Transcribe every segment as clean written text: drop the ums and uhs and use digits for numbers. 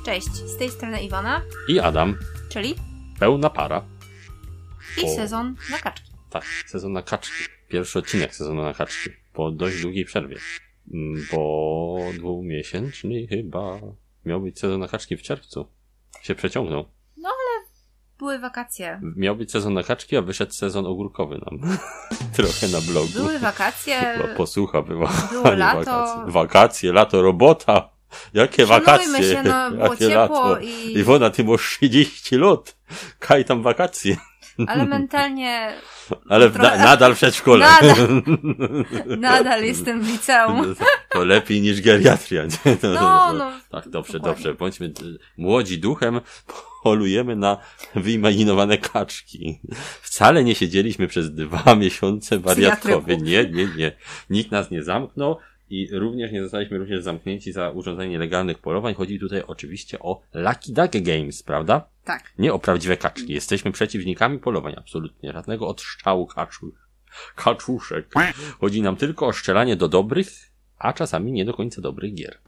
Cześć, z tej strony Iwona. I Adam. Czyli? Pełna para. I sezon na kaczki. Tak, sezon na kaczki. Pierwszy odcinek sezonu na kaczki. Po dość długiej przerwie. Po 2-miesięcznej chyba. Miał być sezon na kaczki w czerwcu. Się przeciągnął. No ale były wakacje. Miał być sezon na kaczki, a wyszedł sezon ogórkowy nam. Trochę na blogu. Były wakacje. Posłucha była. Było lato. Wakacje, lato, robota. Jakie wakacje? Się, no, było jakie ciepło lato. Iwona, ty masz 30 lat. Kaj tam wakacje. Ale mentalnie... Ale nadal w przedszkole. Nadal jestem w liceum. To lepiej niż geriatria. No. Tak, dobrze. Bądźmy młodzi duchem, polujemy na wyimaginowane kaczki. Wcale nie siedzieliśmy przez 2 miesiące wariatkowie. Nie. Nikt nas nie zamknął. I również nie zostaliśmy zamknięci za urządzenie nielegalnych polowań. Chodzi tutaj oczywiście o Lucky Duck Games, prawda? Tak. Nie o prawdziwe kaczki. Jesteśmy przeciwnikami polowań, absolutnie. Żadnego odstrzału kaczuszek. Chodzi nam tylko o strzelanie do dobrych, a czasami nie do końca dobrych gier.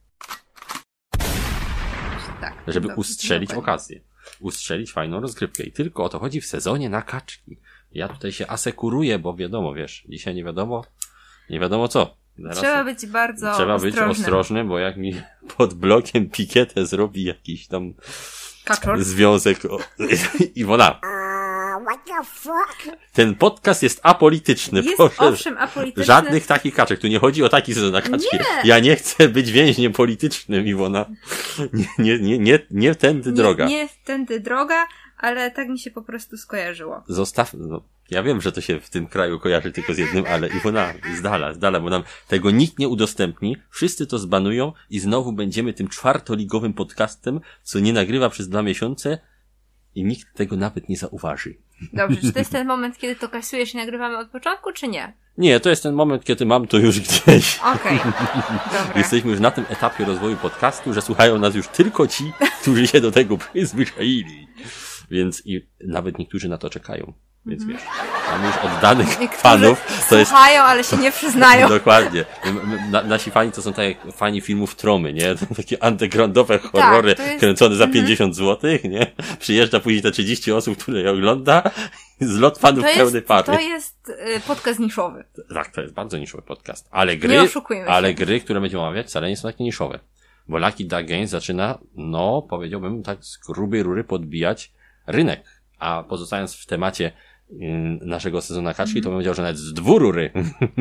Tak. Żeby ustrzelić okazję. Ustrzelić fajną rozgrywkę. I tylko o to chodzi w sezonie na kaczki. Ja tutaj się asekuruję, bo wiadomo, dzisiaj nie wiadomo co. Trzeba być bardzo być ostrożny, bo jak mi pod blokiem pikietę zrobi jakiś tam kaczor związek Iwona. What the fuck? Ten podcast jest apolityczny. Jest proszę. Owszem apolityczny. Żadnych takich kaczek. Tu nie chodzi o taki sezon na kaczki. Nie. Ja nie chcę być więźniem politycznym, Iwona. Nie tędy droga. Nie tędy droga, ale tak mi się po prostu skojarzyło. Ja wiem, że to się w tym kraju kojarzy tylko z jednym, ale Iwona, z dala, bo nam tego nikt nie udostępni, wszyscy to zbanują i znowu będziemy tym 4-ligowym podcastem, co nie nagrywa przez 2 miesiące i nikt tego nawet nie zauważy. Dobrze, czy to jest ten moment, kiedy to kasujesz i nagrywamy od początku, czy nie? Nie, to jest ten moment, kiedy mam to już gdzieś. Okej, dobra. Jesteśmy już na tym etapie rozwoju podcastu, że słuchają nas już tylko ci, którzy się do tego przyzwyczaili. Więc i nawet niektórzy na to czekają. Więc wiesz, mamy już oddanych fanów. To słuchają, ale się nie przyznają. Dokładnie. Nasi fani to są tak jak fani filmów Tromy, nie? To takie undergroundowe horrory kręcone za 50 zł, nie? Przyjeżdża później te 30 osób, które je ogląda. Zlot fanów pełny pary. To jest podcast niszowy. Tak, to jest bardzo niszowy podcast. Ale gry, które będziemy omawiać, wcale nie są takie niszowe. Bo Lucky Duck Games zaczyna, powiedziałbym tak z grubej rury podbijać rynek. A pozostając w temacie naszego sezonu na kaczki, to bym powiedział, że nawet z 2 rury.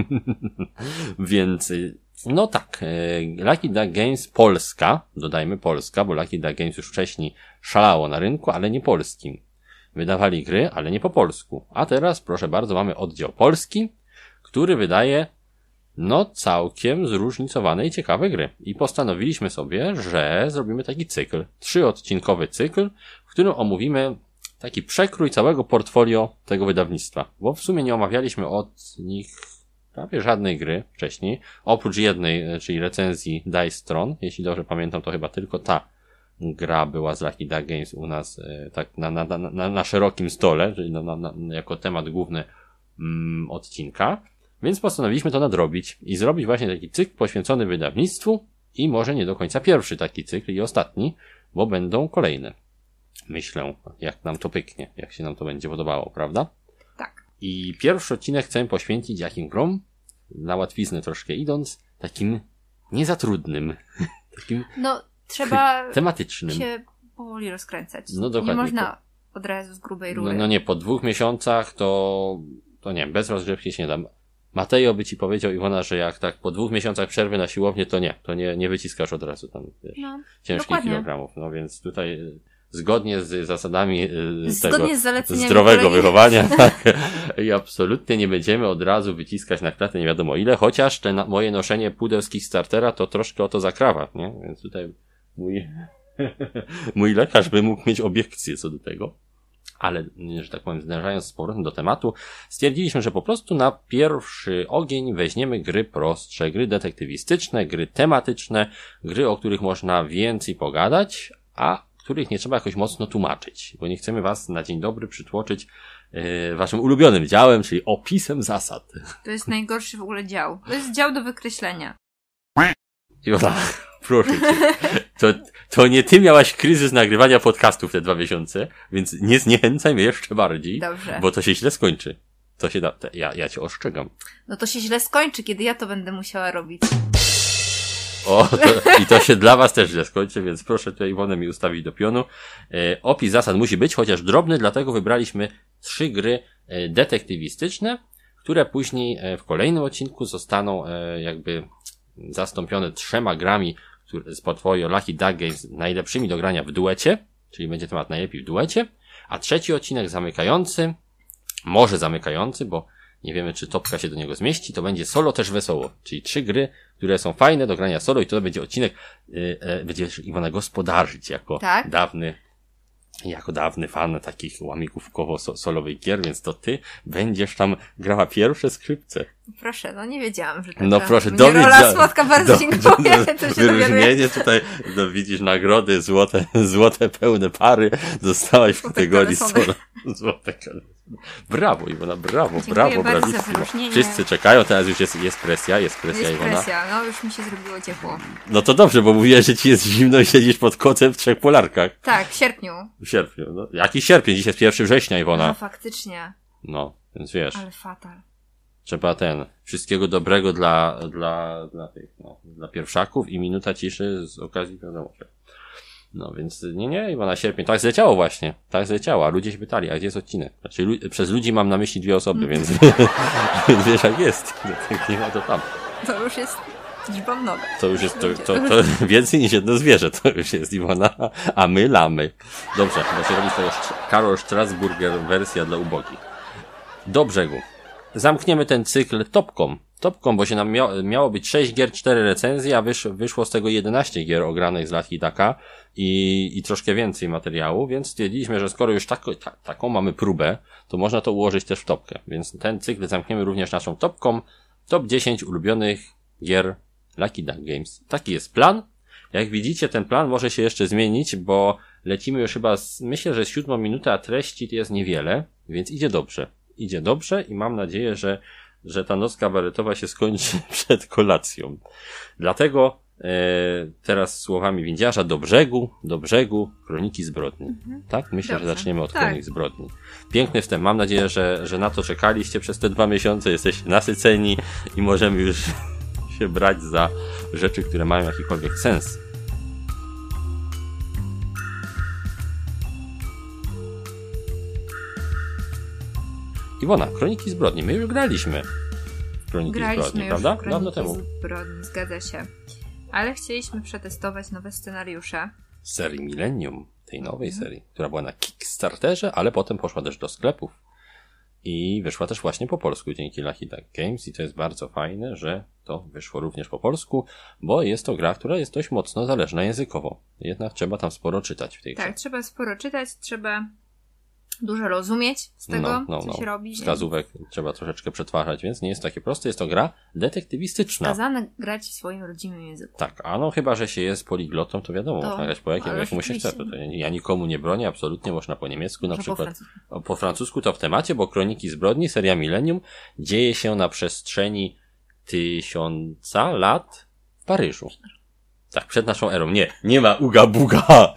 Więc, Lucky Duck Games Polska, dodajmy Polska, bo Lucky Duck Games już wcześniej szalało na rynku, ale nie polskim. Wydawali gry, ale nie po polsku. A teraz, proszę bardzo, mamy oddział polski, który wydaje całkiem zróżnicowane i ciekawe gry. I postanowiliśmy sobie, że zrobimy taki cykl, 3-odcinkowy cykl, w którym omówimy taki przekrój całego portfolio tego wydawnictwa. Bo w sumie nie omawialiśmy od nich prawie żadnej gry wcześniej. Oprócz jednej, czyli recenzji Dice Throne. Jeśli dobrze pamiętam, to chyba tylko ta gra była z Lucky Duck Games u nas tak na szerokim stole, czyli jako temat główny odcinka. Więc postanowiliśmy to nadrobić i zrobić właśnie taki cykl poświęcony wydawnictwu i może nie do końca pierwszy taki cykl i ostatni, bo będą kolejne. Myślę, jak nam to pyknie, jak się nam to będzie podobało, prawda? Tak. I pierwszy odcinek chcę poświęcić jakim grom, na łatwiznę troszkę idąc, takim nie za trudnym, takim trzeba tematycznym. Się powoli rozkręcać. Dokładnie. Nie można od razu z grubej rury. Nie, po 2 miesiącach to nie, bez rozgrzewki się nie da. Mateo by ci powiedział, Iwona, że jak tak po 2 miesiącach przerwy na siłownię, to nie wyciskasz od razu tam ciężkich kilogramów. Więc tutaj zgodnie z zasadami zdrowego wychowania i absolutnie nie będziemy od razu wyciskać na klatę nie wiadomo ile, chociaż moje noszenie pudeł z Kickstartera to troszkę o to zakrawa, nie? Więc tutaj mój lekarz by mógł mieć obiekcję co do tego. Ale, że tak powiem, zderzając z powrotem do tematu, stwierdziliśmy, że po prostu na pierwszy ogień weźmiemy gry prostsze, gry detektywistyczne, gry tematyczne, gry, o których można więcej pogadać, a których nie trzeba jakoś mocno tłumaczyć, bo nie chcemy was na dzień dobry przytłoczyć waszym ulubionym działem, czyli opisem zasad. To jest najgorszy w ogóle dział. To jest dział do wykreślenia. Proszę cię. To nie ty miałaś kryzys nagrywania podcastów te 2 miesiące, więc nie zniechęcaj mnie jeszcze bardziej. Dobrze. Bo to się źle skończy. To się ja cię ostrzegam. No to się źle skończy, kiedy ja to będę musiała robić. I to się dla was też źle skończy, więc proszę tutaj Iwonę mi ustawić do pionu. Opis zasad musi być, chociaż drobny, dlatego wybraliśmy 3 gry detektywistyczne, które później w kolejnym odcinku zostaną jakby zastąpione 3 grami z portfolio Lucky Duck Games najlepszymi do grania w duecie, czyli będzie temat najlepiej w duecie, a 3 odcinek zamykający, może zamykający, bo nie wiemy, czy topka się do niego zmieści, to będzie solo też wesoło, czyli 3 gry, które są fajne do grania solo i to będzie odcinek, będziesz Iwona gospodarzyć jako dawny fan takich łamigłówkowo-solowych gier, więc to ty będziesz tam grała pierwsze skrzypce. Proszę, no nie wiedziałam, że taka no proszę, rola słodka, bardzo dziękuję. To się wyróżnienie tutaj, widzisz nagrody, złote pełne pary dostałaś w kategorii solo. Złote kalesone. Brawo Iwona, brawo, brawissimo. Wszyscy czekają, teraz już jest presja Iwona. Presja, no już mi się zrobiło ciepło. No to dobrze, bo mówiłeś, że ci jest zimno i siedzisz pod kocem w 3 polarkach. Tak, w sierpniu. No. Jaki sierpień? Dzisiaj jest 1 września, Iwona. No faktycznie. No, więc wiesz. Ale fatal. Trzeba wszystkiego dobrego dla tych, dla pierwszaków i minuta ciszy z okazji wiadomości. No więc nie, Iwona, sierpień. Tak zleciało właśnie. Tak zleciało, a ludzie się pytali, a gdzie jest odcinek? Znaczy, przez ludzi mam na myśli 2 osoby, więc wiesz jak jest. Nie ma to tam. To już jest liczba mnoga. To już jest, to więcej niż jedno zwierzę, to już jest Iwona, a my lamy. Dobrze, chyba się robi z tego Karol Strasburger wersja dla ubogich. Do brzegu. Zamkniemy ten cykl topką, bo się nam miało być 6 gier, 4 recenzje, a wyszło z tego 11 gier ogranych z Lucky Ducka i troszkę więcej materiału, więc stwierdziliśmy, że skoro już taką mamy próbę, to można to ułożyć też w topkę, więc ten cykl zamkniemy również naszą topką. Top 10 ulubionych gier Lucky Duck Games. Taki jest plan. Jak widzicie, ten plan może się jeszcze zmienić, bo lecimy już chyba myślę, że 7 minutę, a treści to jest niewiele, więc idzie dobrze i mam nadzieję, że ta noc kabaretowa się skończy przed kolacją. Dlatego teraz słowami windziarza do brzegu, Kroniki Zbrodni. Tak? Myślę, Dobrze. że zaczniemy od Kronik Zbrodni. Piękny wstęp. Mam nadzieję, że na to czekaliście przez te 2 miesiące, jesteście nasyceni i możemy już się brać za rzeczy, które mają jakikolwiek sens. Iwona, Kroniki Zbrodni. My już graliśmy w Kroniki Zbrodni, prawda? Dawno temu. Zbrodni, zgadza się. Ale chcieliśmy przetestować nowe scenariusze. Z serii Millennium, tej nowej serii, która była na Kickstarterze, ale potem poszła też do sklepów. I wyszła też właśnie po polsku dzięki Lucky Duck Games i to jest bardzo fajne, że to wyszło również po polsku, bo jest to gra, która jest dość mocno zależna językowo. Jednak trzeba tam sporo czytać w tej grze. Tak, trzeba sporo czytać, trzeba dużo rozumieć z tego, co się robi. Wskazówek trzeba troszeczkę przetwarzać, więc nie jest takie proste. Jest to gra detektywistyczna. Skazane grać w swoim rodzimym języku. Tak, chyba, że się jest poliglotą, to wiadomo, można grać po jakim się chce. Ja nikomu nie bronię, absolutnie można po niemiecku, na przykład. Po francusku to w temacie, bo Kroniki Zbrodni, seria Millennium, dzieje się na przestrzeni 1000 lat w Paryżu. Tak, przed naszą erą. Nie ma uga buga.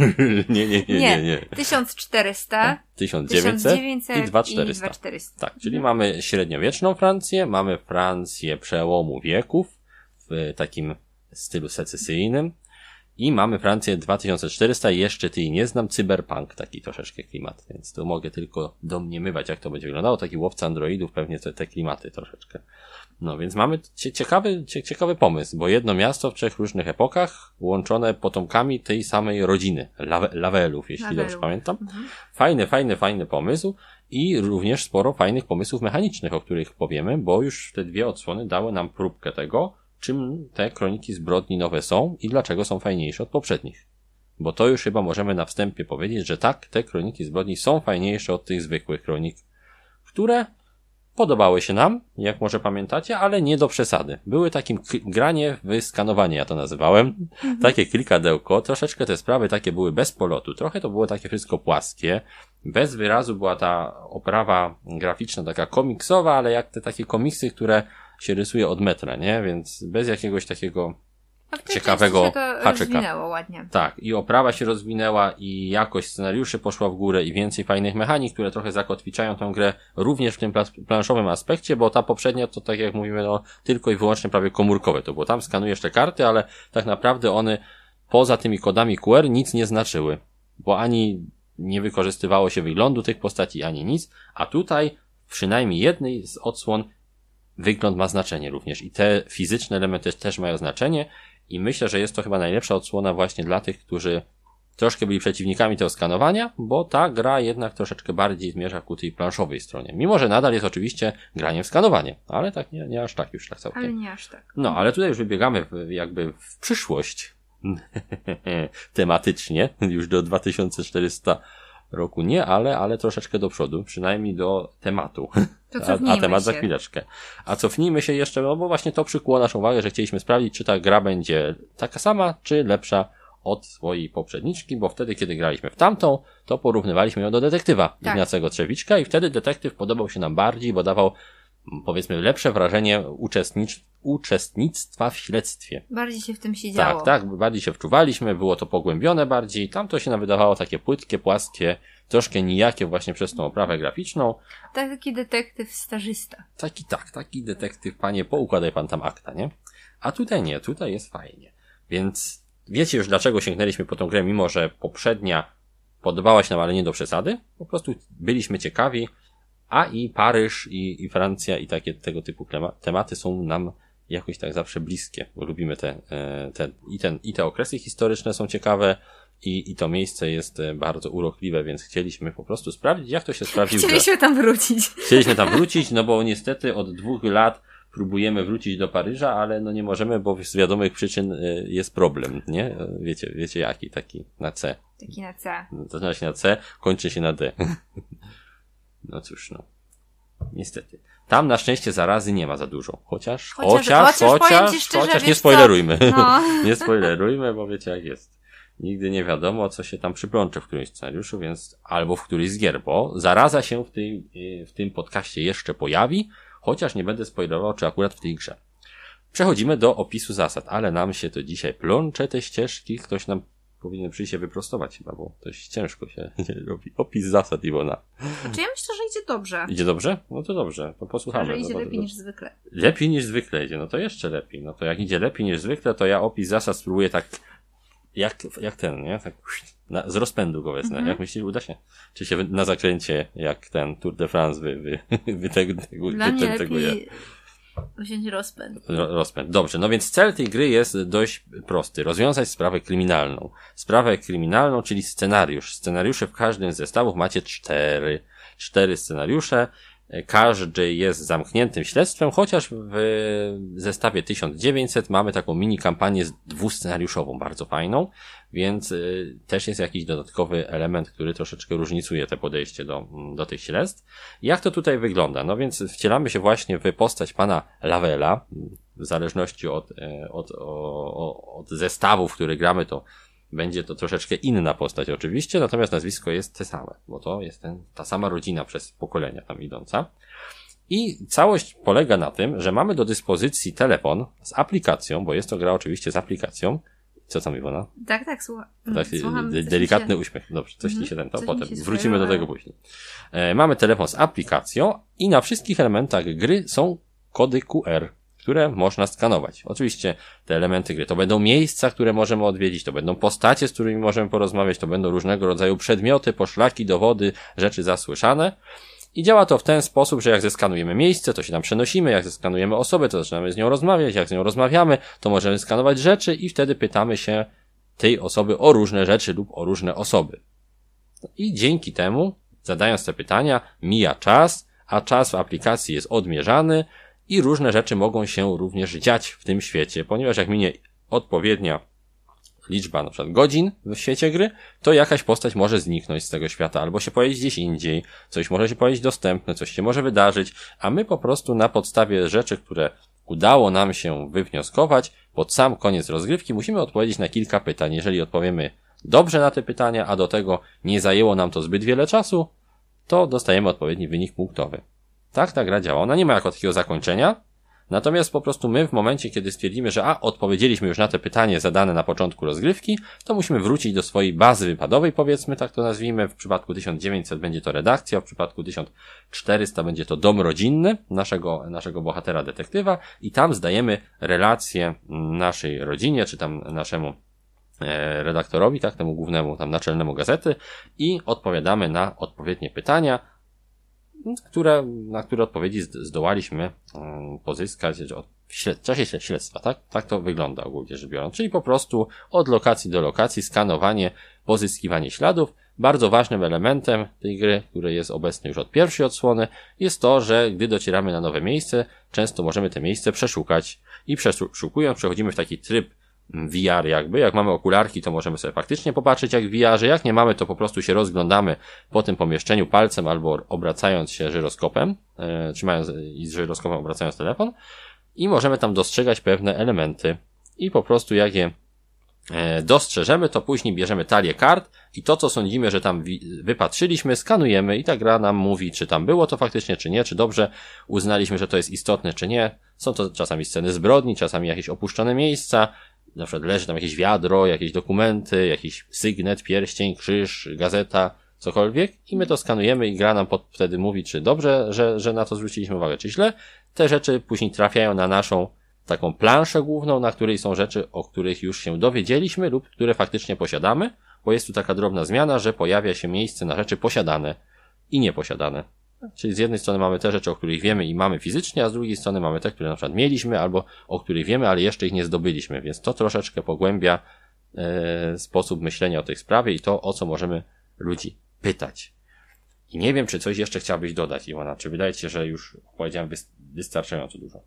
Nie. 1400, 1900 i 2400. 2400. Tak, czyli mamy średniowieczną Francję, mamy Francję przełomu wieków w takim stylu secesyjnym i mamy Francję 2400 i jeszcze ty nie znam, cyberpunk, taki troszeczkę klimat, więc tu mogę tylko domniemywać, jak to będzie wyglądało, taki łowca androidów, pewnie te klimaty troszeczkę. No więc mamy ciekawy pomysł, bo jedno miasto w 3 różnych epokach, łączone potomkami tej samej rodziny, Lavelów, jeśli dobrze pamiętam. Fajny pomysł i również sporo fajnych pomysłów mechanicznych, o których powiemy, bo już te 2 odsłony dały nam próbkę tego, czym te Kroniki Zbrodni nowe są i dlaczego są fajniejsze od poprzednich. Bo to już chyba możemy na wstępie powiedzieć, że tak, te Kroniki Zbrodni są fajniejsze od tych zwykłych kronik, które podobały się nam, jak może pamiętacie, ale nie do przesady. Były takim granie w skanowanie, ja to nazywałem. Takie klikadełko, troszeczkę te sprawy takie były bez polotu. Trochę to było takie wszystko płaskie. Bez wyrazu była ta oprawa graficzna taka komiksowa, ale jak te takie komiksy, które się rysuje od metra, nie? Więc bez jakiegoś takiego ciekawego się to haczyka. rozwinęło ładnie. Tak, i oprawa się rozwinęła i jakość scenariuszy poszła w górę i więcej fajnych mechanik, które trochę zakotwiczają tę grę również w tym planszowym aspekcie, bo ta poprzednia to tak jak mówimy, no tylko i wyłącznie prawie komórkowe to było. Tam skanujesz te karty, ale tak naprawdę one poza tymi kodami QR nic nie znaczyły, bo ani nie wykorzystywało się wyglądu tych postaci, ani nic, a tutaj przynajmniej jednej z odsłon wygląd ma znaczenie również i te fizyczne elementy też mają znaczenie i myślę, że jest to chyba najlepsza odsłona właśnie dla tych, którzy troszkę byli przeciwnikami tego skanowania, bo ta gra jednak troszeczkę bardziej zmierza ku tej planszowej stronie. Mimo, że nadal jest oczywiście graniem w skanowanie, ale tak nie aż tak już tak całkiem. Ale nie aż tak. No, ale tutaj już wybiegamy jakby w przyszłość tematycznie, już do 2400 roku nie, ale troszeczkę do przodu, przynajmniej do tematu. A temat za chwileczkę. A cofnijmy się jeszcze, no bo właśnie to przykuło naszą uwagę, że chcieliśmy sprawdzić, czy ta gra będzie taka sama, czy lepsza od swojej poprzedniczki, bo wtedy, kiedy graliśmy w tamtą, to porównywaliśmy ją do detektywa Ignacego Trzewiczka i wtedy detektyw podobał się nam bardziej, bo dawał, powiedzmy, lepsze wrażenie uczestnictwa w śledztwie. Bardziej się w tym siedziało. Tak, bardziej się wczuwaliśmy, było to pogłębione bardziej, tam to się nam wydawało takie płytkie, płaskie, troszkę nijakie właśnie przez tą oprawę graficzną. Taki detektyw stażysta. Taki detektyw, panie, poukładaj pan tam akta, nie? A tutaj nie, tutaj jest fajnie. Więc wiecie już dlaczego sięgnęliśmy po tą grę, mimo że poprzednia podobała się nam, ale nie do przesady. Po prostu byliśmy ciekawi, a i Paryż, i Francja, i takie tego typu tematy są nam jakoś tak zawsze bliskie, bo lubimy te okresy historyczne są ciekawe i to miejsce jest bardzo urokliwe, więc chcieliśmy po prostu sprawdzić, jak to się sprawdzi. Chcieliśmy tam wrócić, no bo niestety od 2 lat próbujemy wrócić do Paryża, ale no nie możemy, bo z wiadomych przyczyn jest problem, nie? Wiecie jaki, taki na C. Taki na C. Zaczyna się na C, kończy się na D. No cóż, no. Niestety. Tam na szczęście zarazy nie ma za dużo. Chociaż nie spoilerujmy. No. Nie spoilerujmy, bo wiecie jak jest. Nigdy nie wiadomo, co się tam przyplącze w którymś scenariuszu, więc albo w którymś z gier, bo zaraza się w tym podcaście jeszcze pojawi, chociaż nie będę spoilerował, czy akurat w tej grze. Przechodzimy do opisu zasad, ale nam się to dzisiaj plącze te ścieżki, ktoś nam powinien przyjść się wyprostować chyba, bo dość ciężko się robi. Opis zasad, Iwona. Znaczy ja myślę, że idzie dobrze. Idzie dobrze? No to dobrze, to posłuchamy. Może idzie lepiej niż zwykle. Lepiej niż zwykle idzie, no to jeszcze lepiej. No to jak idzie lepiej niż zwykle, to ja opis zasad spróbuję tak jak ten, nie? Tak z rozpędu go wezmę. Jak myślisz, uda się? Czy się na zakręcie jak ten Tour de France wyteguje? Wziąć rozpęd. Rozpęd. Dobrze, no więc cel tej gry jest dość prosty. Rozwiązać sprawę kryminalną. Sprawę kryminalną, czyli scenariusz. Scenariusze w każdym z zestawów macie 4 scenariusze. Każdy jest zamkniętym śledztwem, chociaż w zestawie 1900 mamy taką mini kampanię 2-scenariuszową, bardzo fajną, więc też jest jakiś dodatkowy element, który troszeczkę różnicuje te podejście do tych śledztw. Jak to tutaj wygląda? No więc wcielamy się właśnie w postać pana Lavella, w zależności od zestawów, które gramy, to będzie to troszeczkę inna postać oczywiście, natomiast nazwisko jest te same, bo to jest ta sama rodzina przez pokolenia tam idąca. I całość polega na tym, że mamy do dyspozycji telefon z aplikacją, bo jest to gra oczywiście z aplikacją. Co tam, Iwona? Tak, słucham. Delikatny uśmiech. Dobrze, coś ci się to potem. Wrócimy do tego później. Mamy telefon z aplikacją i na wszystkich elementach gry są kody QR, które można skanować. Oczywiście te elementy gry to będą miejsca, które możemy odwiedzić, to będą postacie, z którymi możemy porozmawiać, to będą różnego rodzaju przedmioty, poszlaki, dowody, rzeczy zasłyszane. I działa to w ten sposób, że jak zeskanujemy miejsce, to się tam przenosimy, jak zeskanujemy osobę, to zaczynamy z nią rozmawiać, jak z nią rozmawiamy, to możemy skanować rzeczy i wtedy pytamy się tej osoby o różne rzeczy lub o różne osoby. I dzięki temu, zadając te pytania, mija czas, a czas w aplikacji jest odmierzany, i różne rzeczy mogą się również dziać w tym świecie, ponieważ jak minie odpowiednia liczba na przykład godzin w świecie gry, to jakaś postać może zniknąć z tego świata, albo się pojawić gdzieś indziej, coś może się pojawić dostępne, coś się może wydarzyć, a my po prostu na podstawie rzeczy, które udało nam się wywnioskować, pod sam koniec rozgrywki musimy odpowiedzieć na kilka pytań. Jeżeli odpowiemy dobrze na te pytania, a do tego nie zajęło nam to zbyt wiele czasu, to dostajemy odpowiedni wynik punktowy. Tak ta gra działa. Ona nie ma jako takiego zakończenia, Natomiast po prostu my w momencie, kiedy stwierdzimy, że odpowiedzieliśmy już na te pytanie zadane na początku rozgrywki, to musimy wrócić do swojej bazy wypadowej, powiedzmy, tak to nazwijmy. W przypadku 1900 będzie to redakcja, w przypadku 1400 będzie to dom rodzinny naszego bohatera detektywa i tam zdajemy relację naszej rodzinie, czy tam naszemu redaktorowi, tak, temu głównemu, tam naczelnemu gazety i odpowiadamy na odpowiednie pytania, na które odpowiedzi zdołaliśmy pozyskać w czasie śledztwa, tak? Tak to wygląda ogólnie rzecz biorąc. Czyli po prostu od lokacji do lokacji, skanowanie, pozyskiwanie śladów. Bardzo ważnym elementem tej gry, który jest obecny już od pierwszej odsłony, jest to, że gdy docieramy na nowe miejsce, często możemy te miejsce przeszukać i przeszukując przechodzimy w taki tryb VR jakby. Jak mamy okularki, to możemy sobie faktycznie popatrzeć jak w VR-ze. Jak nie mamy, to po prostu się rozglądamy po tym pomieszczeniu palcem albo obracając się żyroskopem, trzymając i z żyroskopem obracając telefon i możemy tam dostrzegać pewne elementy i po prostu jak je dostrzeżemy, to później bierzemy talię kart i to, co sądzimy, że tam wypatrzyliśmy, skanujemy i ta gra nam mówi, czy tam było to faktycznie, czy nie, czy dobrze uznaliśmy, że to jest istotne, czy nie. Są to czasami sceny zbrodni, czasami jakieś opuszczone miejsca, na przykład leży tam jakieś wiadro, jakieś dokumenty, jakiś sygnet, pierścień, krzyż, gazeta, cokolwiek i my to skanujemy i gra nam wtedy mówi, czy dobrze, że na to zwróciliśmy uwagę, czy źle. Te rzeczy później trafiają na naszą taką planszę główną, na której są rzeczy, o których już się dowiedzieliśmy lub które faktycznie posiadamy, bo jest tu taka drobna zmiana, że pojawia się miejsce na rzeczy posiadane i nieposiadane. Czyli z jednej strony mamy te rzeczy, o których wiemy i mamy fizycznie, a z drugiej strony mamy te, które na przykład mieliśmy albo o których wiemy, ale jeszcze ich nie zdobyliśmy, więc to troszeczkę pogłębia sposób myślenia o tej sprawie i to, o co możemy ludzi pytać. I nie wiem, czy coś jeszcze chciałabyś dodać, Iwona, czy wydaje ci się, że już powiedziałem wystarczająco dużo?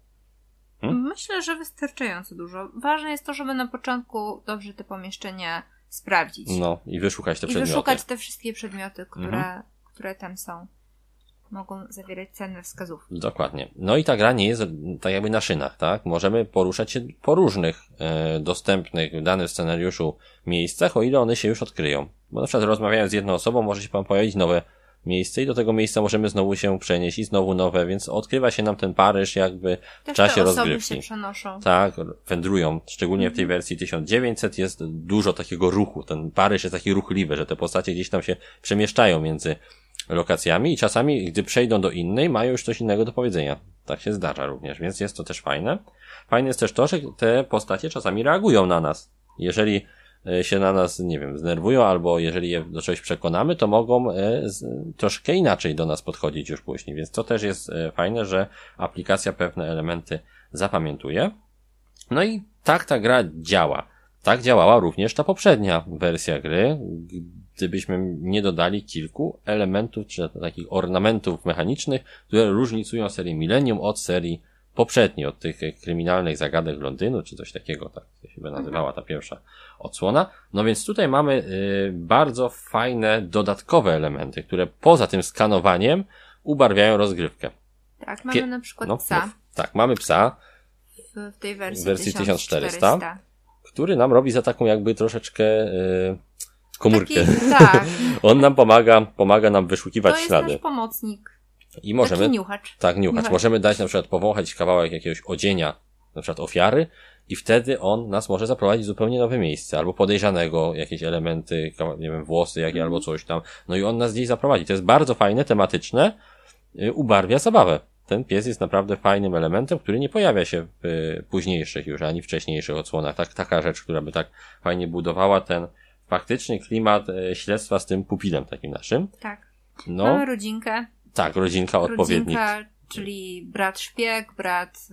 Myślę, że wystarczająco dużo. Ważne jest to, żeby na początku dobrze te pomieszczenia sprawdzić. No, i wyszukać te przedmioty. I wyszukać te wszystkie przedmioty, które tam są. Mogą zawierać cenne wskazówki. Dokładnie. No i ta gra nie jest tak jakby na szynach, tak? Możemy poruszać się po różnych dostępnych w danym scenariuszu miejscach, o ile one się już odkryją. Bo na przykład rozmawiając z jedną osobą może się pan pojawić nowe miejsce i do tego miejsca możemy znowu się przenieść i znowu nowe, więc odkrywa się nam ten Paryż jakby w czasie rozgrywki. Się przenoszą. Tak, wędrują. Szczególnie w tej wersji 1900 jest dużo takiego ruchu. Ten Paryż jest taki ruchliwy, że te postacie gdzieś tam się przemieszczają między lokacjami i czasami, gdy przejdą do innej, mają już coś innego do powiedzenia. Tak się zdarza również, więc jest to też fajne. Fajne jest też to, że te postacie czasami reagują na nas. Jeżeli się na nas, nie wiem, znerwują, albo jeżeli je do czegoś przekonamy, to mogą troszkę inaczej do nas podchodzić już później, więc to też jest fajne, że aplikacja pewne elementy zapamiętuje. No i tak ta gra działa. Tak działała również ta poprzednia wersja gry, gdybyśmy nie dodali kilku elementów, czy takich ornamentów mechanicznych, które różnicują serię Millennium od serii poprzedniej, od tych kryminalnych zagadek Londynu, czy coś takiego, tak się chyba nazywała ta pierwsza odsłona. No więc tutaj mamy bardzo fajne dodatkowe elementy, które poza tym skanowaniem ubarwiają rozgrywkę. Tak, mamy na przykład psa. Tak, mamy psa w tej wersji 1400, który nam robi za taką jakby troszeczkę komórkę. Tak. On nam pomaga nam wyszukiwać ślady. To jest nasz pomocnik. I możemy, taki niuchacz. Tak, niuchacz. Możemy dać na przykład powąchać kawałek jakiegoś odzienia, na przykład ofiary i wtedy on nas może zaprowadzić w zupełnie nowe miejsce, albo podejrzanego, jakieś elementy, nie wiem, włosy jakie, albo coś tam. No i on nas gdzieś zaprowadzi. To jest bardzo fajne, tematyczne, ubarwia zabawę. Ten pies jest naprawdę fajnym elementem, który nie pojawia się w późniejszych już, ani wcześniejszych odsłonach. Taka rzecz, która by tak fajnie budowała ten faktyczny klimat śledztwa z tym pupilem takim naszym. Tak. No. Mamy rodzinkę. Tak, rodzinka odpowiednik. Rodzinka, czyli brat szpieg, brat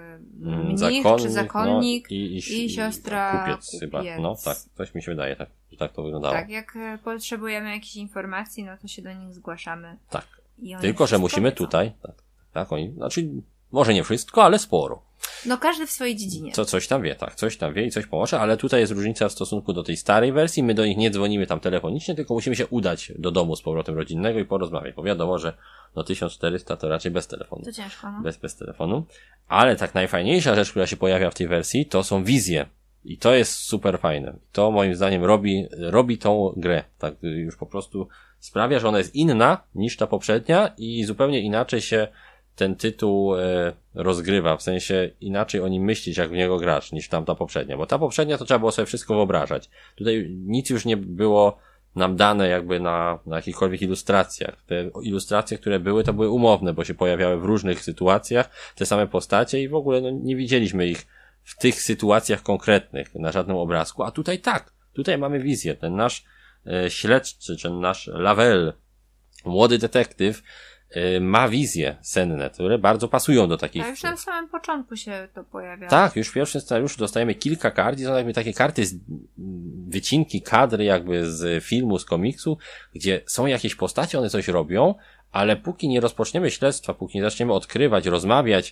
mnich czy zakonnik no, i siostra kupiec chyba. No tak, coś mi się wydaje, tak, że tak to wyglądało. Tak, jak potrzebujemy jakichś informacji, no to się do nich zgłaszamy. Tak. Tylko, że musimy tutaj, tak, oni, znaczy może nie wszystko, ale sporo. No każdy w swojej dziedzinie. Coś tam wie, tak, coś tam wie i coś pomoże, ale tutaj jest różnica w stosunku do tej starej wersji, my do nich nie dzwonimy tam telefonicznie, tylko musimy się udać do domu z powrotem rodzinnego i porozmawiać, bo wiadomo, że no 1400 to raczej bez telefonu. To ciężko, no. Bez telefonu. Ale tak najfajniejsza rzecz, która się pojawia w tej wersji, to są wizje. I to jest super fajne. To moim zdaniem robi tą grę. Tak już po prostu sprawia, że ona jest inna niż ta poprzednia i zupełnie inaczej się ten tytuł rozgrywa, w sensie inaczej o nim myślisz, jak w niego grasz, niż tamta poprzednia, bo ta poprzednia to trzeba było sobie wszystko wyobrażać. Tutaj nic już nie było nam dane jakby na jakichkolwiek ilustracjach. Te ilustracje, które były, to były umowne, bo się pojawiały w różnych sytuacjach, te same postacie i w ogóle nie widzieliśmy ich w tych sytuacjach konkretnych, na żadnym obrazku, a tutaj tak, tutaj mamy wizję, ten nasz śledczy, czy nasz Lavelle, młody detektyw, ma wizje senne, które bardzo pasują do takich... A już na samym początku się to pojawia. Tak, już w pierwszym scenariuszu dostajemy kilka kart i są jakby takie karty, wycinki, kadry jakby z filmu, z komiksu, gdzie są jakieś postacie, one coś robią, ale póki nie rozpoczniemy śledztwa, póki nie zaczniemy odkrywać, rozmawiać,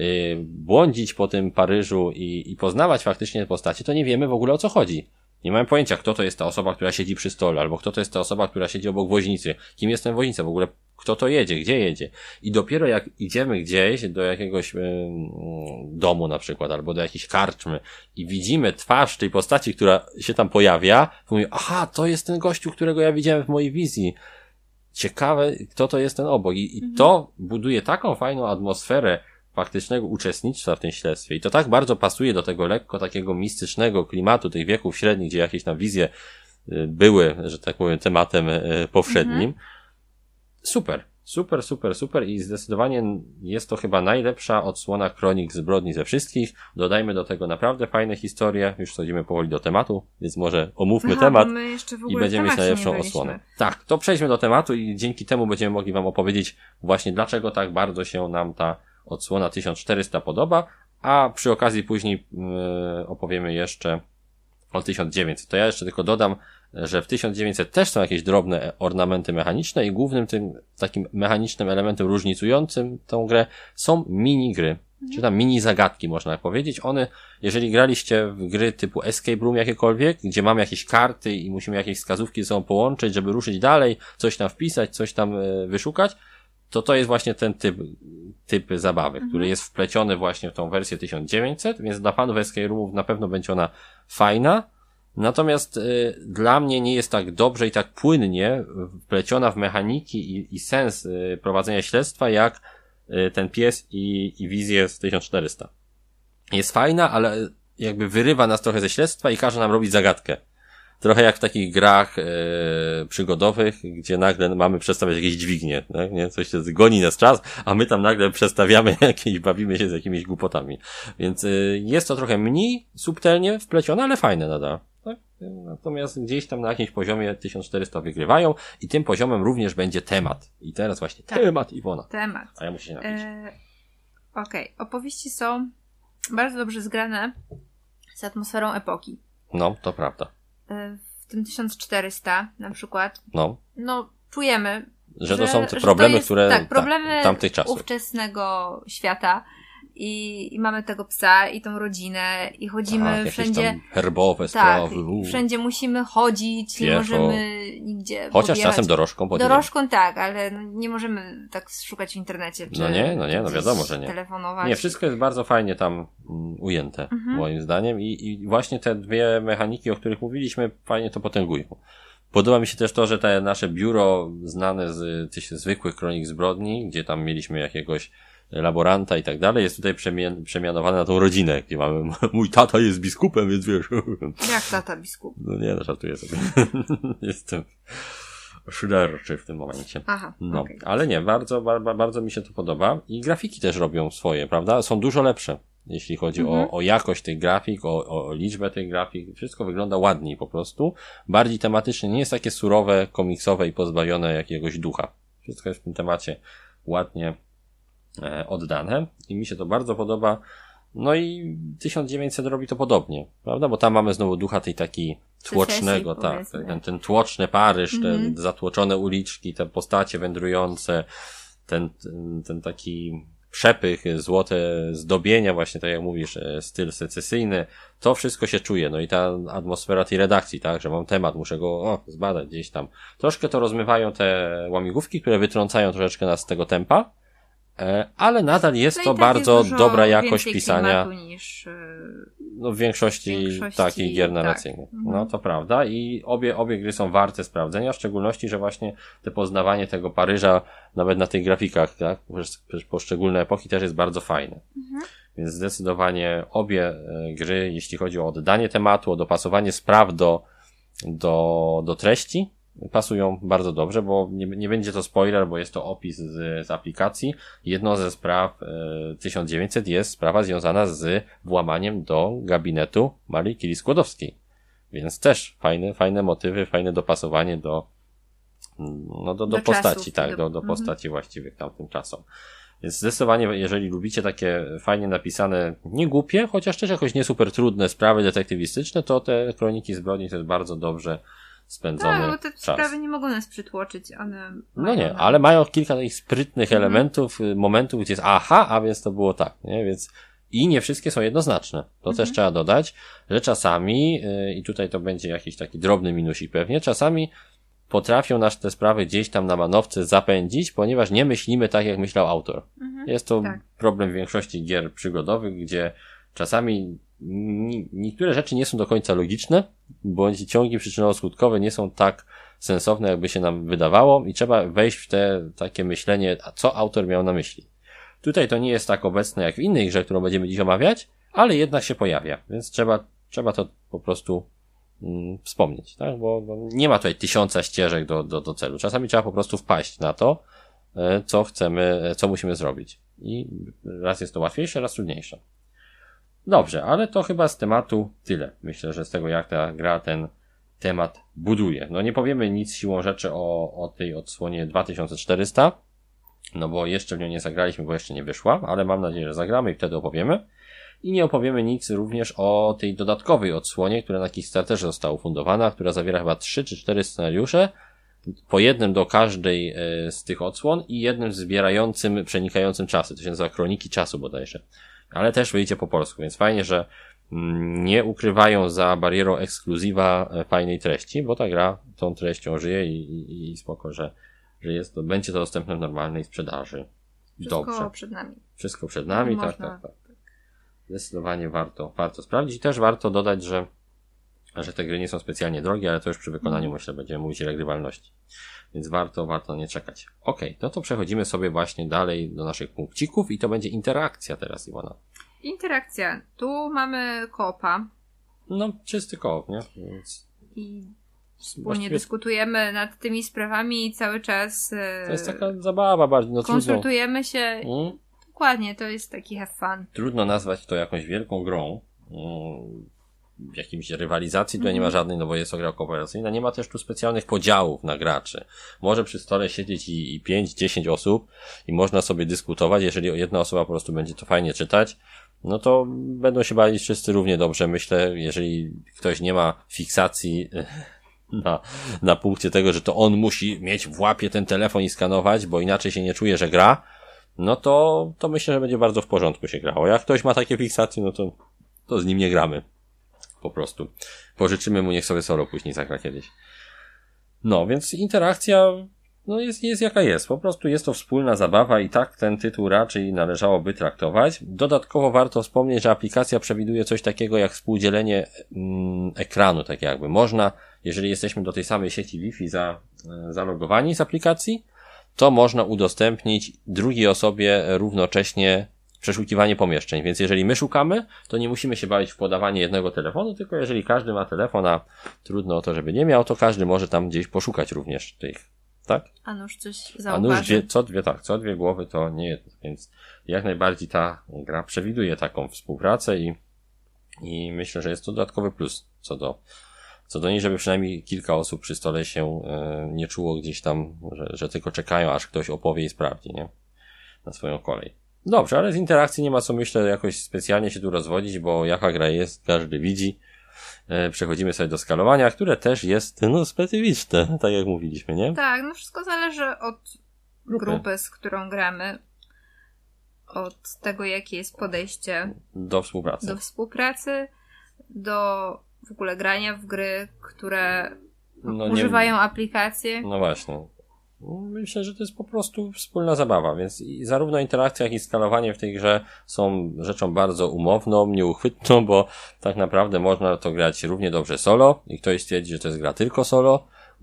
błądzić po tym Paryżu i poznawać faktycznie postacie, to nie wiemy w ogóle o co chodzi. Nie mamy pojęcia, kto to jest ta osoba, która siedzi przy stole, albo kto to jest ta osoba, która siedzi obok woźnicy, kim jest ten woźnica, w ogóle kto to jedzie, gdzie jedzie. I dopiero jak idziemy gdzieś do jakiegoś domu na przykład, albo do jakiejś karczmy i widzimy twarz tej postaci, która się tam pojawia, to mówię, aha, to jest ten gościu, którego ja widziałem w mojej wizji. Ciekawe, kto to jest ten obok. I to buduje taką fajną atmosferę faktycznego uczestnictwa w tym śledztwie. I to tak bardzo pasuje do tego lekko takiego mistycznego klimatu tych wieków średnich, gdzie jakieś tam wizje były, że tak powiem, tematem powszednim. Super, super, super, super i zdecydowanie jest to chyba najlepsza odsłona Kronik Zbrodni ze wszystkich. Dodajmy do tego naprawdę fajne historie. Już schodzimy powoli do tematu, więc może omówmy temat i będziemy mieć najlepszą odsłonę. Tak, to przejdźmy do tematu i dzięki temu będziemy mogli wam opowiedzieć właśnie dlaczego tak bardzo się nam ta odsłona 1400 podoba, a przy okazji później opowiemy jeszcze o 1900. To ja jeszcze tylko dodam, że w 1900 też są jakieś drobne ornamenty mechaniczne i głównym tym takim mechanicznym elementem różnicującym tą grę są minigry, czy tam mini zagadki można tak powiedzieć. One, jeżeli graliście w gry typu Escape Room jakiekolwiek, gdzie mamy jakieś karty i musimy jakieś wskazówki ze sobą połączyć, żeby ruszyć dalej, coś tam wpisać, coś tam wyszukać, to jest właśnie ten typ zabawy, który jest wpleciony właśnie w tą wersję 1900, więc dla fanów Escape Roomów na pewno będzie ona fajna. Natomiast dla mnie nie jest tak dobrze i tak płynnie wpleciona w mechaniki i sens prowadzenia śledztwa, jak ten pies i wizję z 1400. Jest fajna, ale jakby wyrywa nas trochę ze śledztwa i każe nam robić zagadkę. Trochę jak w takich grach przygodowych, gdzie nagle mamy przestawiać jakieś dźwignie, tak? Nie? Coś się goni nas czas, a my tam nagle przestawiamy jakieś, bawimy się z jakimiś głupotami. Więc jest to trochę mniej subtelnie wplecione, ale fajne nadal. Tak? Natomiast gdzieś tam na jakimś poziomie 1400 wygrywają i tym poziomem również będzie temat. I teraz właśnie temat, Iwona. Temat. A ja muszę się napić. Okej. Opowieści są bardzo dobrze zgrane z atmosferą epoki. No, to prawda. W tym 1400 na przykład. No, czujemy, że to są te problemy, jest, które problemy tamtych czasów. Ówczesnego świata. I mamy tego psa i tą rodzinę i chodzimy wszędzie. Tam herbowe sprawy. Wszędzie musimy chodzić, pieszo. Nie możemy nigdzie chociaż podjechać. Czasem dorożką podjechać. Dorożką tak, ale nie możemy tak szukać w internecie. Czy no wiadomo, że nie. Telefonować. Nie, wszystko jest bardzo fajnie tam ujęte, moim zdaniem i właśnie te dwie mechaniki, o których mówiliśmy, fajnie to potęgują. Podoba mi się też to, że te nasze biuro znane z tych zwykłych Kronik Zbrodni, gdzie tam mieliśmy jakiegoś laboranta i tak dalej, jest tutaj przemianowane na tą rodzinę, gdzie mamy, mój tata jest biskupem, więc wiesz. Jak tata biskup? No nie, żartuję sobie. Jestem szyderczy w tym momencie. Aha, no, okay. Ale nie, bardzo mi się to podoba i grafiki też robią swoje, prawda? Są dużo lepsze, jeśli chodzi o jakość tych grafik, o liczbę tych grafik. Wszystko wygląda ładniej po prostu. Bardziej tematycznie, nie jest takie surowe, komiksowe i pozbawione jakiegoś ducha. Wszystko jest w tym temacie ładnie oddane i mi się to bardzo podoba. No i 1900 robi to podobnie, prawda? Bo tam mamy znowu ducha tej takiej tłocznego, ten tłoczny Paryż, te zatłoczone uliczki, te postacie wędrujące, ten taki przepych, złote zdobienia, właśnie tak jak mówisz, styl secesyjny, to wszystko się czuje. No i ta atmosfera tej redakcji, tak, że mam temat, muszę go zbadać gdzieś tam. Troszkę to rozmywają te łamigłówki, które wytrącają troszeczkę nas z tego tempa, ale nadal jest to bardzo dobra jakość pisania. Niż w większości takich gier narracyjnych. Tak. No to prawda i obie gry są warte sprawdzenia, w szczególności, że właśnie te poznawanie tego Paryża nawet na tych grafikach, tak, przez poszczególne epoki też jest bardzo fajne. Więc zdecydowanie obie gry, jeśli chodzi o oddanie tematu, o dopasowanie spraw do treści, pasują bardzo dobrze, bo nie będzie to spoiler, bo jest to opis z aplikacji. Jedną ze spraw 1900 jest sprawa związana z włamaniem do gabinetu Marii Curie Skłodowskiej. Więc też fajne motywy, fajne dopasowanie do postaci, tak, do postaci właściwych tamtym czasom. Więc zdecydowanie, jeżeli lubicie takie fajnie napisane, nie głupie, chociaż też jakoś nie super trudne sprawy detektywistyczne, to te Kroniki Zbrodni to jest bardzo dobrze spędzony czas. Tak, bo te czas. Sprawy nie mogą nas przytłoczyć, one no nie, ale mają kilka takich sprytnych elementów, momentów, gdzie jest a więc to było tak, nie? Więc i nie wszystkie są jednoznaczne. To też trzeba dodać, że czasami, i tutaj to będzie jakiś taki drobny minusik pewnie, czasami potrafią nas te sprawy gdzieś tam na manowce zapędzić, ponieważ nie myślimy tak, jak myślał autor. Jest to problem w większości gier przygodowych, gdzie czasami niektóre rzeczy nie są do końca logiczne, bądź ciągi przyczynowo-skutkowe nie są tak sensowne, jakby się nam wydawało i trzeba wejść w te takie myślenie, a co autor miał na myśli. Tutaj to nie jest tak obecne jak w innej grze, którą będziemy dziś omawiać, ale jednak się pojawia, więc trzeba to po prostu wspomnieć, tak? Bo nie ma tutaj 1000 ścieżek do celu. Czasami trzeba po prostu wpaść na to, co chcemy, co musimy zrobić. I raz jest to łatwiejsze, raz trudniejsze. Dobrze, ale to chyba z tematu tyle. Myślę, że z tego, jak ta gra ten temat buduje. No nie powiemy nic siłą rzeczy o tej odsłonie 2400, no bo jeszcze w nią nie zagraliśmy, bo jeszcze nie wyszła, ale mam nadzieję, że zagramy i wtedy opowiemy. I nie opowiemy nic również o tej dodatkowej odsłonie, która na Kickstarterze została ufundowana, która zawiera chyba 3 czy 4 scenariusze, po jednym do każdej z tych odsłon i jednym zbierającym, przenikającym czasy. To się nazywa Kroniki Czasu bodajże. Ale też wyjdzie po polsku, więc fajnie, że nie ukrywają za barierą ekskluzywa fajnej treści, bo ta gra tą treścią żyje i spoko, że będzie to dostępne w normalnej sprzedaży. Wszystko Dobrze. przed nami. Wszystko przed nami, tak. Zdecydowanie warto sprawdzić i też warto dodać, że te gry nie są specjalnie drogie, ale to już przy wykonaniu myślę będziemy mówić o regrywalności. Więc warto nie czekać. Okej, no to przechodzimy sobie właśnie dalej do naszych punkcików i to będzie interakcja teraz, Iwona. Interakcja. Tu mamy koopa. No, czysty koop, nie? Więc i wspólnie dyskutujemy nad tymi sprawami i cały czas to jest taka zabawa bardziej. No, konsultujemy się. Dokładnie, to jest taki have fun. Trudno nazwać to jakąś wielką grą. W jakimś rywalizacji tutaj nie ma żadnej, no bo jest to gra kooperacyjna. Nie ma też tu specjalnych podziałów na graczy. Może przy stole siedzieć i 5-10 osób i można sobie dyskutować. Jeżeli jedna osoba po prostu będzie to fajnie czytać, no to będą się bawić wszyscy równie dobrze. Myślę, jeżeli ktoś nie ma fiksacji na punkcie tego, że to on musi mieć w łapie ten telefon i skanować, bo inaczej się nie czuje, że gra, no to myślę, że będzie bardzo w porządku się grało. Jak ktoś ma takie fiksacje, no to z nim nie gramy. Po prostu. Pożyczymy mu, niech sobie solo później zagra kiedyś. No, więc interakcja, no jest jaka jest. Po prostu jest to wspólna zabawa i tak ten tytuł raczej należałoby traktować. Dodatkowo warto wspomnieć, że aplikacja przewiduje coś takiego jak współdzielenie ekranu, tak jakby. Można, jeżeli jesteśmy do tej samej sieci Wi-Fi zalogowani z aplikacji, to można udostępnić drugiej osobie równocześnie przeszukiwanie pomieszczeń, więc jeżeli my szukamy, to nie musimy się bawić w podawanie jednego telefonu, tylko jeżeli każdy ma telefon, a trudno o to, żeby nie miał, to każdy może tam gdzieś poszukać również tych, tak? A nuż coś zauważy. A nuż co dwie głowy to nie jedno, więc jak najbardziej ta gra przewiduje taką współpracę i myślę, że jest to dodatkowy plus co do niej, żeby przynajmniej kilka osób przy stole się nie czuło gdzieś tam, że tylko czekają, aż ktoś opowie i sprawdzi, nie? Na swoją kolej. Dobrze, ale z interakcji nie ma co, myślę, jakoś specjalnie się tu rozwodzić, bo jaka gra jest, każdy widzi. Przechodzimy sobie do skalowania, które też jest, specyficzne, tak jak mówiliśmy, nie? Tak, no wszystko zależy od grupy, z którą gramy, od tego, jakie jest podejście do współpracy, do w ogóle grania w gry, które używają aplikacji. No właśnie. Myślę, że to jest po prostu wspólna zabawa, więc zarówno interakcja, jak i skalowanie w tej grze są rzeczą bardzo umowną, nieuchwytną, bo tak naprawdę można to grać równie dobrze solo i ktoś stwierdzi, że to jest gra tylko solo,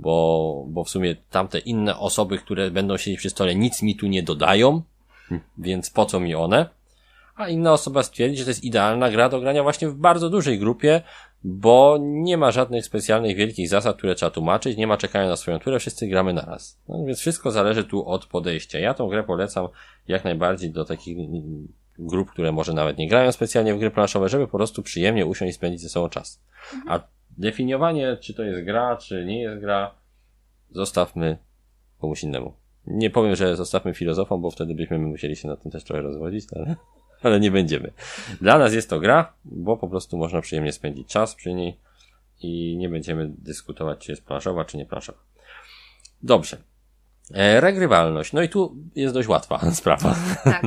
bo w sumie tamte inne osoby, które będą siedzieć przy stole, nic mi tu nie dodają, więc po co mi one? A inna osoba stwierdzi, że to jest idealna gra do grania właśnie w bardzo dużej grupie, bo nie ma żadnych specjalnych wielkich zasad, które trzeba tłumaczyć, nie ma czekania na swoją turę, wszyscy gramy naraz. No, więc wszystko zależy tu od podejścia. Ja tą grę polecam jak najbardziej do takich grup, które może nawet nie grają specjalnie w gry planszowe, żeby po prostu przyjemnie usiąść i spędzić ze sobą czas. A definiowanie, czy to jest gra, czy nie jest gra, zostawmy komuś innemu. Nie powiem, że zostawmy filozofom, bo wtedy byśmy musieli się nad tym też trochę rozwodzić, ale nie będziemy. Dla nas jest to gra, bo po prostu można przyjemnie spędzić czas przy niej i nie będziemy dyskutować, czy jest planszowa, czy nie planszowa. Dobrze. Regrywalność. No i tu jest dość łatwa sprawa. Tak.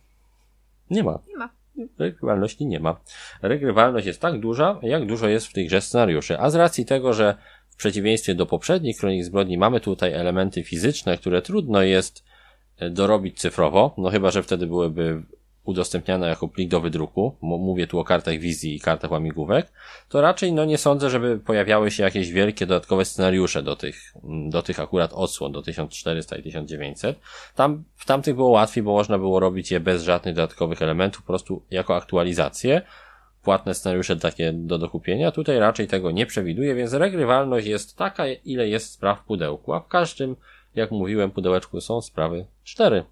Nie ma. Regrywalności nie ma. Regrywalność jest tak duża, jak dużo jest w tej grze scenariuszy. A z racji tego, że w przeciwieństwie do poprzednich Kronik Zbrodni mamy tutaj elementy fizyczne, które trudno jest dorobić cyfrowo, no chyba, że wtedy byłyby udostępniane jako plik do wydruku, mówię tu o kartach wizji i kartach łamigłówek, to raczej nie sądzę, żeby pojawiały się jakieś wielkie dodatkowe scenariusze do tych akurat odsłon, do 1400 i 1900. W tamtych było łatwiej, bo można było robić je bez żadnych dodatkowych elementów, po prostu jako aktualizacje, płatne scenariusze takie do dokupienia. Tutaj raczej tego nie przewiduję, więc regrywalność jest taka, ile jest spraw w pudełku, a w każdym, jak mówiłem, pudełeczku są sprawy 4,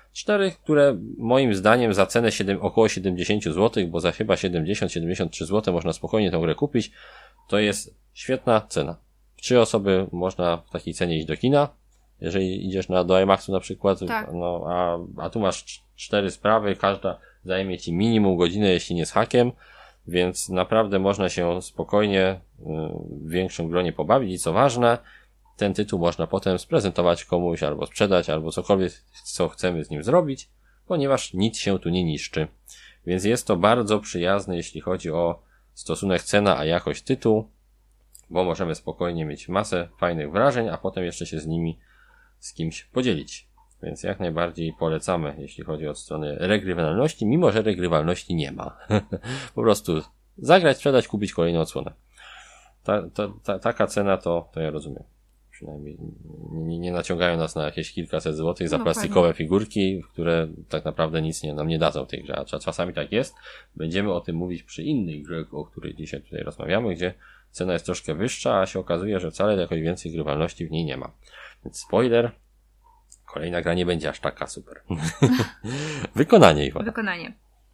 które moim zdaniem za cenę około 70 zł, bo za chyba 70-73 zł można spokojnie tę grę kupić, to jest świetna cena. 3 osoby można w takiej cenie iść do kina, jeżeli idziesz do IMAX-u na przykład, tak. No, a tu masz 4 sprawy, każda zajmie ci minimum godzinę, jeśli nie z hakiem, więc naprawdę można się spokojnie w większym gronie pobawić i co ważne, ten tytuł można potem sprezentować komuś, albo sprzedać, albo cokolwiek, co chcemy z nim zrobić, ponieważ nic się tu nie niszczy. Więc jest to bardzo przyjazne, jeśli chodzi o stosunek cena a jakość tytuł, bo możemy spokojnie mieć masę fajnych wrażeń, a potem jeszcze się z nimi z kimś podzielić. Więc jak najbardziej polecamy, jeśli chodzi o stronę regrywalności, mimo że regrywalności nie ma. Po prostu zagrać, sprzedać, kupić kolejną odsłonę. Taka cena to ja rozumiem. Przynajmniej nie naciągają nas na jakieś kilkaset złotych za plastikowe figurki, które tak naprawdę nic nam nie dadzą w tej grze. A czasami tak jest. Będziemy o tym mówić przy innej grze, o której dzisiaj tutaj rozmawiamy, gdzie cena jest troszkę wyższa, a się okazuje, że wcale jakoś więcej grywalności w niej nie ma. Więc spoiler, kolejna gra nie będzie aż taka super. Wykonanie, Iwona. Wykonanie.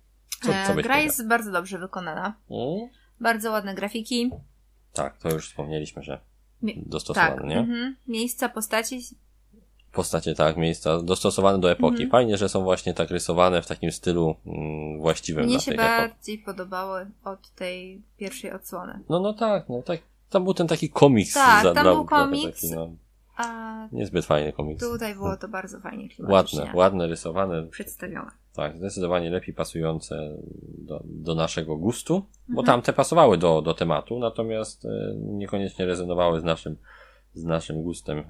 Co gra jest bardzo dobrze wykonana. Bardzo ładne grafiki. Tak, to już wspomnieliśmy, że dostosowane, tak, nie? Miejsca, postaci. Postacie, tak, miejsca dostosowane do epoki. Fajnie, że są właśnie tak rysowane w takim stylu właściwym Mnie dla się tych bardziej podobały od tej pierwszej odsłony. No tak. Tam był ten taki komiks. Tak, tam był komiks. Taki, a niezbyt fajny komiks. Tutaj było to bardzo fajnie klimatycznie. Ładne, rysowane. Przedstawione. Tak, zdecydowanie lepiej pasujące do naszego gustu, bo tamte pasowały do tematu, natomiast niekoniecznie rezonowały z naszym gustem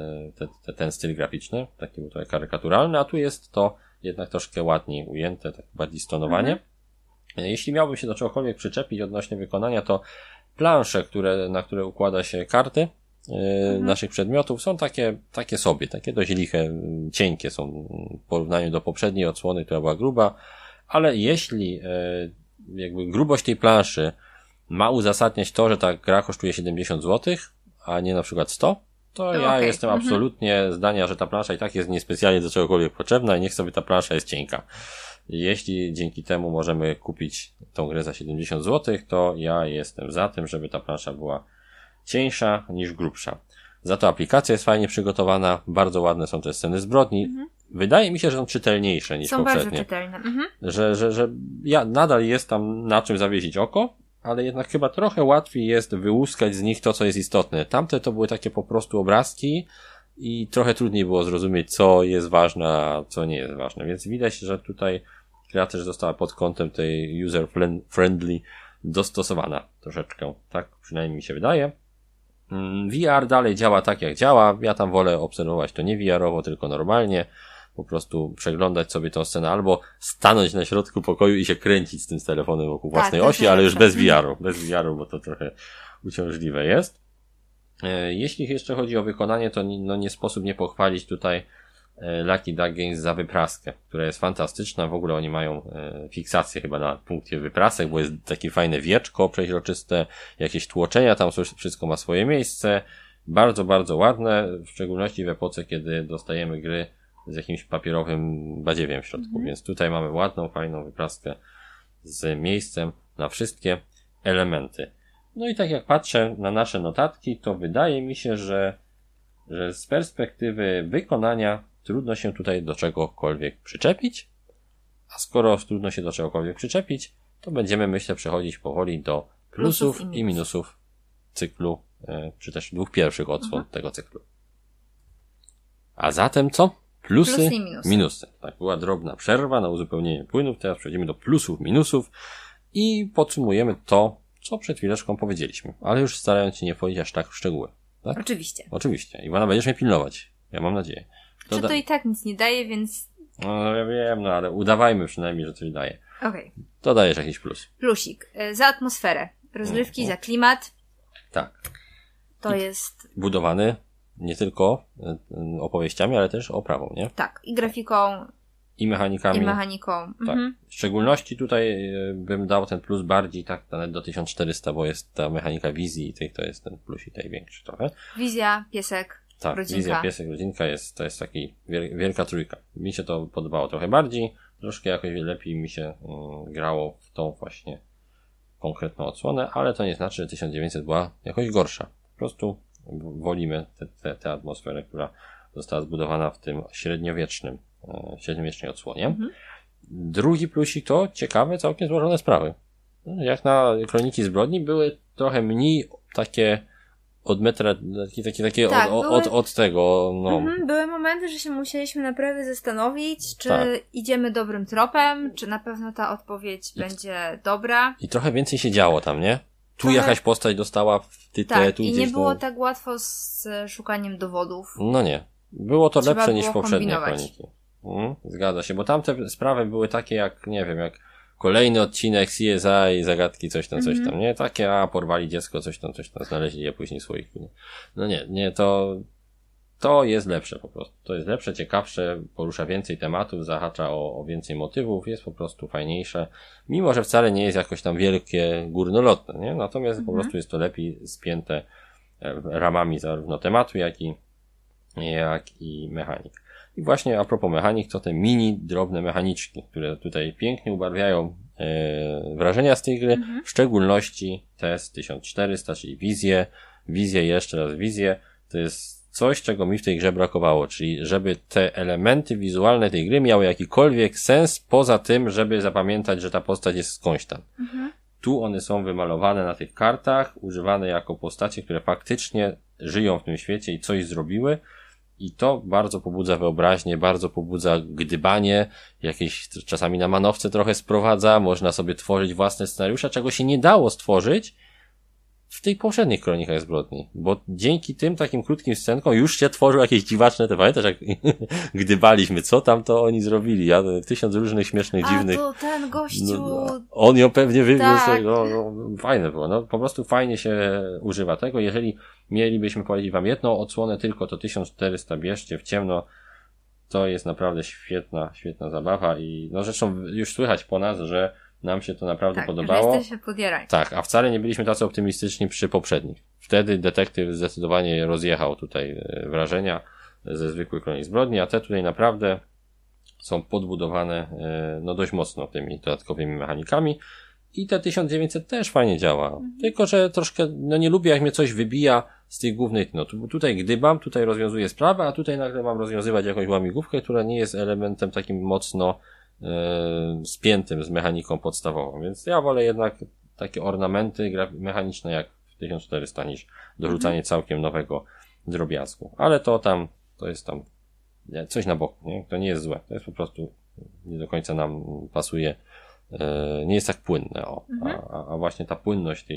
ten styl graficzny, taki był tutaj karykaturalny, a tu jest to jednak troszkę ładniej ujęte, tak bardziej stonowanie. Jeśli miałbym się do czegokolwiek przyczepić odnośnie wykonania, to plansze, na które układa się karty naszych przedmiotów, są takie sobie, takie dość liche, cienkie są w porównaniu do poprzedniej odsłony, która była gruba, ale jeśli jakby grubość tej planszy ma uzasadniać to, że ta gra kosztuje 70 zł, a nie na przykład 100, to ja jestem absolutnie zdania, że ta plansza i tak jest niespecjalnie do czegokolwiek potrzebna i niech sobie ta plansza jest cienka. Jeśli dzięki temu możemy kupić tą grę za 70 zł, to ja jestem za tym, żeby ta plansza była cieńsza niż grubsza. Za to aplikacja jest fajnie przygotowana, bardzo ładne są te sceny zbrodni. Wydaje mi się, że są czytelniejsze niż poprzednie. Są bardzo czytelne. Że nadal jest tam na czym zawiesić oko, ale jednak chyba trochę łatwiej jest wyłuskać z nich to, co jest istotne. Tamte to były takie po prostu obrazki i trochę trudniej było zrozumieć, co jest ważne, a co nie jest ważne. Więc widać, że tutaj gra też została pod kątem tej user-friendly dostosowana troszeczkę. Tak przynajmniej mi się wydaje. VR dalej działa tak jak działa, ja tam wolę obserwować to nie VR-owo, tylko normalnie, po prostu przeglądać sobie tą scenę albo stanąć na środku pokoju i się kręcić z tym telefonem wokół własnej osi, ale już bez VR-u, bo to trochę uciążliwe jest. Jeśli jeszcze chodzi o wykonanie, to nie sposób nie pochwalić tutaj Lucky Duck Games za wypraskę, która jest fantastyczna. W ogóle oni mają fiksację chyba na punkcie wyprasek, bo jest takie fajne wieczko przeźroczyste, jakieś tłoczenia, tam wszystko ma swoje miejsce. Bardzo, bardzo ładne, w szczególności w epoce, kiedy dostajemy gry z jakimś papierowym badziewiem w środku, więc tutaj mamy ładną, fajną wypraskę z miejscem na wszystkie elementy. No i tak jak patrzę na nasze notatki, to wydaje mi się, że z perspektywy wykonania trudno się tutaj do czegokolwiek przyczepić, a skoro trudno się do czegokolwiek przyczepić, to będziemy, myślę, przechodzić powoli do plusów i minusów cyklu, czy też dwóch pierwszych odsłon tego cyklu. A zatem co? Plusy i minusy. Tak, była drobna przerwa na uzupełnienie płynów, teraz przechodzimy do plusów, minusów i podsumujemy to, co przed chwileczką powiedzieliśmy, ale już starając się nie wchodzić aż tak w szczegóły. Tak? Oczywiście. Iwana, będziesz mnie pilnować. Ja mam nadzieję. To i tak nic nie daje, więc... No ja wiem, ale udawajmy przynajmniej, że coś daje. Okej. To dajesz jakiś plus. Plusik. Za atmosferę. Rozrywki, za klimat. Tak. To jest... Budowany nie tylko opowieściami, ale też oprawą, nie? Tak. I grafiką. I mechanikami. Tak. W szczególności tutaj bym dał ten plus bardziej tak nawet do 1400, bo jest ta mechanika wizji i to jest ten plus i tej większy trochę. Wizja, piesek, tak, rodzinka. Wizja, piesek, rodzinka to jest taki wielka trójka. Mi się to podobało trochę bardziej, troszkę jakoś lepiej mi się grało w tą właśnie konkretną odsłonę, ale to nie znaczy, że 1900 była jakoś gorsza. Po prostu wolimy tę atmosferę, która została zbudowana w tym średniowiecznej odsłonie. Drugi plusik to ciekawe, całkiem złożone sprawy. Jak na Kroniki Zbrodni były trochę mniej takie od metra, takie tak, od tego, no. Były momenty, że się musieliśmy naprawdę zastanowić, czy idziemy dobrym tropem, czy na pewno ta odpowiedź będzie dobra. I trochę więcej się działo tam, nie? Tu jakaś postać dostała tytę, tu i nie było tak łatwo z szukaniem dowodów. No nie. Było to lepsze niż poprzednie Kroniki. Zgadza się, bo tamte sprawy były takie jak, nie wiem, jak kolejny odcinek CSI, zagadki, coś tam, nie? Takie, porwali dziecko, coś tam, znaleźli je później swoich. No nie, to jest lepsze po prostu. To jest lepsze, ciekawsze, porusza więcej tematów, zahacza o więcej motywów, jest po prostu fajniejsze, mimo że wcale nie jest jakoś tam wielkie, górnolotne, nie? Natomiast po prostu jest to lepiej spięte ramami zarówno tematu, jak i mechanik. I właśnie a propos mechanik, to te mini, drobne mechaniczki, które tutaj pięknie ubarwiają wrażenia z tej gry, w szczególności test 1400, czyli wizję, jeszcze raz wizję, to jest coś, czego mi w tej grze brakowało, czyli żeby te elementy wizualne tej gry miały jakikolwiek sens, poza tym, żeby zapamiętać, że ta postać jest skądś tam. Tu one są wymalowane na tych kartach, używane jako postacie, które faktycznie żyją w tym świecie i coś zrobiły. I to bardzo pobudza wyobraźnię, bardzo pobudza gdybanie, jakieś czasami na manowce trochę sprowadza, można sobie tworzyć własne scenariusze, czego się nie dało stworzyć w tych poprzednich Kronikach Zbrodni, bo dzięki tym takim krótkim scenkom już się tworzył jakieś dziwaczne, pamiętasz jak gdybaliśmy, co tam to oni zrobili, ja 1000 różnych śmiesznych, dziwnych. To ten gościu. On ją pewnie wywiózł, fajne było, po prostu fajnie się używa tego, jeżeli mielibyśmy powiedzieć wam jedną odsłonę tylko, to 1400 bierzcie w ciemno, to jest naprawdę świetna zabawa i zresztą już słychać po nas, że nam się to naprawdę podobało. Tak, się podjarać. Tak, a wcale nie byliśmy tacy optymistyczni przy poprzednich. Wtedy detektyw zdecydowanie rozjechał tutaj wrażenia ze zwykłych Kronik Zbrodni, a te tutaj naprawdę są podbudowane dość mocno tymi dodatkowymi mechanikami i te 1900 też fajnie działa. Tylko, że troszkę, nie lubię jak mnie coś wybija z tych głównych, tutaj gdybam, tutaj rozwiązuję sprawę, a tutaj nagle mam rozwiązywać jakąś łamigłówkę, która nie jest elementem takim mocno spiętym z mechaniką podstawową, więc ja wolę jednak takie ornamenty mechaniczne jak w 1400 niż dorzucanie całkiem nowego drobiazgu, ale to jest tam coś na boku, nie? To nie jest złe, to jest po prostu nie do końca nam pasuje, nie jest tak płynne, a właśnie ta płynność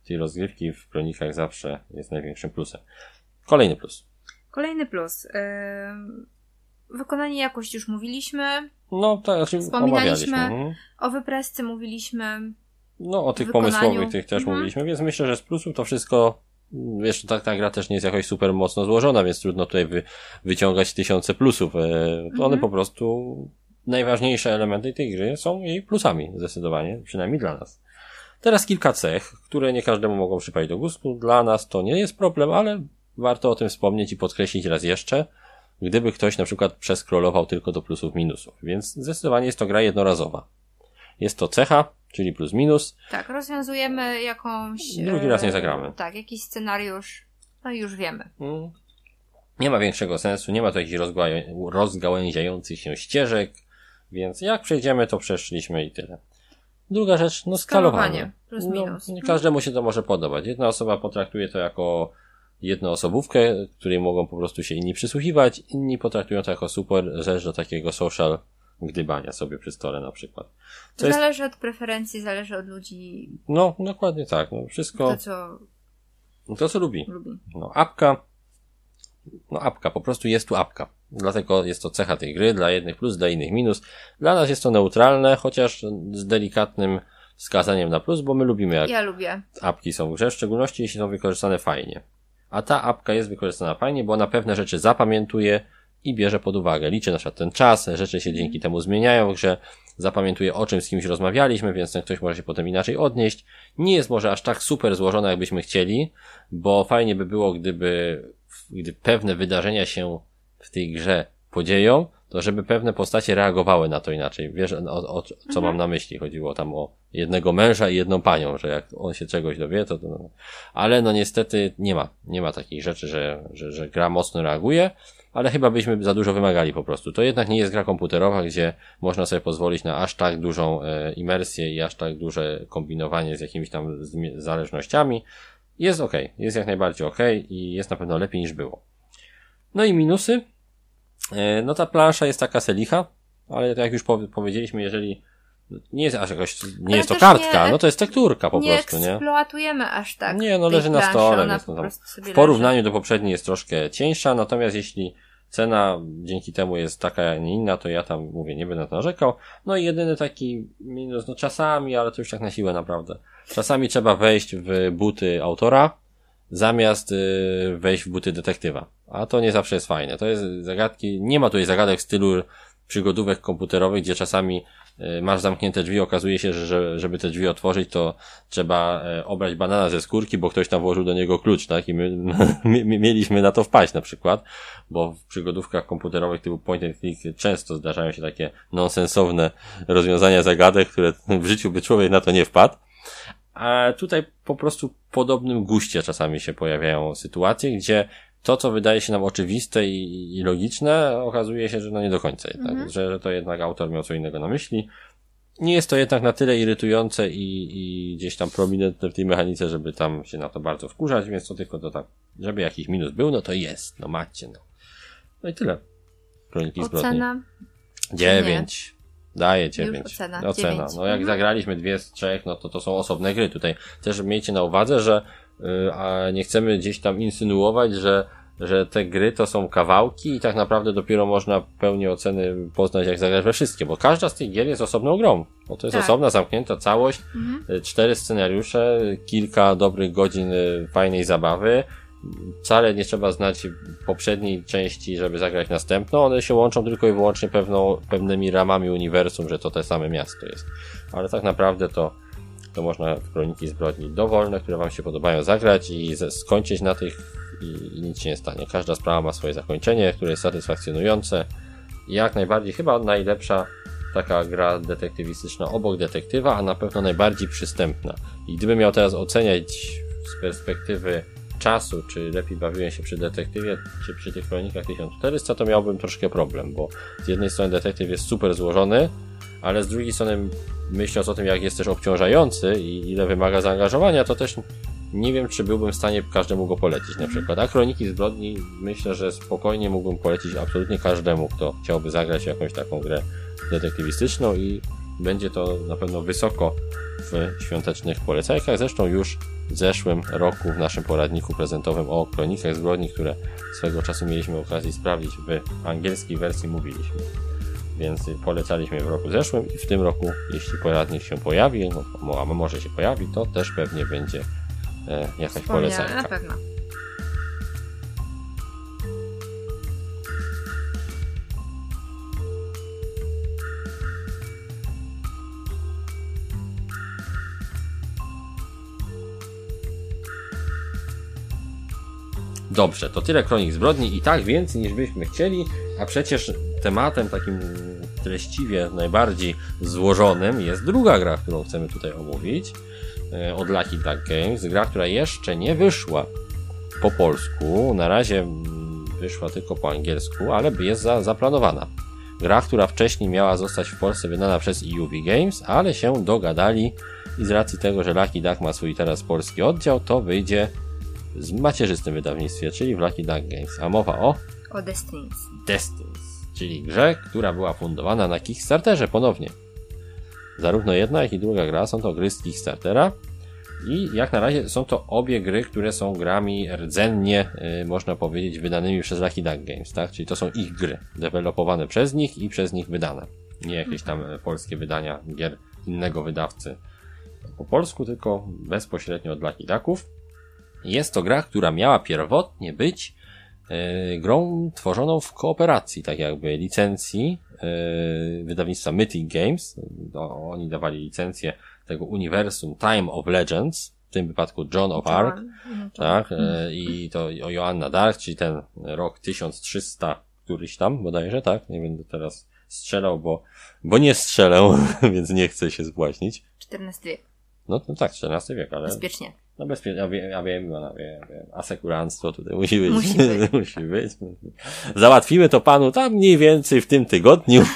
tej rozgrywki w kronikach zawsze jest największym plusem. Kolejny plus. Kolejny plus. Wykonanie jakość już mówiliśmy. No, tak, wspominaliśmy. O wypresce mówiliśmy. No, o tych pomysłowych tych też mówiliśmy, więc myślę, że z plusów to wszystko, wiesz, ta gra też nie jest jakoś super mocno złożona, więc trudno tutaj wyciągać tysiące plusów. One po prostu, najważniejsze elementy tej gry są jej plusami, zdecydowanie, przynajmniej dla nas. Teraz kilka cech, które nie każdemu mogą przypaść do gustu. Dla nas to nie jest problem, ale warto o tym wspomnieć i podkreślić raz jeszcze, gdyby ktoś na przykład przeskrolował tylko do plusów minusów. Więc zdecydowanie jest to gra jednorazowa. Jest to cecha, czyli plus minus. Tak, rozwiązujemy jakąś... Drugi raz nie zagramy. Tak, jakiś scenariusz, no i już wiemy. Nie ma większego sensu, nie ma tu jakichś rozgałęziających się ścieżek, więc jak przejdziemy, to przeszliśmy i tyle. Druga rzecz, skalowanie. Plus minus. Nie każdemu się to może podobać. Jedna osoba potraktuje to jako jednoosobówkę, której mogą po prostu się inni przysłuchiwać, inni potraktują to jako super rzecz do takiego social gdybania sobie przy stole na przykład. Zależy od preferencji, zależy od ludzi. No, dokładnie tak. Wszystko. To, co lubi. Apka, po prostu jest tu apka. Dlatego jest to cecha tej gry, dla jednych plus, dla innych minus. Dla nas jest to neutralne, chociaż z delikatnym wskazaniem na plus, bo my lubimy, jak apki są w grze, w szczególności jeśli są wykorzystane fajnie. A ta apka jest wykorzystana fajnie, bo ona pewne rzeczy zapamiętuje i bierze pod uwagę. Liczy na przykład ten czas, rzeczy się dzięki temu zmieniają w grze, zapamiętuje, o czym z kimś rozmawialiśmy, więc ten ktoś może się potem inaczej odnieść. Nie jest może aż tak super złożona, jakbyśmy chcieli, bo fajnie by było, gdy pewne wydarzenia się w tej grze podzieją, to żeby pewne postacie reagowały na to inaczej. Wiesz, co mam na myśli? Chodziło tam o jednego męża i jedną panią, że jak on się czegoś dowie, to... Ale niestety nie ma takich rzeczy, że gra mocno reaguje, ale chyba byśmy za dużo wymagali po prostu. To jednak nie jest gra komputerowa, gdzie można sobie pozwolić na aż tak dużą imersję i aż tak duże kombinowanie z jakimiś tam zależnościami. Jest okej, jest jak najbardziej okej i jest na pewno lepiej niż było. No i minusy. Ta plansza jest taka selicha, ale jak już powiedzieliśmy, jeżeli nie jest aż jakoś, nie jest to kartka, to jest tekturka po prostu, nie? Nie eksploatujemy aż tak. Nie, leży na stole, więc w porównaniu do poprzedniej jest troszkę cieńsza, natomiast jeśli cena dzięki temu jest taka, a nie inna, to ja tam mówię, nie będę na to narzekał. No i jedyny taki minus, czasami, ale to już tak na siłę naprawdę. Czasami trzeba wejść w buty autora, zamiast wejść w buty detektywa. A to nie zawsze jest fajne. To jest zagadki, nie ma tutaj zagadek w stylu przygodówek komputerowych, gdzie czasami masz zamknięte drzwi, okazuje się, że żeby te drzwi otworzyć, to trzeba obrać banana ze skórki, bo ktoś tam włożył do niego klucz, tak? I my mieliśmy na to wpaść na przykład, bo w przygodówkach komputerowych typu point and click często zdarzają się takie nonsensowne rozwiązania zagadek, które w życiu by człowiek na to nie wpadł. A tutaj po prostu w podobnym guście czasami się pojawiają sytuacje, gdzie to, co wydaje się nam oczywiste i logiczne, okazuje się, że nie do końca jednak, że to jednak autor miał co innego na myśli. Nie jest to jednak na tyle irytujące i gdzieś tam prominentne w tej mechanice, żeby tam się na to bardzo wkurzać, więc to tylko to tak, żeby jakiś minus był, to jest, macie, No i tyle. Kroniki Zbrodni. Ocena? 9. Daję 9. Ocena. Jak zagraliśmy 2 z 3, to są osobne gry. Tutaj też miejcie na uwadze, że nie chcemy gdzieś tam insynuować, że te gry to są kawałki i tak naprawdę dopiero można pełnię oceny poznać, jak zagrać we wszystkie, bo każda z tych gier jest osobną grą. Bo to jest osobna, zamknięta całość, 4 scenariusze, kilka dobrych godzin fajnej zabawy. Wcale nie trzeba znać poprzedniej części, żeby zagrać następną. One się łączą tylko i wyłącznie pewnymi ramami uniwersum, że to te same miasto jest. Ale tak naprawdę to można w Kroniki Zbrodni dowolne, które wam się podobają, zagrać i skończyć na tych i nic się nie stanie. Każda sprawa ma swoje zakończenie, które jest satysfakcjonujące. I jak najbardziej chyba najlepsza taka gra detektywistyczna obok detektywa, a na pewno najbardziej przystępna. I gdybym miał teraz oceniać z perspektywy czasu, czy lepiej bawiłem się przy detektywie, czy przy tych Kronikach 1400, to miałbym troszkę problem, bo z jednej strony detektyw jest super złożony, ale z drugiej strony myśląc o tym, jak jest też obciążający i ile wymaga zaangażowania, to też nie wiem, czy byłbym w stanie każdemu go polecić na przykład. A Kroniki Zbrodni myślę, że spokojnie mógłbym polecić absolutnie każdemu, kto chciałby zagrać w jakąś taką grę detektywistyczną i będzie to na pewno wysoko w świątecznych polecajkach. Zresztą już w zeszłym roku w naszym poradniku prezentowym o kronikach zbrodni, które swego czasu mieliśmy okazję sprawdzić w angielskiej wersji, mówiliśmy. Więc polecaliśmy w roku zeszłym i w tym roku, jeśli poradnik się pojawi, no, a może się pojawi, to też pewnie będzie jakaś polecanka. Na pewno. Dobrze, to tyle kronik zbrodni i tak więcej niż byśmy chcieli, a przecież tematem takim treściwie najbardziej złożonym jest druga gra, którą chcemy tutaj omówić, od Lucky Duck Games. Gra, która jeszcze nie wyszła po polsku, na razie wyszła tylko po angielsku, ale jest zaplanowana. Gra, która wcześniej miała zostać w Polsce wydana przez EUV Games, ale się dogadali i z racji tego, że Lucky Duck ma swój teraz polski oddział, to wyjdzie w macierzystym wydawnictwie, czyli w Lucky Duck Games. A mowa o Destinies. Destinies, czyli grze, która była fundowana na Kickstarterze ponownie. Zarówno jedna, jak i druga gra są to gry z Kickstartera i jak na razie są to obie gry, które są grami rdzennie, można powiedzieć, wydanymi przez Lucky Duck Games, tak? Czyli to są ich gry, dewelopowane przez nich i przez nich wydane. Nie jakieś tam polskie wydania gier innego wydawcy po polsku, tylko bezpośrednio od Lucky Ducków. Jest to gra, która miała pierwotnie być grą tworzoną w kooperacji, tak jakby licencji wydawnictwa Mythic Games. Oni dawali licencję tego uniwersum Time of Legends, w tym wypadku Joan of Arc, tak, i to Joanna Dark, czyli ten rok 1300 któryś tam bodajże, tak, nie będę teraz strzelał, bo nie strzelę, więc nie chcę się zbłaźnić. XIV wiek. No tak, XIV wiek, ale... Bezpiecznie. No bezpiecznie, ja wiem, asekuranstwo tutaj musi być. Musi być. Załatwimy to panu tam mniej więcej w tym tygodniu.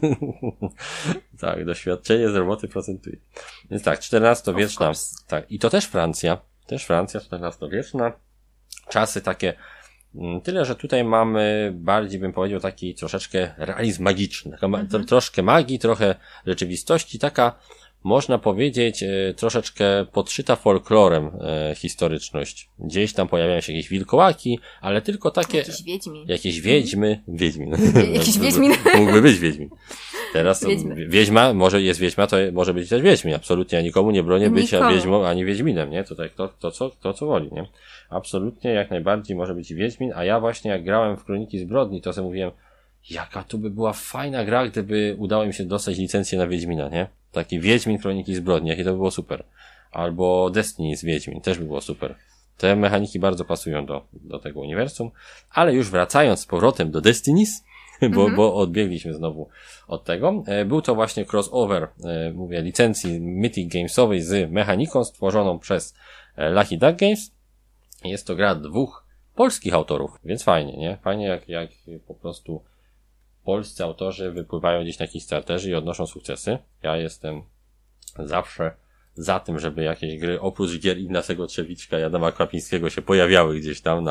Tak, doświadczenie z roboty procentuje. Więc tak, XIV-wieczna, tak, i to też Francja, XIV-wieczna, czasy takie, tyle, że tutaj mamy bardziej, bym powiedział, taki troszeczkę realizm magiczny, troszkę magii, trochę rzeczywistości, taka, można powiedzieć, troszeczkę podszyta folklorem historyczność. Gdzieś tam pojawiają się jakieś wilkołaki, ale tylko takie... Jakieś wiedźmy. Jakiś wiedźmin. Mógłby być wiedźmin. Teraz wiedźma, może jest wiedźma, to może być też wiedźmin. Absolutnie, ja nikomu nie bronię bycia wiedźmą ani wiedźminem, nie? Tutaj kto co woli, nie? Absolutnie, jak najbardziej może być wiedźmin, a ja właśnie jak grałem w Kroniki Zbrodni, to sobie mówiłem, jaka to by była fajna gra, gdyby udało mi się dostać licencję na Wiedźmina, nie? Taki Wiedźmin Kroniki Zbrodni, jakie to by było super. Albo Destiny z Wiedźmin, też by było super. Te mechaniki bardzo pasują do tego uniwersum, ale już wracając z powrotem do Destinies, bo odbiegliśmy znowu od tego, był to właśnie crossover, mówię, licencji Mythic Gamesowej z mechaniką stworzoną przez Lucky Duck Games. Jest to gra dwóch polskich autorów, więc fajnie, nie? Fajnie jak po prostu polscy autorzy wypływają gdzieś na Kickstarterze i odnoszą sukcesy. Ja jestem zawsze za tym, żeby jakieś gry oprócz gier Ignacego Trzewiczka i Adama Kwapińskiego się pojawiały gdzieś tam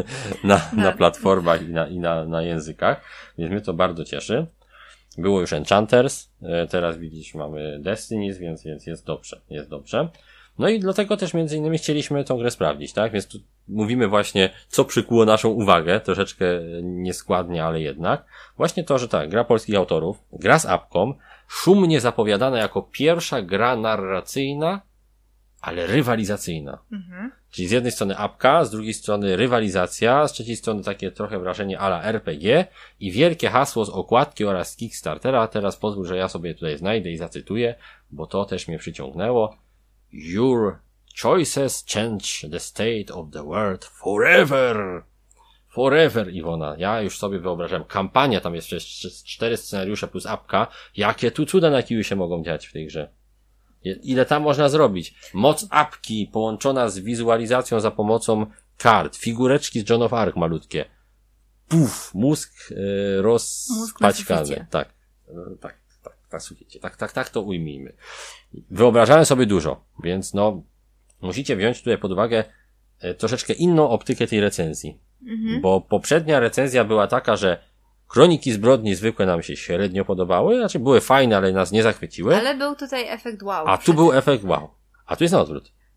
na platformach i na językach, więc mnie to bardzo cieszy. Było już Enchanters, teraz widzisz, mamy Destinies, więc jest dobrze. No i dlatego też między innymi chcieliśmy tą grę sprawdzić, tak? Więc tu mówimy właśnie, co przykuło naszą uwagę, troszeczkę nieskładnie, ale jednak. Właśnie to, że tak, gra polskich autorów, gra z apką, szumnie zapowiadana jako pierwsza gra narracyjna, ale rywalizacyjna. Czyli z jednej strony apka, z drugiej strony rywalizacja, z trzeciej strony takie trochę wrażenie a la RPG i wielkie hasło z okładki oraz z Kickstartera. Teraz pozwól, że ja sobie tutaj znajdę i zacytuję, bo to też mnie przyciągnęło. Your choices change the state of the world forever. Forever, Iwona. Ja już sobie wyobrażam. Kampania, tam jest przecież 4 scenariusze plus apka. Jakie tu cuda na kiju się mogą dziać w tej grze. Ile tam można zrobić? Moc apki połączona z wizualizacją za pomocą kart. Figureczki z Joan of Arc malutkie. Puf, mózg rozpaćkany. Tak, słuchajcie, tak to ujmijmy. Wyobrażałem sobie dużo, więc no, musicie wziąć tutaj pod uwagę troszeczkę inną optykę tej recenzji. Bo poprzednia recenzja była taka, że Kroniki Zbrodni zwykłe nam się średnio podobały, znaczy były fajne, ale nas nie zachwyciły. Ale był tutaj efekt wow. A tu był efekt wow. A tu jest na odwrót.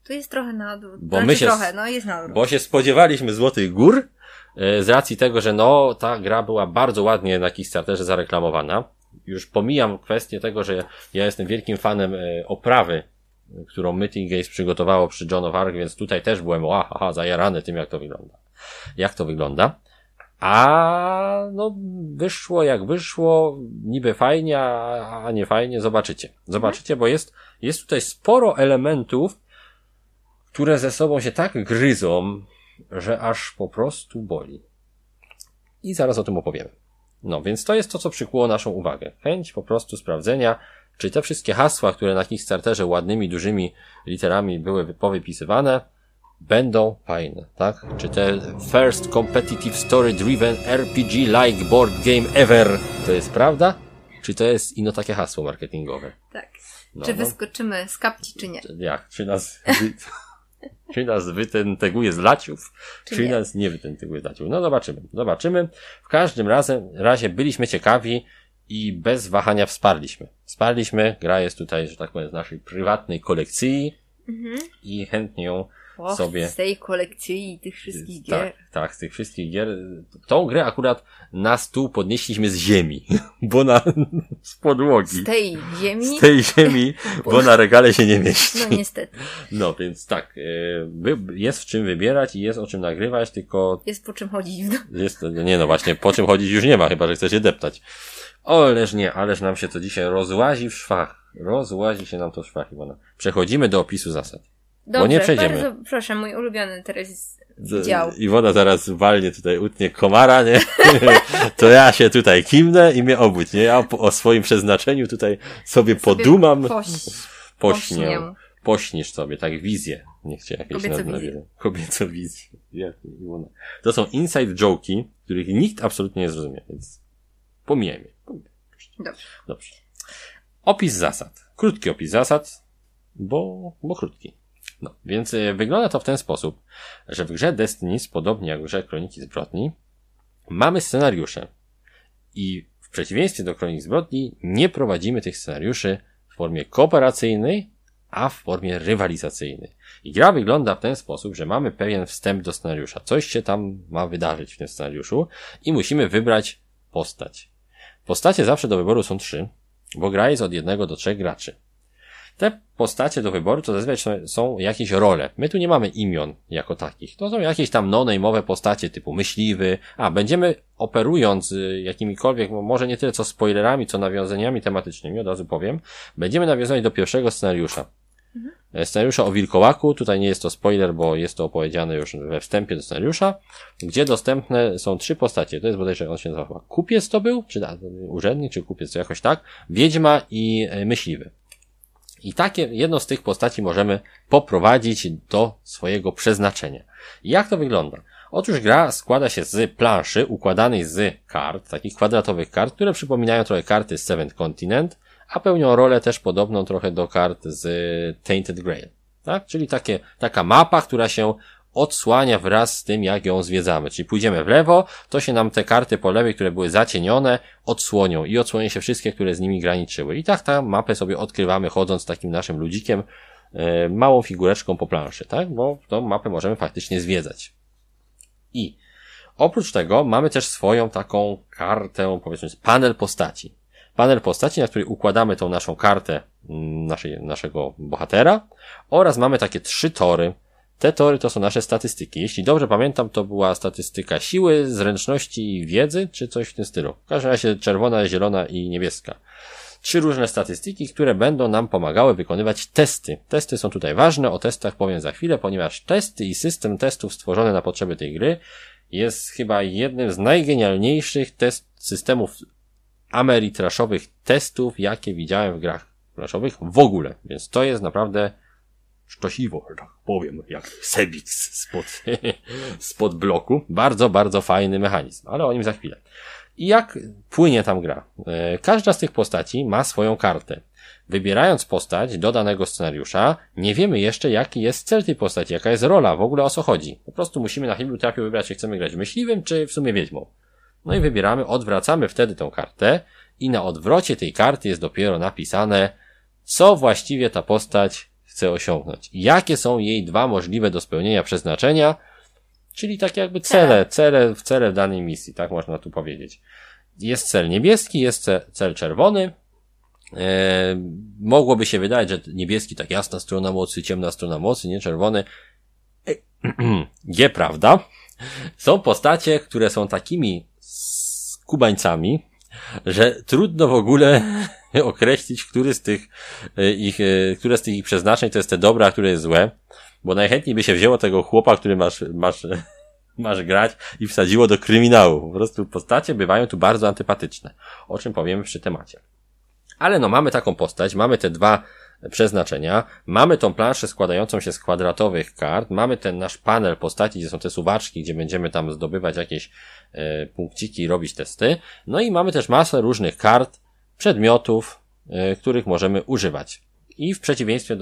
Tu jest trochę na odwrót. Bo my się, jest na odwrót. Bo się spodziewaliśmy Złotych Gór, z racji tego, że ta gra była bardzo ładnie na Kickstarterze zareklamowana. Już pomijam kwestię tego, że ja jestem wielkim fanem oprawy, którą Mythic Games przygotowało przy Joan of Arc, więc tutaj też byłem zajarany tym, jak to wygląda. A wyszło jak wyszło, niby fajnie, a nie fajnie, zobaczycie, bo jest tutaj sporo elementów, które ze sobą się tak gryzą, że aż po prostu boli. I zaraz o tym opowiemy. Więc to jest to, co przykuło naszą uwagę. Chęć po prostu sprawdzenia, czy te wszystkie hasła, które na Kickstarterze ładnymi, dużymi literami były powypisywane, będą fajne, tak? Czy te first competitive story driven RPG-like board game ever to jest prawda? Czy to jest ino takie hasło marketingowe? Tak. Czy wyskoczymy z kapci, czy nie? Jak? Czy nas wytenteguje z laciów, czy nas nie wytenteguje z laciów? Zobaczymy. W każdym razie byliśmy ciekawi i bez wahania wsparliśmy. Gra jest tutaj, że tak powiem, z naszej prywatnej kolekcji i chętnie ją sobie... z tej kolekcji tych wszystkich gier. Tak, z tych wszystkich gier. Tą grę akurat na stół podnieśliśmy z ziemi, z podłogi. Z tej ziemi, bo na regale się nie mieści. No niestety. Więc tak, jest w czym wybierać i jest o czym nagrywać, tylko... Jest po czym chodzić. Właśnie, po czym chodzić już nie ma, chyba że chcecie deptać. Ależ nam się to dzisiaj rozłazi w szwach. Rozłazi się nam to w szwach, Iwona. Przechodzimy do opisu zasad. Dobrze, bo nie przejdziemy. Bardzo proszę, mój ulubiony teraz dział. Iwona zaraz walnie tutaj, utnie komara, nie? To ja się tutaj kimnę i mnie obudź, nie? Ja o swoim przeznaczeniu tutaj sobie podumam. Pośnisz sobie, tak, wizję. Nie chciałem jakieś kobiecą wizję. To są inside joke'i, których nikt absolutnie nie zrozumie, więc pomijajmy. Dobrze. Opis zasad. Krótki opis zasad, bo krótki. Więc wygląda to w ten sposób, że w grze Destinies, podobnie jak w grze Kroniki Zbrodni, mamy scenariusze. I w przeciwieństwie do Kronik Zbrodni nie prowadzimy tych scenariuszy w formie kooperacyjnej, a w formie rywalizacyjnej. I gra wygląda w ten sposób, że mamy pewien wstęp do scenariusza. Coś się tam ma wydarzyć w tym scenariuszu i musimy wybrać postać. Postacie zawsze do wyboru są 3, bo gra jest od 1 do 3 graczy. Te postacie do wyboru to zazwyczaj są jakieś role. My tu nie mamy imion jako takich. To są jakieś tam no-name'owe postacie typu myśliwy. Będziemy operując jakimikolwiek, może nie tyle co spoilerami, co nawiązaniami tematycznymi, od razu powiem, będziemy nawiązywać do pierwszego scenariusza. Scenariusza o wilkołaku, tutaj nie jest to spoiler, bo jest to opowiedziane już we wstępie do scenariusza, gdzie dostępne są 3 postacie. To jest bodajże, on się nazywa kupiec to był? Czy urzędnik, czy kupiec, to jakoś tak. Wiedźma i myśliwy. I jedną z tych postaci możemy poprowadzić do swojego przeznaczenia. I jak to wygląda? Otóż gra składa się z planszy układanej z kart, takich kwadratowych kart, które przypominają trochę karty z Seventh Continent, a pełnią rolę też podobną trochę do kart z Tainted Grail. Tak? Czyli taka mapa, która się odsłania wraz z tym, jak ją zwiedzamy. Czyli pójdziemy w lewo, to się nam te karty po lewej, które były zacienione, odsłonią i odsłonią się wszystkie, które z nimi graniczyły. I tak tę mapę sobie odkrywamy, chodząc takim naszym ludzikiem, małą figureczką po planszy, tak? Bo tą mapę możemy faktycznie zwiedzać. I oprócz tego mamy też swoją taką kartę, powiedzmy, panel postaci. Panel postaci, na której układamy tą naszą kartę naszego bohatera oraz mamy takie 3 tory. Te tory to są nasze statystyki. Jeśli dobrze pamiętam, to była statystyka siły, zręczności i wiedzy, czy coś w tym stylu. W każdym razie czerwona, zielona i niebieska. 3 różne statystyki, które będą nam pomagały wykonywać testy. Testy są tutaj ważne, o testach powiem za chwilę, ponieważ testy i system testów stworzony na potrzeby tej gry jest chyba jednym z najgenialniejszych systemów ameritraszowych testów, jakie widziałem w grach traszowych w ogóle. Więc to jest naprawdę szczosiwo, że tak powiem, jak Sebix spod bloku. Bardzo, bardzo fajny mechanizm, ale o nim za chwilę. I jak płynie tam gra? Każda z tych postaci ma swoją kartę. Wybierając postać do danego scenariusza, nie wiemy jeszcze, jaki jest cel tej postaci, jaka jest rola, w ogóle o co chodzi. Po prostu musimy na chybił trafiu wybrać, czy chcemy grać myśliwym, czy w sumie wiedźmą. No i wybieramy, odwracamy wtedy tą kartę i na odwrocie tej karty jest dopiero napisane, co właściwie ta postać chce osiągnąć. I jakie są jej dwa możliwe do spełnienia przeznaczenia, czyli tak jakby cele w danej misji, tak można tu powiedzieć. Jest cel niebieski, jest cel czerwony. Mogłoby się wydawać, że niebieski tak jasna strona mocy, ciemna strona mocy, nie czerwony. Nie, prawda? Są postacie, które są takimi skubańcami, że trudno w ogóle określić, które z tych ich przeznaczeń to jest te dobre, a które jest złe, bo najchętniej by się wzięło tego chłopa, który masz grać i wsadziło do kryminału. Po prostu postacie bywają tu bardzo antypatyczne, o czym powiemy przy temacie. Ale no mamy taką postać, mamy te dwa przeznaczenia, mamy tą planszę składającą się z kwadratowych kart, mamy ten nasz panel postaci, gdzie są te suwaczki, gdzie będziemy tam zdobywać jakieś punkciki i robić testy, no i mamy też masę różnych kart, przedmiotów, których możemy używać. I w przeciwieństwie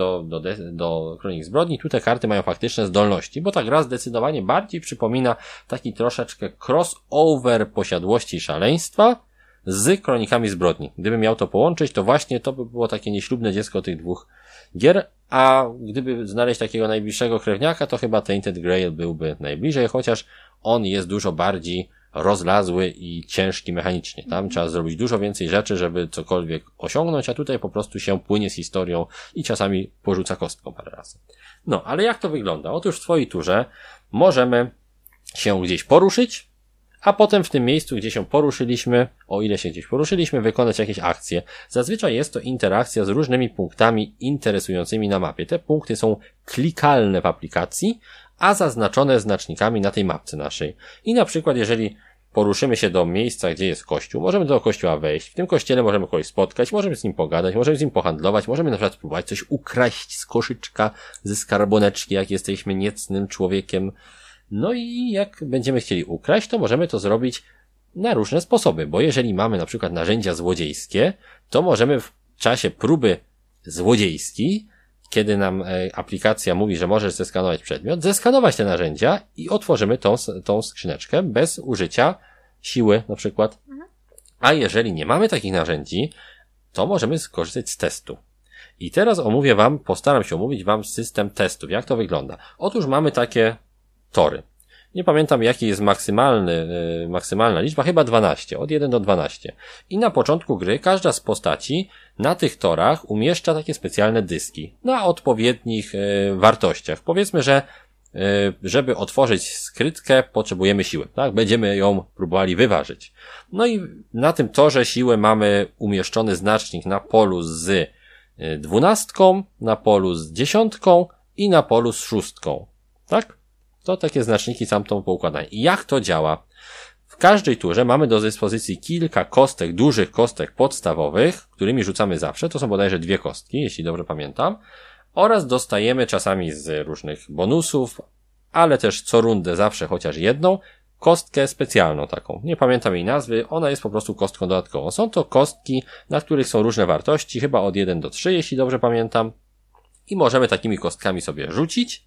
do Kronik Zbrodni, tu te karty mają faktyczne zdolności, bo ta gra zdecydowanie bardziej przypomina taki troszeczkę crossover posiadłości i szaleństwa z Kronikami Zbrodni. Gdybym miał to połączyć, to właśnie to by było takie nieślubne dziecko tych dwóch gier, a gdyby znaleźć takiego najbliższego krewniaka, to chyba Tainted Grail byłby najbliżej, chociaż on jest dużo bardziej rozlazły i ciężki mechanicznie. Tam trzeba zrobić dużo więcej rzeczy, żeby cokolwiek osiągnąć, a tutaj po prostu się płynie z historią i czasami porzuca kostką parę razy. No, ale jak to wygląda? Otóż w swojej turze możemy się gdzieś poruszyć, a potem w tym miejscu, gdzie się poruszyliśmy, o ile się gdzieś poruszyliśmy, wykonać jakieś akcje. Zazwyczaj jest to interakcja z różnymi punktami interesującymi na mapie. Te punkty są klikalne w aplikacji, a zaznaczone znacznikami na tej mapce naszej. I na przykład, jeżeli poruszymy się do miejsca, gdzie jest kościół, możemy do kościoła wejść, w tym kościele możemy kogoś spotkać, możemy z nim pogadać, możemy z nim pohandlować, możemy na przykład spróbować coś ukraść z koszyczka, ze skarboneczki, jak jesteśmy niecnym człowiekiem. No i jak będziemy chcieli ukraść, to możemy to zrobić na różne sposoby, bo jeżeli mamy na przykład narzędzia złodziejskie, to możemy w czasie próby złodziejskiej, kiedy nam aplikacja mówi, że możesz zeskanować przedmiot, zeskanować te narzędzia i otworzymy tą skrzyneczkę bez użycia siły na przykład. A jeżeli nie mamy takich narzędzi, to możemy skorzystać z testu. I teraz postaram się omówić wam system testów. Jak to wygląda? Otóż mamy takie tory. Nie pamiętam, jaki jest maksymalna liczba, chyba 12, od 1 do 12. I na początku gry każda z postaci na tych torach umieszcza takie specjalne dyski na odpowiednich wartościach. Powiedzmy, że żeby otworzyć skrytkę, potrzebujemy siły, tak? Będziemy ją próbowali wyważyć. No i na tym torze siłę mamy umieszczony znacznik na polu z 12, na polu z 10 i na polu z 6. Tak? To takie znaczniki sam tą poukładane. I jak to działa? W każdej turze mamy do dyspozycji kilka kostek, dużych kostek podstawowych, którymi rzucamy zawsze. To są bodajże 2 kostki, jeśli dobrze pamiętam. Oraz dostajemy czasami z różnych bonusów, ale też co rundę zawsze chociaż jedną kostkę specjalną taką. Nie pamiętam jej nazwy, ona jest po prostu kostką dodatkową. Są to kostki, na których są różne wartości, chyba od 1 do 3, jeśli dobrze pamiętam. I możemy takimi kostkami sobie rzucić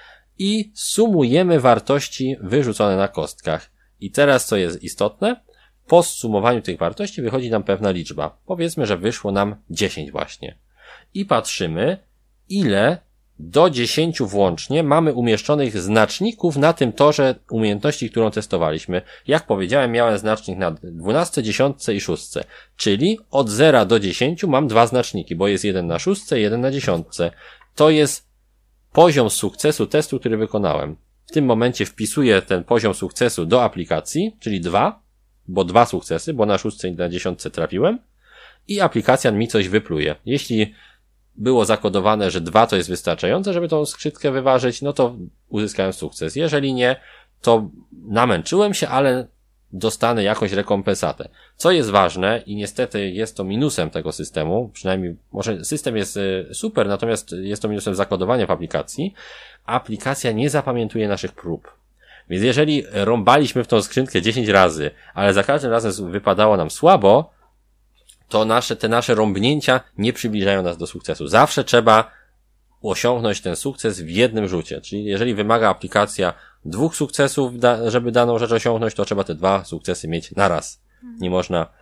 i sumujemy wartości wyrzucone na kostkach. I teraz co jest istotne? Po zsumowaniu tych wartości wychodzi nam pewna liczba. Powiedzmy, że wyszło nam 10 właśnie. I patrzymy, ile do 10 włącznie mamy umieszczonych znaczników na tym torze umiejętności, którą testowaliśmy. Jak powiedziałem, miałem znacznik na 12, 10 i 6. Czyli od 0 do 10 mam 2 znaczniki, bo jest 1 na 6, 1 na 10. To jest poziom sukcesu testu, który wykonałem. W tym momencie wpisuję ten poziom sukcesu do aplikacji, czyli 2, bo 2 sukcesy, bo na 6 i na 10 trafiłem i aplikacja mi coś wypluje. Jeśli było zakodowane, że 2 to jest wystarczające, żeby tą skrzydkę wyważyć, no to uzyskałem sukces. Jeżeli nie, to namęczyłem się, ale dostanę jakąś rekompensatę. Co jest ważne i niestety jest to minusem tego systemu, przynajmniej może system jest super, natomiast jest to minusem zakodowania w aplikacji. Aplikacja nie zapamiętuje naszych prób. Więc jeżeli rąbaliśmy w tą skrzynkę 10 razy, ale za każdym razem wypadało nam słabo, to te nasze rąbnięcia nie przybliżają nas do sukcesu. Zawsze trzeba osiągnąć ten sukces w jednym rzucie. Czyli jeżeli wymaga aplikacja 2 sukcesów, żeby daną rzecz osiągnąć, to trzeba te 2 sukcesy mieć na raz. Nie można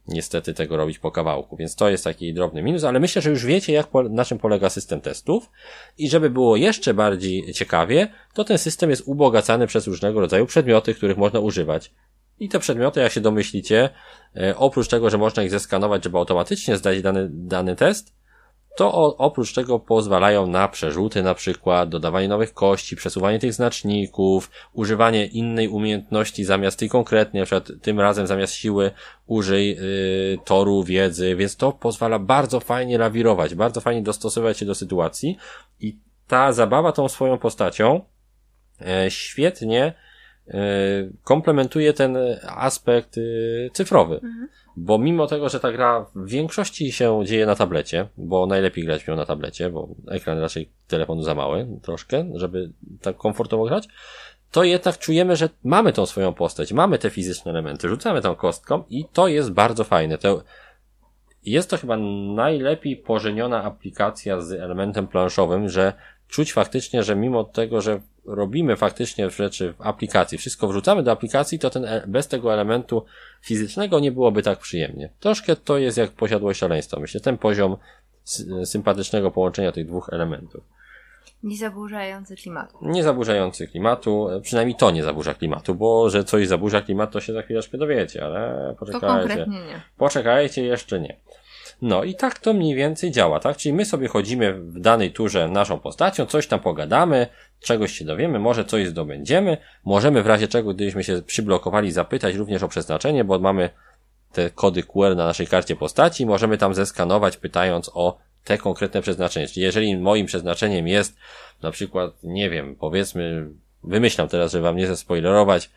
niestety tego robić po kawałku, więc to jest taki drobny minus, ale myślę, że już wiecie, na czym polega system testów i żeby było jeszcze bardziej ciekawie, to ten system jest ubogacany przez różnego rodzaju przedmioty, których można używać. I te przedmioty, jak się domyślicie, oprócz tego, że można ich zeskanować, żeby automatycznie zdać dany test, to oprócz tego pozwalają na przerzuty, na przykład dodawanie nowych kości, przesuwanie tych znaczników, używanie innej umiejętności zamiast tej konkretnej, na przykład tym razem zamiast siły użyj toru wiedzy, więc to pozwala bardzo fajnie lawirować, bardzo fajnie dostosować się do sytuacji i ta zabawa tą swoją postacią świetnie komplementuje ten aspekt cyfrowy. Bo mimo tego, że ta gra w większości się dzieje na tablecie, bo najlepiej grać w nią na tablecie, bo ekran raczej telefonu za mały troszkę, żeby tak komfortowo grać, to jednak czujemy, że mamy tą swoją postać, mamy te fizyczne elementy, rzucamy tą kostką i to jest bardzo fajne. Jest to chyba najlepiej pożeniona aplikacja z elementem planszowym, że czuć faktycznie, że mimo tego, że robimy faktycznie rzeczy w aplikacji, wszystko wrzucamy do aplikacji, to bez tego elementu fizycznego nie byłoby tak przyjemnie. Troszkę to jest jak posiadłość szaleństwa. Myślę, ten poziom sympatycznego połączenia tych dwóch elementów. Nie zaburzający klimatu. Nie zaburzający klimatu, przynajmniej to nie zaburza klimatu, bo że coś zaburza klimat, to się za chwileczkę dowiecie, ale poczekajcie. To konkretnie nie. Poczekajcie, jeszcze nie. No i tak to mniej więcej działa, tak? Czyli my sobie chodzimy w danej turze naszą postacią, coś tam pogadamy, czegoś się dowiemy, może coś zdobędziemy, możemy w razie czego, gdybyśmy się przyblokowali, zapytać również o przeznaczenie, bo mamy te kody QR na naszej karcie postaci, możemy tam zeskanować, pytając o te konkretne przeznaczenie. Czyli jeżeli moim przeznaczeniem jest na przykład, nie wiem, powiedzmy, wymyślam teraz, żeby wam nie zaspoilerować,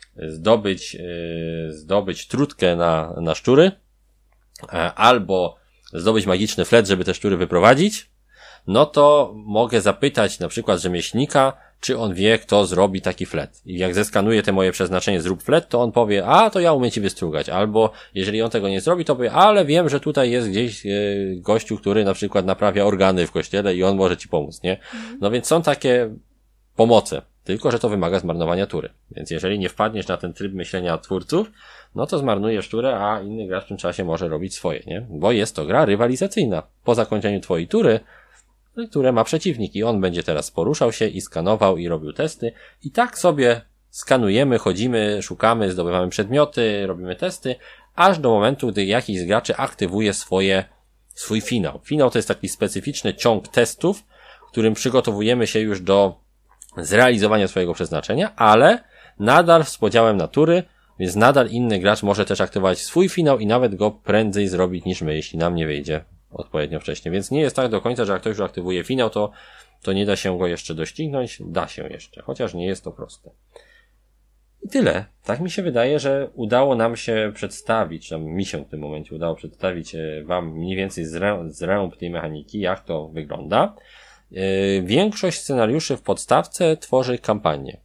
zdobyć trutkę na szczury, albo zdobyć magiczny flet, żeby te szczury wyprowadzić, no to mogę zapytać na przykład rzemieślnika, czy on wie, kto zrobi taki flet. I jak zeskanuje te moje przeznaczenie, zrób flet, to on powie, to ja umiem ci wystrugać. Albo jeżeli on tego nie zrobi, to powie, ale wiem, że tutaj jest gdzieś gościu, który na przykład naprawia organy w kościele i on może ci pomóc, nie? No więc są takie pomoce. Tylko że to wymaga zmarnowania tury. Więc jeżeli nie wpadniesz na ten tryb myślenia twórców, no to zmarnujesz turę, a inny gracz w tym czasie może robić swoje, nie? Bo jest to gra rywalizacyjna. Po zakończeniu twojej tury, turę ma przeciwnik i on będzie teraz poruszał się i skanował i robił testy. I tak sobie skanujemy, chodzimy, szukamy, zdobywamy przedmioty, robimy testy, aż do momentu, gdy jakiś z graczy aktywuje swój finał. Finał to jest taki specyficzny ciąg testów, w którym przygotowujemy się już do zrealizowania swojego przeznaczenia, ale nadal z podziałem na tury, więc nadal inny gracz może też aktywować swój finał i nawet go prędzej zrobić niż my, jeśli nam nie wyjdzie odpowiednio wcześnie. Więc nie jest tak do końca, że jak ktoś już aktywuje finał, to nie da się go jeszcze doścignąć. Da się jeszcze, chociaż nie jest to proste. I tyle. Tak mi się wydaje, że udało nam się przedstawić, czy mi się w tym momencie udało przedstawić wam mniej więcej z rąb tej mechaniki, jak to wygląda. Większość scenariuszy w podstawce tworzy kampanię.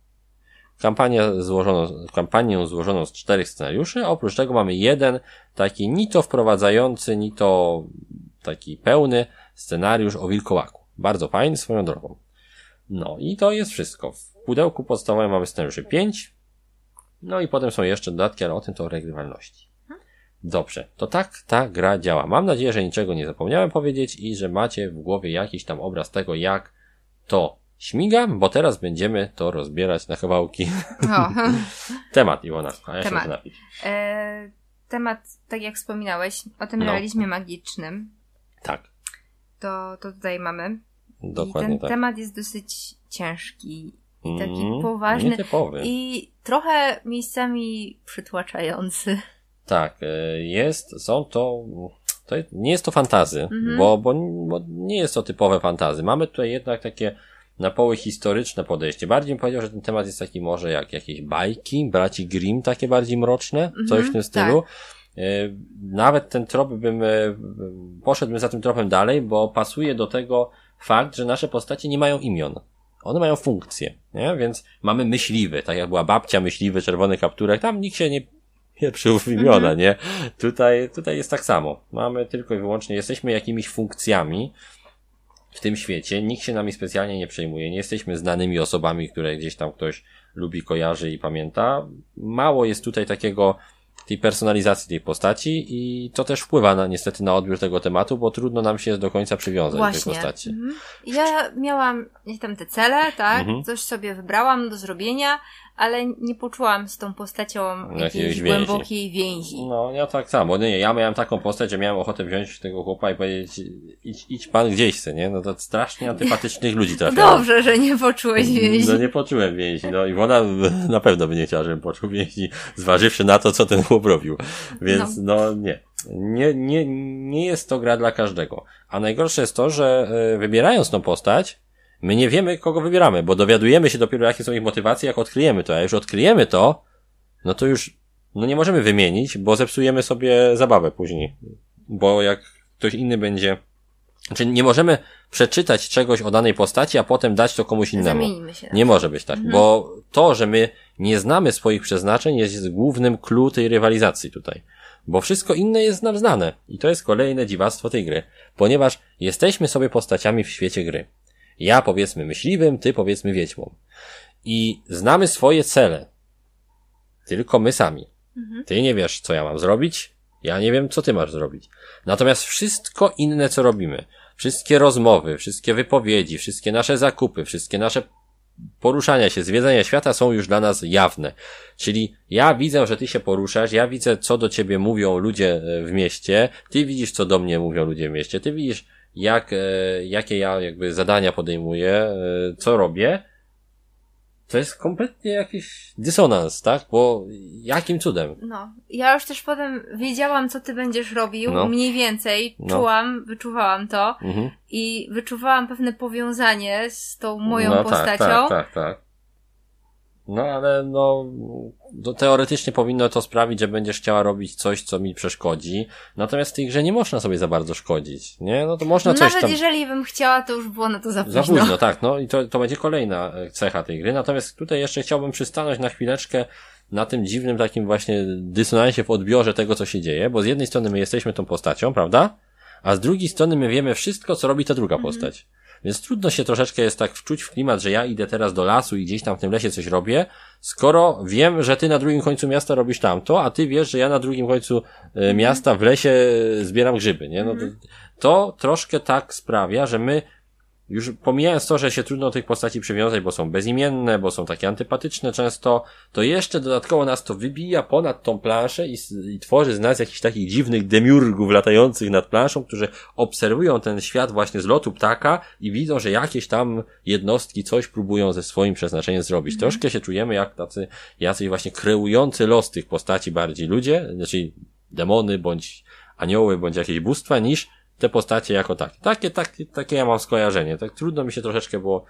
Kampanię złożoną z 4 scenariuszy, a oprócz tego mamy jeden taki ni to wprowadzający, ni to taki pełny scenariusz o wilkołaku. Bardzo fajny swoją drogą. No i to jest wszystko. W pudełku podstawowym mamy scenariuszy 5, no i potem są jeszcze dodatki, ale o tym to o regrywalności. Dobrze, to tak ta gra działa. Mam nadzieję, że niczego nie zapomniałem powiedzieć i że macie w głowie jakiś tam obraz tego, jak to śmiga, bo teraz będziemy to rozbierać na kawałki. Temat, Iwona, a ja się muszę napić. Temat, tak jak wspominałeś, o tym realizmie magicznym. Tak. To tutaj mamy. Dokładnie. I ten temat jest dosyć ciężki i taki poważny. Nietypowy. I trochę miejscami przytłaczający. Tak, to nie jest to fantazy, bo nie jest to typowe fantazy. Mamy tutaj jednak takie na poły historyczne podejście. Bardziej bym powiedział, że ten temat jest taki może jak jakieś bajki, braci Grimm, takie bardziej mroczne, coś w tym stylu. Tak. Nawet ten trop poszedłbym za tym tropem dalej, bo pasuje do tego fakt, że nasze postacie nie mają imion. One mają funkcje, nie? Więc mamy myśliwy, tak jak była babcia myśliwy, czerwony kapturek, tam nikt się nie pieprzył w imiona, nie? Tutaj jest tak samo. Mamy tylko i wyłącznie, jesteśmy jakimiś funkcjami w tym świecie, nikt się nami specjalnie nie przejmuje, nie jesteśmy znanymi osobami, które gdzieś tam ktoś lubi, kojarzy i pamięta. Mało jest tutaj takiego tej personalizacji tej postaci i to też wpływa niestety na odbiór tego tematu, bo trudno nam się do końca przywiązać do tej postaci. Ja miałam tam te cele, tak? Coś sobie wybrałam do zrobienia, ale nie poczułam z tą postacią jakiejś głębokiej więzi. No, ja tak samo. Nie, ja miałem taką postać, że miałem ochotę wziąć tego chłopa i powiedzieć, idź pan gdzieś chce, nie? No to strasznie antypatycznych ludzi trafiało. Dobrze, że nie poczułeś więzi. No nie poczułem więzi. No i ona na pewno by nie chciała, żebym poczuł więzi, zważywszy na to, co ten chłop robił. Więc nie. Nie jest to gra dla każdego. A najgorsze jest to, że wybierając tą postać, my nie wiemy, kogo wybieramy, bo dowiadujemy się dopiero, jakie są ich motywacje, jak odkryjemy to. A już odkryjemy to, no to już nie możemy wymienić, bo zepsujemy sobie zabawę później. Bo jak ktoś inny będzie... Znaczy nie możemy przeczytać czegoś o danej postaci, a potem dać to komuś innemu. Zamienimy się. Nie może być tak, bo to, że my nie znamy swoich przeznaczeń, jest głównym clue tej rywalizacji tutaj. Bo wszystko inne jest nam znane. I to jest kolejne dziwactwo tej gry. Ponieważ jesteśmy sobie postaciami w świecie gry. Ja powiedzmy myśliwym, ty powiedzmy wiedźmą. I znamy swoje cele. Tylko my sami. Ty nie wiesz, co ja mam zrobić, ja nie wiem, co ty masz zrobić. Natomiast wszystko inne, co robimy, wszystkie rozmowy, wszystkie wypowiedzi, wszystkie nasze zakupy, wszystkie nasze poruszania się, zwiedzania świata są już dla nas jawne. Czyli ja widzę, że ty się poruszasz, ja widzę, co do ciebie mówią ludzie w mieście, ty widzisz, co do mnie mówią ludzie w mieście, ty widzisz, jakie ja jakby zadania podejmuję, co robię. To jest kompletnie jakiś dysonans, tak? Bo jakim cudem? No, ja już też potem wiedziałam, co ty będziesz robił, mniej więcej, wyczuwałam to i wyczuwałam pewne powiązanie z tą moją postacią. Tak. No ale teoretycznie powinno to sprawić, że będziesz chciała robić coś, co mi przeszkodzi. Natomiast w tej grze nie można sobie za bardzo szkodzić, nie? No to można coś tam... Nawet jeżeli bym chciała, to już było na to za późno. Za późno, tak. No i to będzie kolejna cecha tej gry. Natomiast tutaj jeszcze chciałbym przystanąć na chwileczkę na tym dziwnym takim właśnie dysonansie w odbiorze tego, co się dzieje, bo z jednej strony my jesteśmy tą postacią, prawda? A z drugiej strony my wiemy wszystko, co robi ta druga postać. Więc trudno się troszeczkę jest tak wczuć w klimat, że ja idę teraz do lasu i gdzieś tam w tym lesie coś robię, skoro wiem, że ty na drugim końcu miasta robisz tamto, a ty wiesz, że ja na drugim końcu miasta w lesie zbieram grzyby, nie? No to troszkę tak sprawia, że my już pomijając to, że się trudno do tych postaci przywiązać, bo są bezimienne, bo są takie antypatyczne często, to jeszcze dodatkowo nas to wybija ponad tą planszę i tworzy z nas jakichś takich dziwnych demiurgów latających nad planszą, którzy obserwują ten świat właśnie z lotu ptaka i widzą, że jakieś tam jednostki coś próbują ze swoim przeznaczeniem zrobić. Troszkę się czujemy jak jacyś właśnie kreujący los tych postaci bardziej ludzie, znaczy demony, bądź anioły, bądź jakieś bóstwa, niż te postacie jako takie. Takie ja mam skojarzenie. Tak trudno mi się troszeczkę było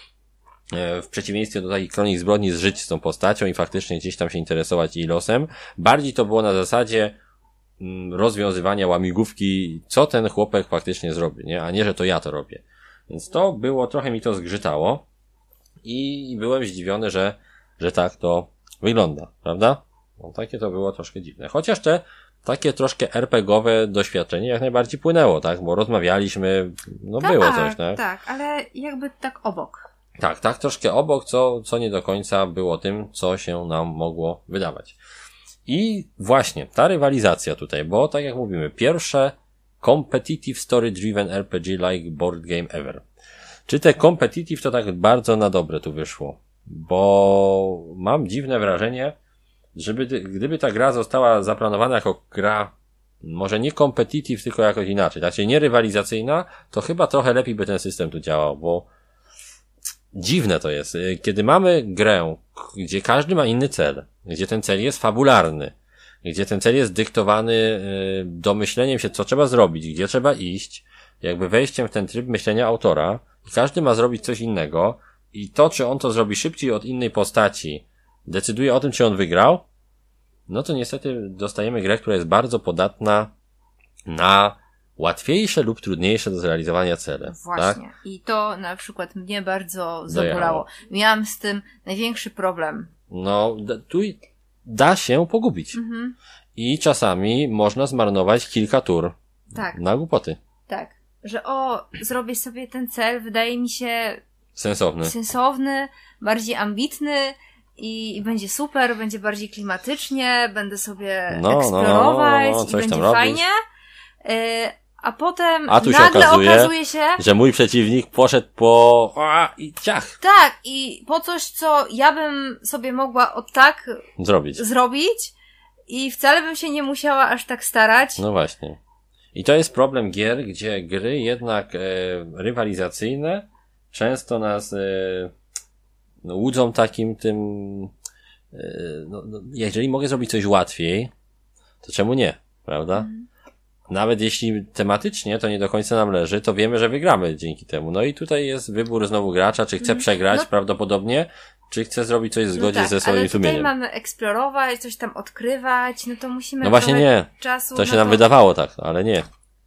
w przeciwieństwie do takich kronik zbrodni zżyć z tą postacią i faktycznie gdzieś tam się interesować jej losem. Bardziej to było na zasadzie rozwiązywania łamigłówki, co ten chłopek faktycznie zrobi, nie? A nie, że to ja to robię. Więc to było, trochę mi to zgrzytało i byłem zdziwiony, że tak to wygląda, prawda? No, takie to było troszkę dziwne. Chociaż takie troszkę RPG-owe doświadczenie jak najbardziej płynęło, tak? Bo rozmawialiśmy, było coś, tak? Tak, ale jakby tak obok. Tak troszkę obok, co nie do końca było tym, co się nam mogło wydawać. I właśnie, ta rywalizacja tutaj, bo tak jak mówimy, pierwsze competitive story-driven RPG like board game ever. Czy te competitive to tak bardzo na dobre tu wyszło? Bo mam dziwne wrażenie, gdyby ta gra została zaplanowana jako gra, może nie competitive, tylko jakoś inaczej, znaczy nie rywalizacyjna, to chyba trochę lepiej by ten system tu działał, bo dziwne to jest. Kiedy mamy grę, gdzie każdy ma inny cel, gdzie ten cel jest fabularny, gdzie ten cel jest dyktowany domyśleniem się, co trzeba zrobić, gdzie trzeba iść, jakby wejściem w ten tryb myślenia autora, i każdy ma zrobić coś innego i to, czy on to zrobi szybciej od innej postaci, decyduje o tym, czy on wygrał, no to niestety dostajemy grę, która jest bardzo podatna na łatwiejsze lub trudniejsze do zrealizowania cele. Właśnie. Tak? I to na przykład mnie bardzo zabolało. Miałam z tym największy problem. No, tu da się pogubić. I czasami można zmarnować kilka tur. Tak. Na głupoty. Tak. Że zrobię sobie ten cel, wydaje mi się sensowny, bardziej ambitny i będzie super, będzie bardziej klimatycznie, będę sobie eksplorować i będzie fajnie. A potem nagle okazuje się, że mój przeciwnik poszedł po i ciach. Tak, i po coś, co ja bym sobie mogła zrobić i wcale bym się nie musiała aż tak starać. No właśnie. I to jest problem gier, gdzie gry jednak rywalizacyjne często nas łudzą takim tym jeżeli mogę zrobić coś łatwiej, to czemu nie, prawda? Nawet jeśli tematycznie to nie do końca nam leży, to wiemy, że wygramy dzięki temu. No i tutaj jest wybór znowu gracza, czy chce przegrać prawdopodobnie, czy chce zrobić coś w zgodzie ze swoim sumieniem. Ale tutaj mamy eksplorować, coś tam odkrywać, no to musimy no właśnie nie. Czasu. To się nam wydawało tak, ale nie.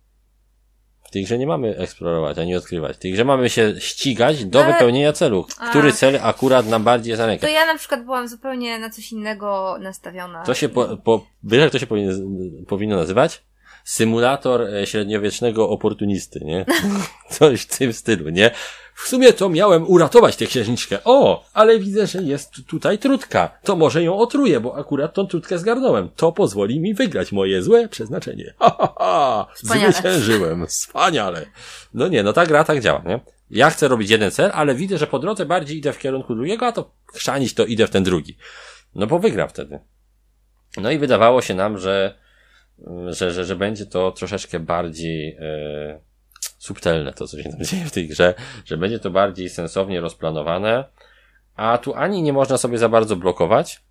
W tej grze nie mamy eksplorować, ani odkrywać. W tej grze mamy się ścigać do wypełnienia celu. Który cel akurat nam bardziej jest na rękę. To ja na przykład byłam zupełnie na coś innego nastawiona. To się wiesz jak to się powinno nazywać? Symulator średniowiecznego oportunisty, nie? Coś w tym stylu, nie? W sumie to miałem uratować tę księżniczkę. Ale widzę, że jest tutaj trudka. To może ją otruję, bo akurat tą trudkę zgarnąłem. To pozwoli mi wygrać moje złe przeznaczenie. Zwyciężyłem. Wspaniale. No nie, ta gra tak działa, nie? Ja chcę robić jeden cel, ale widzę, że po drodze bardziej idę w kierunku drugiego, a to chrzanić to idę w ten drugi. No bo wygram wtedy. No i wydawało się nam, że będzie to troszeczkę bardziej subtelne to, co się tam dzieje w tej grze, że będzie to bardziej sensownie rozplanowane, a tu ani nie można sobie za bardzo blokować,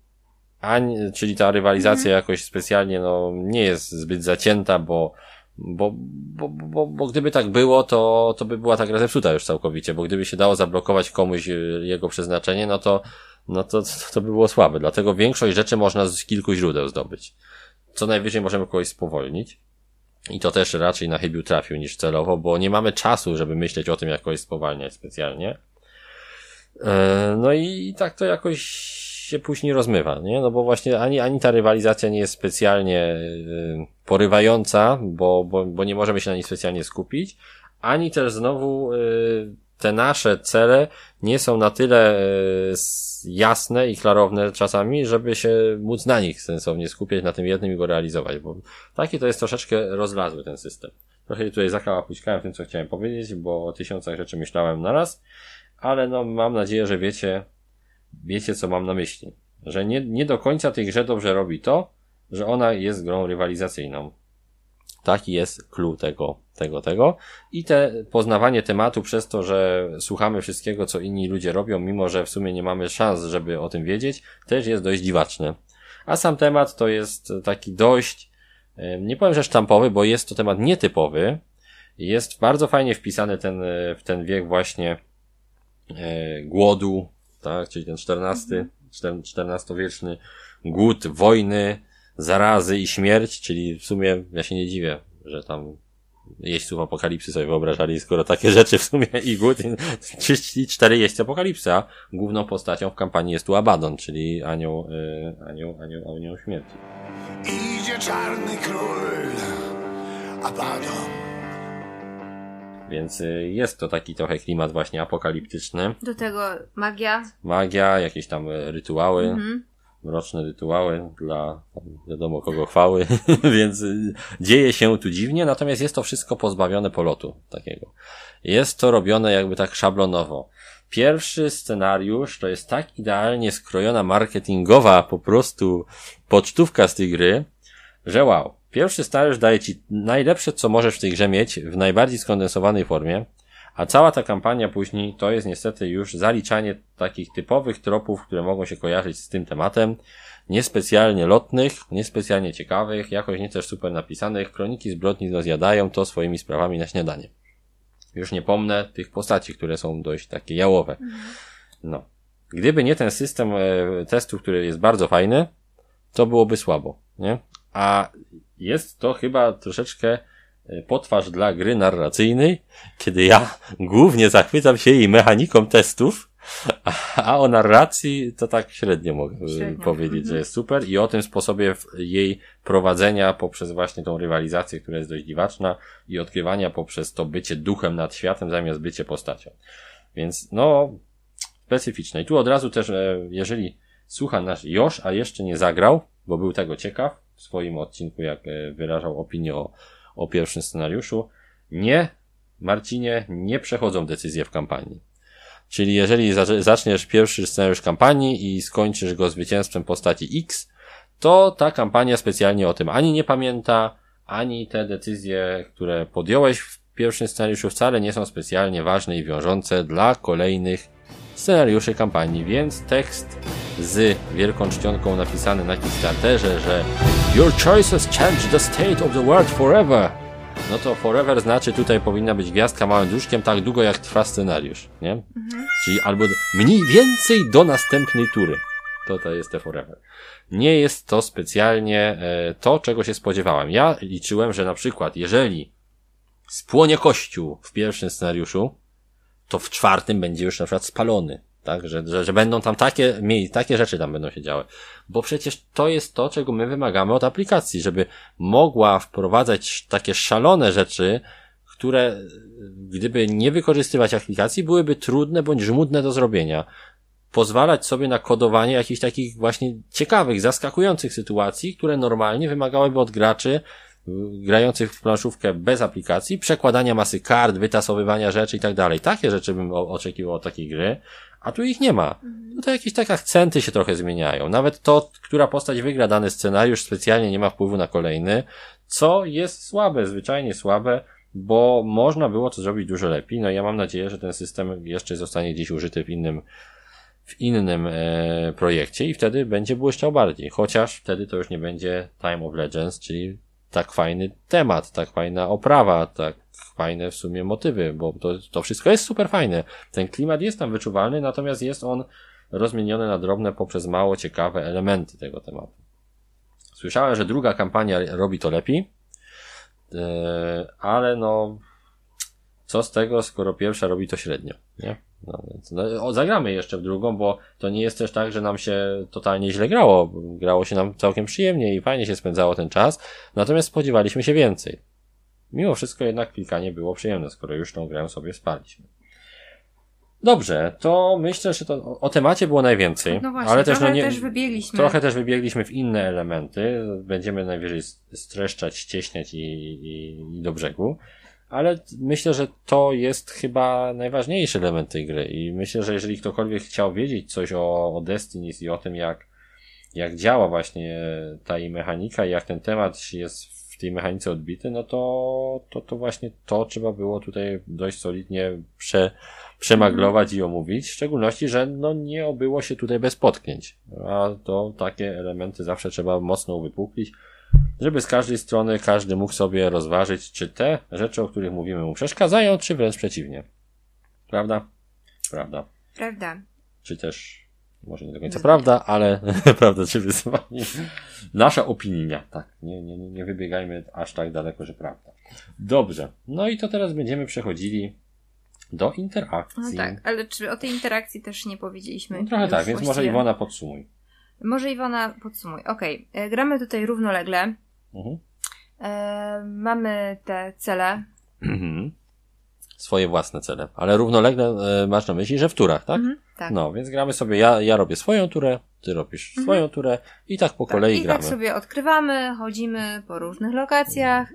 czyli ta rywalizacja jakoś specjalnie nie jest zbyt zacięta, bo gdyby tak było, to by była ta gra zepsuta już całkowicie, bo gdyby się dało zablokować komuś jego przeznaczenie, to by było słabe, dlatego większość rzeczy można z kilku źródeł zdobyć. Co najwyżej możemy kogoś spowolnić. I to też raczej na chybił trafił niż celowo, bo nie mamy czasu, żeby myśleć o tym, jak kogoś spowalniać specjalnie. No i tak to jakoś się później rozmywa, nie? No bo właśnie ani ta rywalizacja nie jest specjalnie porywająca, bo nie możemy się na niej specjalnie skupić, ani też znowu te nasze cele nie są na tyle jasne i klarowne czasami, żeby się móc na nich sensownie skupiać, na tym jednym i go realizować, bo taki to jest troszeczkę rozlazły ten system. Trochę tutaj zakałapućkałem w tym, co chciałem powiedzieć, bo o 1000 rzeczy myślałem naraz, ale mam nadzieję, że wiecie, co mam na myśli. Że nie do końca tej grze dobrze robi to, że ona jest grą rywalizacyjną. Taki jest clue tego. I poznawanie tematu przez to, że słuchamy wszystkiego, co inni ludzie robią, mimo że w sumie nie mamy szans, żeby o tym wiedzieć, też jest dość dziwaczne. A sam temat to jest taki dość, nie powiem, że sztampowy, bo jest to temat nietypowy. Jest bardzo fajnie wpisany w ten wiek właśnie głodu, tak, czyli ten XIV-wieczny głód, wojny, zarazy i śmierć, czyli w sumie ja się nie dziwię, że tam jeźdźców apokalipsy sobie wyobrażali, skoro takie rzeczy w sumie i głód, 4 jeźdźcy apokalipsy, a główną postacią w kampanii jest tu Abaddon, czyli anioł śmierci. Idzie czarny król Abaddon. Więc jest to taki trochę klimat właśnie apokaliptyczny. Do tego magia, jakieś tam rytuały. Mroczne rytuały dla wiadomo kogo chwały, więc dzieje się tu dziwnie, natomiast jest to wszystko pozbawione polotu takiego. Jest to robione jakby tak szablonowo. Pierwszy scenariusz to jest tak idealnie skrojona marketingowa po prostu pocztówka z tej gry, że wow. Pierwszy scenariusz daje ci najlepsze, co możesz w tej grze mieć w najbardziej skondensowanej formie, a cała ta kampania później to jest niestety już zaliczanie takich typowych tropów, które mogą się kojarzyć z tym tematem, niespecjalnie lotnych, niespecjalnie ciekawych, jakoś nie też super napisanych. Kroniki zbrodni rozjadają to swoimi sprawami na śniadanie. Już nie pomnę tych postaci, które są dość takie jałowe. No. Gdyby nie ten system testów, który jest bardzo fajny, to byłoby słabo, nie? A jest to chyba troszeczkę potwarz dla gry narracyjnej, kiedy ja głównie zachwycam się jej mechaniką testów, a o narracji to tak średnio mogę powiedzieć, że jest super i o tym sposobie jej prowadzenia poprzez właśnie tą rywalizację, która jest dość dziwaczna i odkrywania poprzez to bycie duchem nad światem zamiast bycie postacią. Więc specyficzne. I tu od razu też, jeżeli słucha nasz Josz, a jeszcze nie zagrał, bo był tego ciekaw w swoim odcinku, jak wyrażał opinię o pierwszym scenariuszu, nie, Marcinie, nie przechodzą decyzje w kampanii. Czyli jeżeli zaczniesz pierwszy scenariusz kampanii i skończysz go zwycięstwem postaci X, to ta kampania specjalnie o tym ani nie pamięta, ani te decyzje, które podjąłeś w pierwszym scenariuszu wcale nie są specjalnie ważne i wiążące dla kolejnych scenariuszy kampanii, więc tekst z wielką czcionką napisany na Kickstarterze, że Your choices change the state of the world forever. No to forever znaczy tutaj powinna być gwiazdka małym duszkiem tak długo jak trwa scenariusz, nie? Czyli albo mniej więcej do następnej tury. To jest te forever. Nie jest to specjalnie to, czego się spodziewałem. Ja liczyłem, że na przykład jeżeli spłonie kościół w pierwszym scenariuszu, to w czwartym będzie już na przykład spalony. Tak, że będą tam takie rzeczy tam będą się działy. Bo przecież to jest to, czego my wymagamy od aplikacji, żeby mogła wprowadzać takie szalone rzeczy, które gdyby nie wykorzystywać aplikacji, byłyby trudne bądź żmudne do zrobienia. Pozwalać sobie na kodowanie jakichś takich właśnie ciekawych, zaskakujących sytuacji, które normalnie wymagałyby od graczy grających w planszówkę bez aplikacji, przekładania masy kart, wytasowywania rzeczy i tak dalej. Takie rzeczy bym oczekiwał od takiej gry, a tu ich nie ma. Tutaj jakieś takie akcenty się trochę zmieniają. Nawet to, która postać wygra dany scenariusz, specjalnie nie ma wpływu na kolejny, co jest słabe, zwyczajnie słabe, bo można było to zrobić dużo lepiej. No ja mam nadzieję, że ten system jeszcze zostanie gdzieś użyty w innym projekcie i wtedy będzie błyszczał bardziej. Chociaż wtedy to już nie będzie Time of Legends, czyli tak fajny temat, tak fajna oprawa, tak fajne w sumie motywy, bo to wszystko jest super fajne. Ten klimat jest tam wyczuwalny, natomiast jest on rozmieniony na drobne poprzez mało ciekawe elementy tego tematu. Słyszałem, że druga kampania robi to lepiej, ale no co z tego, skoro pierwsza robi to średnio, nie? No więc zagramy jeszcze w drugą, bo to nie jest też tak, że nam się totalnie źle grało. Grało się nam całkiem przyjemnie i fajnie się spędzało ten czas, natomiast spodziewaliśmy się więcej. Mimo wszystko jednak klikanie było przyjemne, skoro już tą grę sobie spaliśmy. Dobrze, to myślę, że to o temacie było najwięcej. No właśnie, ale też, też wybiegliśmy. Trochę też wybiegliśmy w inne elementy. Będziemy najwyżej streszczać, ścieśniać i do brzegu. Ale myślę, że to jest chyba najważniejszy element tej gry i myślę, że jeżeli ktokolwiek chciał wiedzieć coś o Destinies i o tym, jak działa właśnie ta jej mechanika i jak ten temat jest w tej mechanice odbity, no to właśnie to trzeba było tutaj dość solidnie przemaglować i omówić, w szczególności, że no nie obyło się tutaj bez potknięć, a to takie elementy zawsze trzeba mocno uwypuklić, żeby z każdej strony każdy mógł sobie rozważyć, czy te rzeczy, o których mówimy, mu przeszkadzają, czy wręcz przeciwnie. Prawda? Prawda. Prawda. Czy też, może nie do końca prawda, ale prawda czy wyzwanie. Nasza opinia, tak. Nie wybiegajmy aż tak daleko, że prawda. Dobrze. No i to teraz będziemy przechodzili do interakcji. No tak, ale czy o tej interakcji też nie powiedzieliśmy? No trochę tak, więc może Iwona podsumuj. Podsumuj. Okej. Gramy tutaj równolegle. Mamy te cele. Swoje własne cele. Ale równolegle masz na myśli, że w turach, tak? Tak. No, więc gramy sobie, ja robię swoją turę, ty robisz swoją turę i tak po kolei gramy. I tak sobie odkrywamy, chodzimy po różnych lokacjach,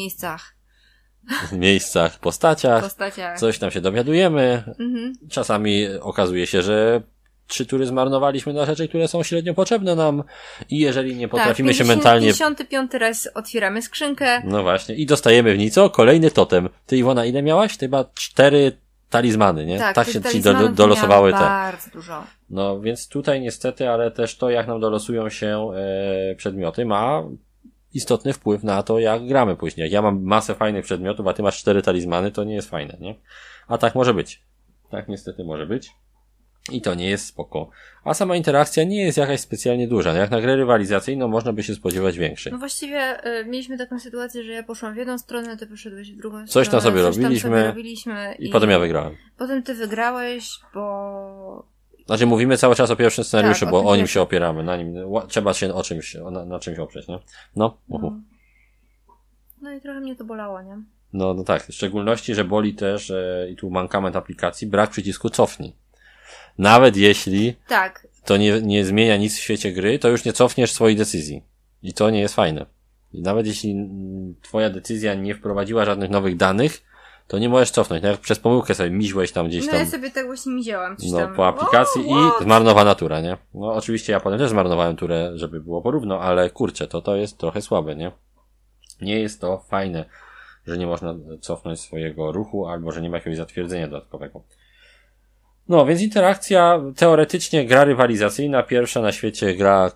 miejscach, postaciach. Coś tam się dowiadujemy. Czasami okazuje się, że 3 tury zmarnowaliśmy na rzeczy, które są średnio potrzebne nam i jeżeli nie potrafimy się mentalnie... 55 raz otwieramy skrzynkę. No właśnie. I dostajemy w niej co? Kolejny totem. Ty, Iwona, ile miałaś? Ty chyba 4 talizmany, nie? Tak się ci dolosowały te. Bardzo dużo. No więc tutaj niestety, ale też to, jak nam dolosują się przedmioty, ma istotny wpływ na to, jak gramy później. Jak ja mam masę fajnych przedmiotów, a ty masz 4 talizmany, to nie jest fajne, nie? A tak może być. Tak niestety może być. I to nie jest spoko. A sama interakcja nie jest jakaś specjalnie duża. Jak na grę rywalizacyjną można by się spodziewać większej. No właściwie mieliśmy taką sytuację, że ja poszłam w jedną stronę, ty poszedłeś w drugą stronę. Coś tam sobie robiliśmy i potem ja wygrałem. Potem ty wygrałeś, bo... Znaczy mówimy cały czas o pierwszym scenariuszu, tak, bo o nim się opieramy. Na nim trzeba się na czymś oprzeć, nie? No i trochę mnie to bolało, nie? No tak. W szczególności, że boli też i tu mankament aplikacji, brak przycisku cofnij. nawet jeśli tak. to nie zmienia nic w świecie gry, to już nie cofniesz swojej decyzji. I to nie jest fajne. I nawet jeśli twoja decyzja nie wprowadziła żadnych nowych danych, to nie możesz cofnąć. Nawet przez pomyłkę sobie miźłeś tam gdzieś tam. No ja sobie tak właśnie miziałam. Po aplikacji i zmarnowana tura, nie? No oczywiście ja potem też zmarnowałem turę, żeby było porówno, ale kurczę, to jest trochę słabe, nie? Nie jest to fajne, że nie można cofnąć swojego ruchu, albo że nie ma jakiegoś zatwierdzenia dodatkowego. No, więc interakcja, teoretycznie gra rywalizacyjna, pierwsza na świecie gra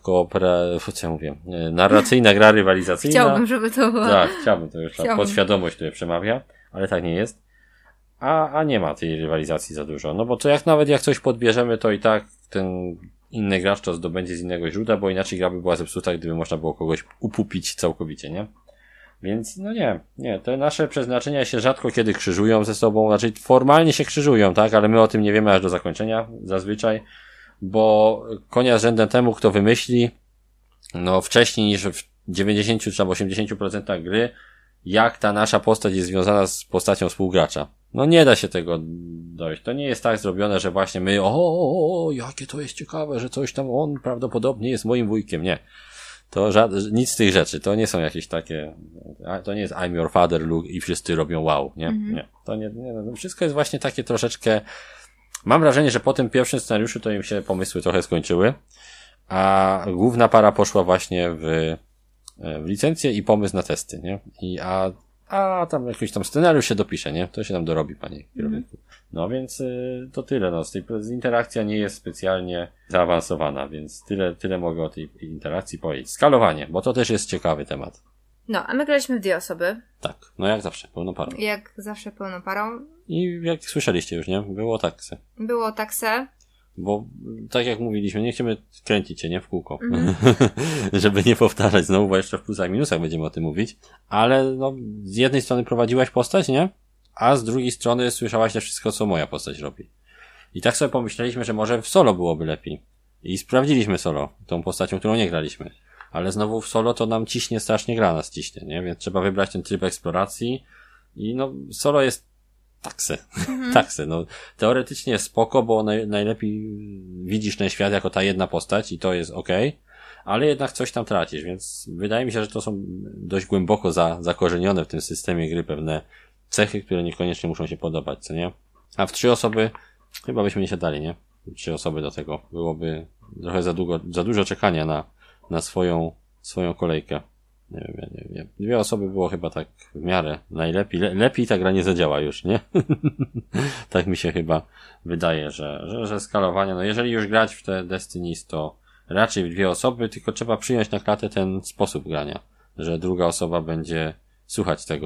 narracyjna gra rywalizacyjna. Chciałbym, żeby to było. Tak, chciałbym, to już podświadomość tutaj przemawia, ale tak nie jest. A nie ma tej rywalizacji za dużo, no bo to nawet jak coś podbierzemy, to i tak ten inny gracz to zdobędzie z innego źródła, bo inaczej gra by była zepsuta, gdyby można było kogoś upupić całkowicie, nie? Więc no nie, te nasze przeznaczenia się rzadko kiedy krzyżują ze sobą, znaczy formalnie się krzyżują, tak, ale my o tym nie wiemy aż do zakończenia zazwyczaj, bo konia z rzędem temu, kto wymyśli, no wcześniej niż w 90 czy 80% gry, jak ta nasza postać jest związana z postacią współgracza. No nie da się tego dojść. To nie jest tak zrobione, że właśnie my, jakie to jest ciekawe, że coś tam on prawdopodobnie jest moim wujkiem. Nie. To nic z tych rzeczy. To nie są jakieś takie, to nie jest I'm your father, Luke i wszyscy robią wow, nie? Nie. To nie, no wszystko jest właśnie takie troszeczkę, mam wrażenie, że po tym pierwszym scenariuszu to im się pomysły trochę skończyły, a główna para poszła właśnie w licencję i pomysł na testy, nie? A tam jakiś tam scenariusz się dopisze, nie? To się tam dorobi, panie kierowniku. No więc to tyle, no. Z interakcja nie jest specjalnie zaawansowana, więc tyle mogę o tej interakcji powiedzieć. Skalowanie, bo to też jest ciekawy temat. No, a my graliśmy w 2 osoby. Tak, no jak zawsze, pełną parą. Jak zawsze pełną parą. I jak słyszeliście już, nie? Było taksy. Było taksę. Bo tak jak mówiliśmy, nie chcemy kręcić się, nie? W kółko. Żeby nie powtarzać znowu, bo jeszcze w plusach i minusach będziemy o tym mówić. Ale no, z jednej strony prowadziłaś postać, nie? A z drugiej strony słyszałaś też wszystko, co moja postać robi. I tak sobie pomyśleliśmy, że może w solo byłoby lepiej. I sprawdziliśmy solo, tą postacią, którą nie graliśmy. Ale znowu w solo to nam ciśnie, strasznie gra nas ciśnie, nie? Więc trzeba wybrać ten tryb eksploracji. I no, solo jest taksy, no teoretycznie spoko, bo najlepiej widzisz ten świat jako ta jedna postać i to jest okej, ale jednak coś tam tracisz, więc wydaje mi się, że to są dość głęboko zakorzenione w tym systemie gry pewne cechy, które niekoniecznie muszą się podobać, co nie? A w 3 osoby chyba byśmy nie siadali, nie? 3 osoby do tego. Byłoby trochę za dużo czekania na swoją kolejkę. Nie wiem. 2 osoby było chyba tak w miarę najlepiej. Lepiej ta gra nie zadziała już, nie? Tak mi się chyba wydaje, że skalowanie, no jeżeli już grać w te Destinies, to raczej w 2 osoby, tylko trzeba przyjąć na klatę ten sposób grania, że druga osoba będzie słuchać tego,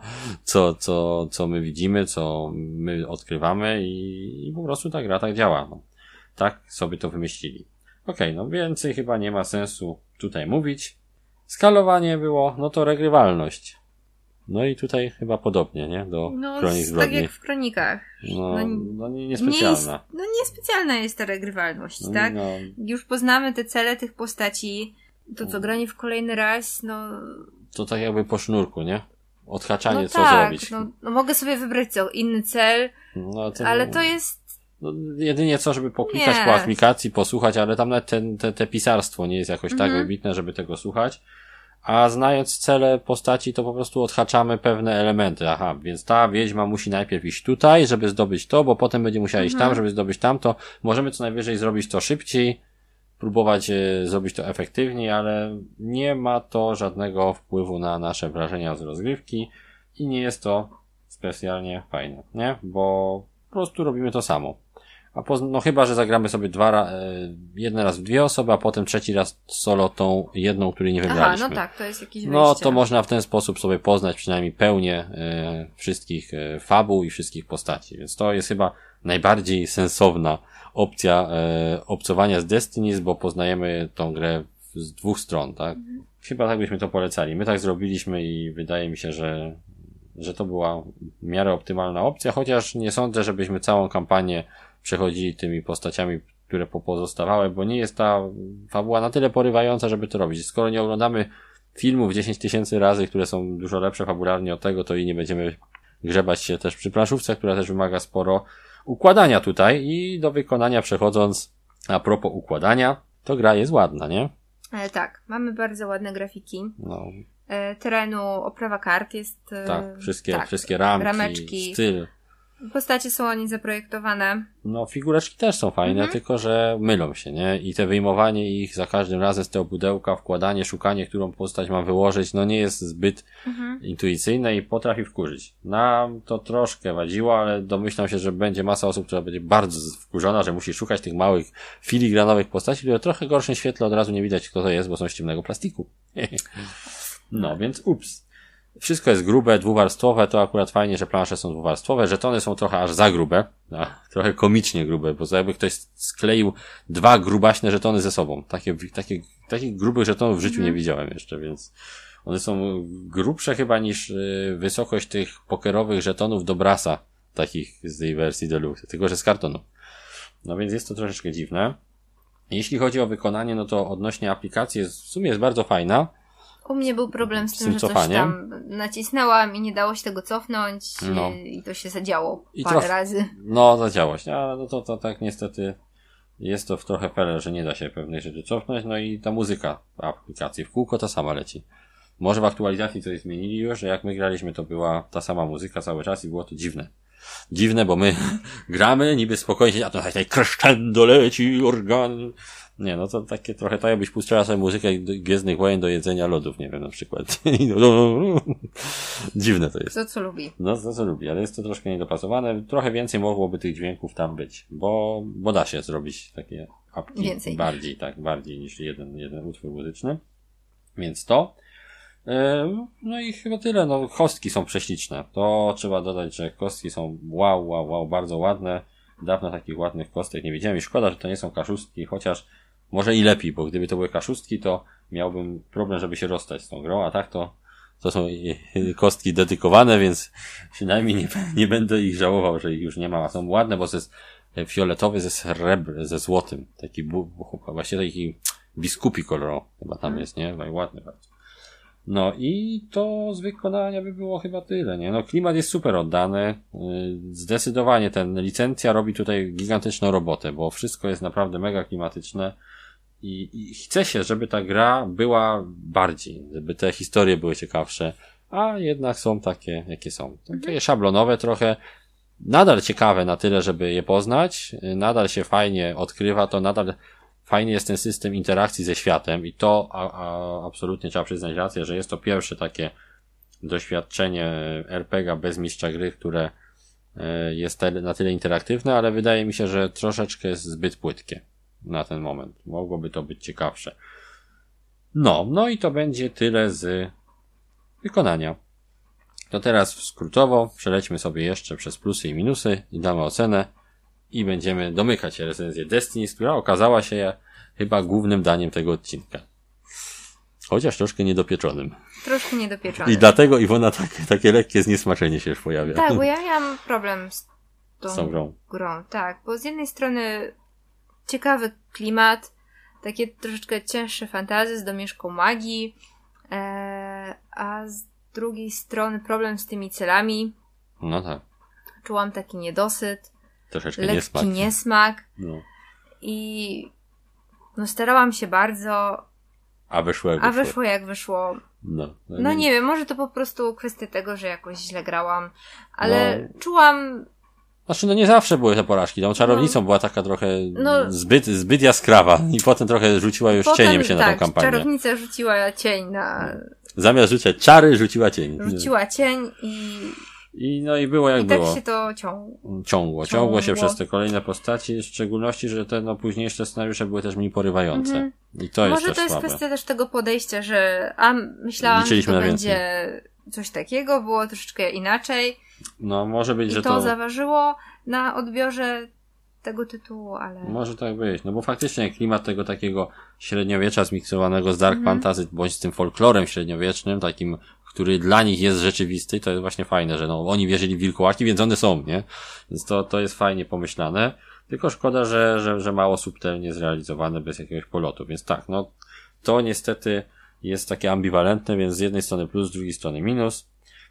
co my widzimy, co my odkrywamy i po prostu ta gra tak działa. No. Tak sobie to wymyślili. Okej, no więcej chyba nie ma sensu tutaj mówić. Skalowanie było, no to regrywalność. No i tutaj chyba podobnie, nie? Do Kronik Zbrodni. Tak jak w Kronikach. No niespecjalna. Niespecjalna jest ta regrywalność, tak? No. Już poznamy te cele tych postaci, to co granie w kolejny raz, no... To tak jakby po sznurku, nie? Odhaczanie, no co tak, zrobić. No mogę sobie wybrać inny cel, ale to jest... No, jedynie co, żeby poklikać po aplikacji, posłuchać, ale tam nawet te pisarstwo nie jest jakoś tak wybitne, żeby tego słuchać. A znając cele postaci, to po prostu odhaczamy pewne elementy. Aha, więc ta wiedźma musi najpierw iść tutaj, żeby zdobyć to, bo potem będzie musiała iść tam, żeby zdobyć tamto. Możemy co najwyżej zrobić to szybciej, próbować zrobić to efektywniej, ale nie ma to żadnego wpływu na nasze wrażenia z rozgrywki i nie jest to specjalnie fajne, nie? Bo po prostu robimy to samo. No chyba, że zagramy sobie jeden raz w 2 osoby, a potem trzeci raz solo tą jedną, której nie wygraliśmy. Aha, no tak, to jest jakieś wyjście. No to można w ten sposób sobie poznać przynajmniej pełnię wszystkich fabuł i wszystkich postaci, więc to jest chyba najbardziej sensowna opcja obcowania z Destinies, bo poznajemy tą grę z 2 stron, tak? Chyba tak byśmy to polecali. My tak zrobiliśmy i wydaje mi się, że to była w miarę optymalna opcja, chociaż nie sądzę, żebyśmy całą kampanię przechodzili tymi postaciami, które pozostawały, bo nie jest ta fabuła na tyle porywająca, żeby to robić. Skoro nie oglądamy filmów 10 000 razy, które są dużo lepsze fabularnie od tego, to i nie będziemy grzebać się też przy planszówce, która też wymaga sporo układania tutaj i do wykonania przechodząc, a propos układania, to gra jest ładna, nie? Tak, mamy bardzo ładne grafiki. No. Terenu, oprawa kart jest... Tak, wszystkie rameczki, styl. Postacie są ładnie zaprojektowane. No, figureczki też są fajne, tylko że mylą się, nie? I te wyjmowanie ich za każdym razem z tego pudełka, wkładanie, szukanie, którą postać mam wyłożyć, no nie jest zbyt intuicyjne i potrafi wkurzyć. Nam to troszkę wadziło, ale domyślam się, że będzie masa osób, która będzie bardzo wkurzona, że musi szukać tych małych, filigranowych postaci, które w trochę gorszym świetle od razu nie widać, kto to jest, bo są z ciemnego plastiku. No, więc ups. Wszystko jest grube, dwuwarstwowe, to akurat fajnie, że plansze są dwuwarstwowe, żetony są trochę aż za grube, trochę komicznie grube, bo jakby ktoś skleił 2 grubaśne żetony ze sobą. Takich grubych żetonów w życiu nie widziałem jeszcze, więc one są grubsze chyba niż wysokość tych pokerowych żetonów do Brasa, takich z tej wersji Deluxe, tylko że z kartonu. No więc jest to troszeczkę dziwne. Jeśli chodzi o wykonanie, no to odnośnie aplikacji w sumie jest bardzo fajna. U mnie był problem z tym, że cofaniem. Coś tam nacisnęłam i nie dało się tego cofnąć i to się zadziało parę razy. No, zadziało się, ale no to tak niestety jest to w trochę fele, że nie da się pewnej rzeczy cofnąć, no i ta muzyka w aplikacji w kółko ta sama leci. Może w aktualizacji coś zmienili już, że jak my graliśmy, to była ta sama muzyka cały czas i było to dziwne. Dziwne, bo my gramy niby spokojnie, a to tutaj crescendo leci, organ. Nie, no to takie trochę tak, jakbyś puszczała sobie muzykę Gwiezdnych Wojen do jedzenia lodów, nie wiem, na przykład. Dziwne to jest. To co lubi. No, to co lubi, ale jest to troszkę niedopasowane. Trochę więcej mogłoby tych dźwięków tam być, bo da się zrobić takie apki więcej. Bardziej niż jeden utwór muzyczny. Więc to. No i chyba tyle. No, kostki są prześliczne. To trzeba dodać, że kostki są wow, bardzo ładne. Dawno takich ładnych kostek nie widziałem i szkoda, że to nie są kaszustki, chociaż może i lepiej, bo gdyby to były kaszustki, to miałbym problem, żeby się rozstać z tą grą, a tak to są kostki dedykowane, więc przynajmniej nie będę ich żałował, że ich już nie mam, a są ładne, bo to jest fioletowy ze złotym, taki właściwie taki biskupi kolor chyba tam jest, nie? Ładny bardzo. No i to z wykonania by było chyba tyle, nie? No klimat jest super oddany, zdecydowanie licencja robi tutaj gigantyczną robotę, bo wszystko jest naprawdę mega klimatyczne i chce się, żeby ta gra była bardziej, żeby te historie były ciekawsze, a jednak są takie, jakie są. Takie szablonowe trochę, nadal ciekawe na tyle, żeby je poznać, nadal się fajnie odkrywa to, nadal fajny jest ten system interakcji ze światem i to absolutnie trzeba przyznać rację, że jest to pierwsze takie doświadczenie RPG bez mistrza gry, które jest na tyle interaktywne, ale wydaje mi się, że troszeczkę jest zbyt płytkie na ten moment. Mogłoby to być ciekawsze. No i to będzie tyle z wykonania. To teraz skrótowo przelećmy sobie jeszcze przez plusy i minusy i damy ocenę. I będziemy domykać recenzję Destiny, która okazała się chyba głównym daniem tego odcinka. Chociaż troszkę niedopieczonym. Troszkę niedopieczonym. I dlatego Iwona takie lekkie zniesmaczenie się już pojawia. Tak, bo ja miałam problem z tą grą. Tak, bo z jednej strony ciekawy klimat, takie troszeczkę cięższe fantasy z domieszką magii, a z drugiej strony problem z tymi celami. No tak. Czułam taki niedosyt. Troszeczkę lekki niesmak. No. I starałam się bardzo. A wyszło jak wyszło. No nie wiem, może to po prostu kwestia tego, że jakoś źle grałam, ale czułam... Znaczy nie zawsze były te porażki. Tą czarownicą była taka trochę zbyt jaskrawa i potem trochę rzuciła już cieniem się na tą kampanię. Czarownica rzuciła cień na... Zamiast rzucać czary, rzuciła cień. Rzuciła cień i było jak było. I tak się to ciągło się przez te kolejne postaci, w szczególności, że te późniejsze scenariusze były też mniej porywające. I to jest może to jest słabe. kwestia też tego podejścia, że myślałam, że to będzie coś takiego, było troszeczkę inaczej. No, może być, że to zaważyło na odbiorze tego tytułu, ale... Może tak być, bo faktycznie klimat tego takiego średniowiecza zmiksowanego z dark fantasy, bądź z tym folklorem średniowiecznym, takim, który dla nich jest rzeczywisty, to jest właśnie fajne, że oni wierzyli w wilkołaki, więc one są, nie? Więc to jest fajnie pomyślane. Tylko szkoda, że mało subtelnie zrealizowane bez jakiegoś polotu, więc tak, to niestety jest takie ambiwalentne, więc z jednej strony plus, z drugiej strony minus.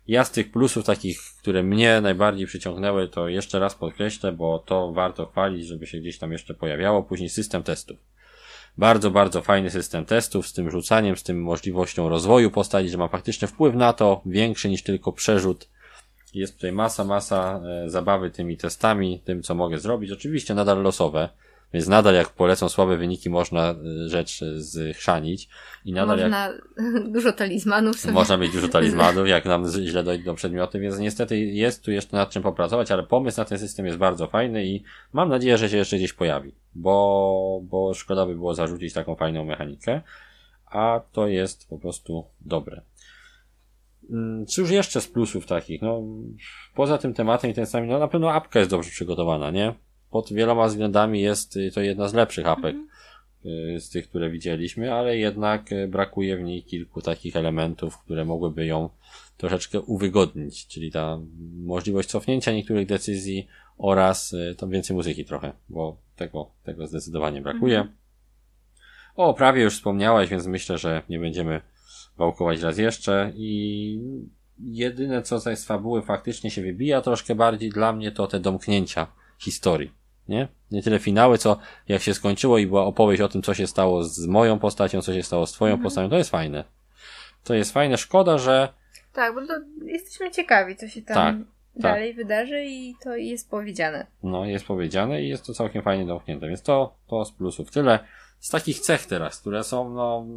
Ja z tych plusów takich, które mnie najbardziej przyciągnęły, to jeszcze raz podkreślę, bo to warto chwalić, żeby się gdzieś tam jeszcze pojawiało. Później system testów. Bardzo, bardzo fajny system testów z tym rzucaniem, z tym możliwością rozwoju postaci, że ma faktyczny wpływ na to, większy niż tylko przerzut. Jest tutaj masa zabawy tymi testami, tym co mogę zrobić. Oczywiście nadal losowe, więc nadal jak polecą słabe wyniki można rzecz zchrzanić i nadal można dużo talizmanów sobie. Można mieć dużo talizmanów, jak nam źle dojdą przedmioty, więc niestety jest tu jeszcze nad czym popracować, ale pomysł na ten system jest bardzo fajny i mam nadzieję, że się jeszcze gdzieś pojawi, bo szkoda by było zarzucić taką fajną mechanikę, a to jest po prostu dobre. Cóż jeszcze z plusów takich? No, poza tym tematem i ten sam, no na pewno apka jest dobrze przygotowana, nie? Pod wieloma względami jest to jedna z lepszych apek z tych, które widzieliśmy, ale jednak brakuje w niej kilku takich elementów, które mogłyby ją troszeczkę uwygodnić, czyli ta możliwość cofnięcia niektórych decyzji oraz tam więcej muzyki trochę, bo tego zdecydowanie brakuje. O oprawie już wspomniałaś, więc myślę, że nie będziemy wałkować raz jeszcze i jedyne co z fabuły faktycznie się wybija troszkę bardziej dla mnie to te domknięcia historii, nie tyle finały, co jak się skończyło i była opowieść o tym, co się stało z moją postacią, co się stało z twoją postacią, to jest fajne. To jest fajne, szkoda, że... Tak, bo to jesteśmy ciekawi, co się tam dalej wydarzy i to jest powiedziane. No, jest powiedziane i jest to całkiem fajnie domknięte, więc to z plusów. Tyle z takich cech teraz, które są,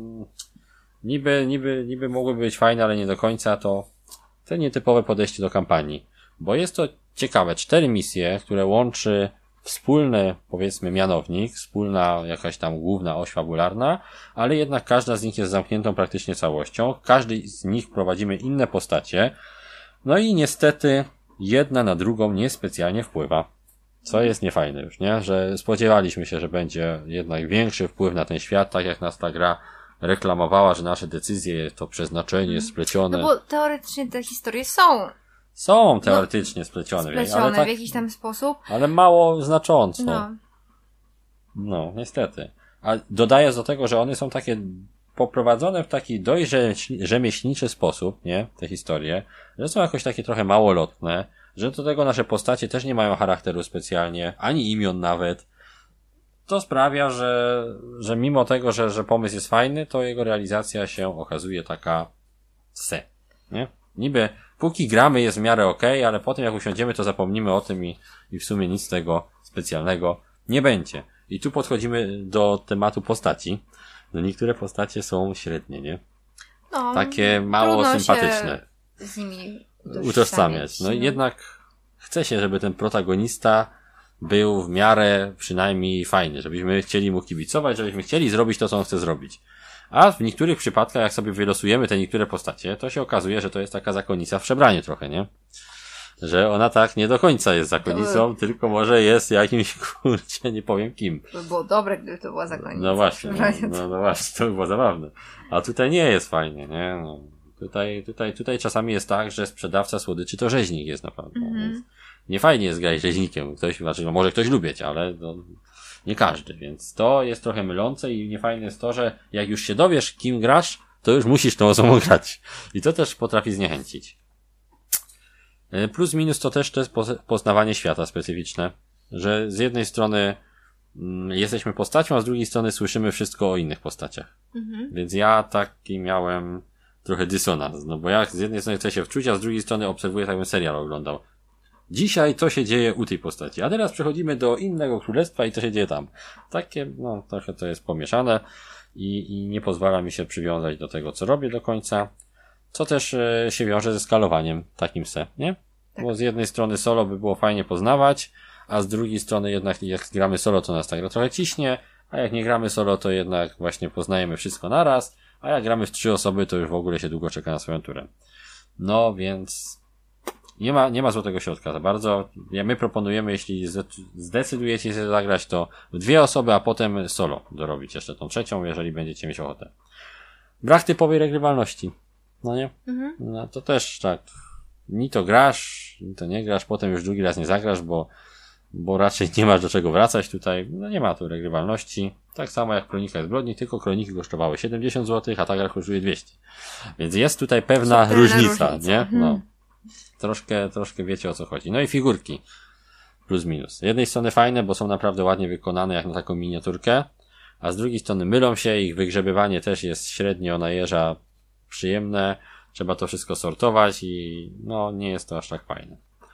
niby mogłyby być fajne, ale nie do końca, to te nietypowe podejście do kampanii. Bo jest to ciekawe, 4 misje, które łączy wspólny, powiedzmy, mianownik, wspólna jakaś tam główna oś fabularna, ale jednak każda z nich jest zamkniętą praktycznie całością. Każdy z nich prowadzimy inne postacie. No i niestety jedna na drugą niespecjalnie wpływa. Co jest niefajne już, nie? Że spodziewaliśmy się, że będzie jednak większy wpływ na ten świat, tak jak nas ta gra reklamowała, że nasze decyzje, to przeznaczenie jest splecione. No bo teoretycznie te historie są teoretycznie splecione, ale tak, w jakiś tam sposób. Ale mało znacząco. No, niestety. A dodając do tego, że one są takie poprowadzone w taki dość rzemieślniczy sposób, nie? Te historie, że są jakoś takie trochę małolotne, że do tego nasze postacie też nie mają charakteru specjalnie, ani imion nawet. To sprawia, że mimo tego, że pomysł jest fajny, to jego realizacja się okazuje taka nie? Niby póki gramy jest w miarę okej, ale potem jak usiądziemy, to zapomnimy o tym i w sumie nic z tego specjalnego nie będzie. I tu podchodzimy do tematu postaci. No niektóre postacie są średnie, nie? No, takie mało sympatyczne. Się z nimi utożsamiać. No i jednak chce się, żeby ten protagonista był w miarę przynajmniej fajny, żebyśmy chcieli mu kibicować, żebyśmy chcieli zrobić to, co on chce zrobić. A w niektórych przypadkach, jak sobie wylosujemy te niektóre postacie, to się okazuje, że to jest taka zakonnica w przebraniu trochę, nie? Że ona tak nie do końca jest zakonnicą, tylko może jest jakimś, kurczę, nie powiem kim. To by było dobre, gdyby to była zakonnica. No właśnie, no właśnie, to by było zabawne. A tutaj nie jest fajnie, nie? No, tutaj czasami jest tak, że sprzedawca słodyczy to rzeźnik jest naprawdę. Więc nie fajnie jest grać rzeźnikiem. Może ktoś lubić, ale nie każdy, więc to jest trochę mylące i niefajne jest to, że jak już się dowiesz, kim grasz, to już musisz tą osobą grać. I to też potrafi zniechęcić. Plus minus to też to jest poznawanie świata specyficzne, że z jednej strony jesteśmy postacią, a z drugiej strony słyszymy wszystko o innych postaciach. Więc ja taki miałem trochę dysonans, no bo jak z jednej strony chcę się wczuć, a z drugiej strony obserwuję, tak bym serial oglądał. Dzisiaj to się dzieje u tej postaci, a teraz przechodzimy do innego królestwa i to się dzieje tam. Takie, trochę to jest pomieszane i nie pozwala mi się przywiązać do tego, co robię do końca, co też się wiąże ze skalowaniem takim nie? Tak. Bo z jednej strony solo by było fajnie poznawać, a z drugiej strony jednak jak gramy solo, to nas tak trochę ciśnie, a jak nie gramy solo, to jednak właśnie poznajemy wszystko naraz, a jak gramy w 3 osoby, to już w ogóle się długo czeka na swoją turę. No więc nie ma złotego środka za bardzo. My proponujemy, jeśli zdecydujecie się zagrać, to w 2 osoby, a potem solo dorobić jeszcze tą 3, jeżeli będziecie mieć ochotę. Brak typowej regrywalności. No nie? No to też tak. Ni to grasz, ni to nie grasz, potem już drugi raz nie zagrasz, bo raczej nie masz do czego wracać tutaj. No nie ma tu regrywalności. Tak samo jak Kronika Zbrodni, tylko kroniki kosztowały 70 zł, a ta gra kosztuje 200. Więc jest tutaj pewna różnica, nie? No. troszkę wiecie o co chodzi. No i figurki. Plus minus. Z jednej strony fajne, bo są naprawdę ładnie wykonane jak na taką miniaturkę, a z drugiej strony mylą się, ich wygrzebywanie też jest średnio na jeża przyjemne, trzeba to wszystko sortować i no nie jest to aż tak fajne.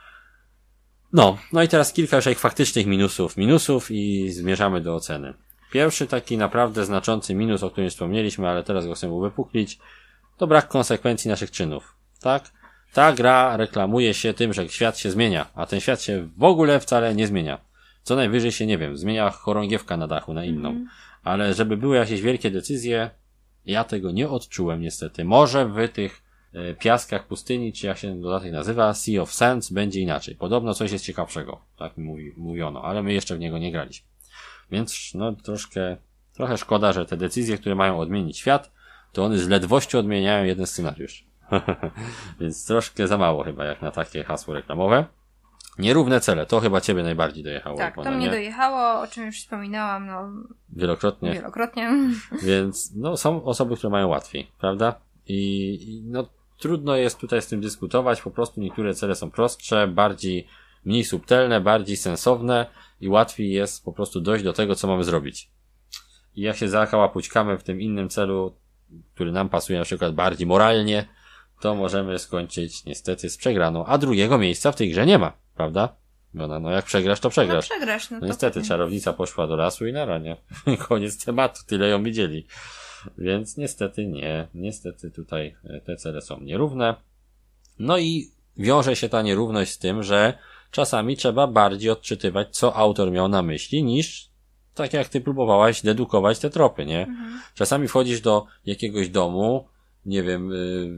No i teraz kilka już takich faktycznych minusów i zmierzamy do oceny. Pierwszy taki naprawdę znaczący minus, o którym wspomnieliśmy, ale teraz go chcę uwypuklić, to brak konsekwencji naszych czynów. Tak? Ta gra reklamuje się tym, że świat się zmienia, a ten świat się w ogóle wcale nie zmienia. Co najwyżej się, nie wiem, zmienia chorągiewka na dachu na inną. Ale żeby były jakieś wielkie decyzje, ja tego nie odczułem niestety. Może w tych piaskach pustyni, czy jak się dodatek nazywa, Sea of Sands, będzie inaczej. Podobno coś jest ciekawszego, tak mi mówiono, ale my jeszcze w niego nie graliśmy. Więc no trochę szkoda, że te decyzje, które mają odmienić świat, to one z ledwością odmieniają jeden scenariusz. Więc troszkę za mało chyba jak na takie hasło reklamowe. Nierówne cele, to chyba ciebie najbardziej dojechało. Tak, to mnie dojechało, o czym już wspominałam, no. Wielokrotnie. Więc no są osoby, które mają łatwiej, prawda? I no trudno jest tutaj z tym dyskutować, po prostu niektóre cele są prostsze, mniej subtelne, bardziej sensowne i łatwiej jest po prostu dojść do tego, co mamy zrobić. I jak się zakałapućkamy w tym innym celu, który nam pasuje na przykład bardziej moralnie, to możemy skończyć niestety z przegraną, a drugiego miejsca w tej grze nie ma, prawda? No jak przegrasz, to przegrasz. No przegrasz, no to niestety, czarownica poszła do lasu i na ranie. Koniec tematu, tyle ją widzieli. Więc niestety nie. Niestety tutaj te cele są nierówne. No i wiąże się ta nierówność z tym, że czasami trzeba bardziej odczytywać, co autor miał na myśli, niż tak jak ty próbowałaś dedukować te tropy, nie? Czasami wchodzisz do jakiegoś domu, nie wiem,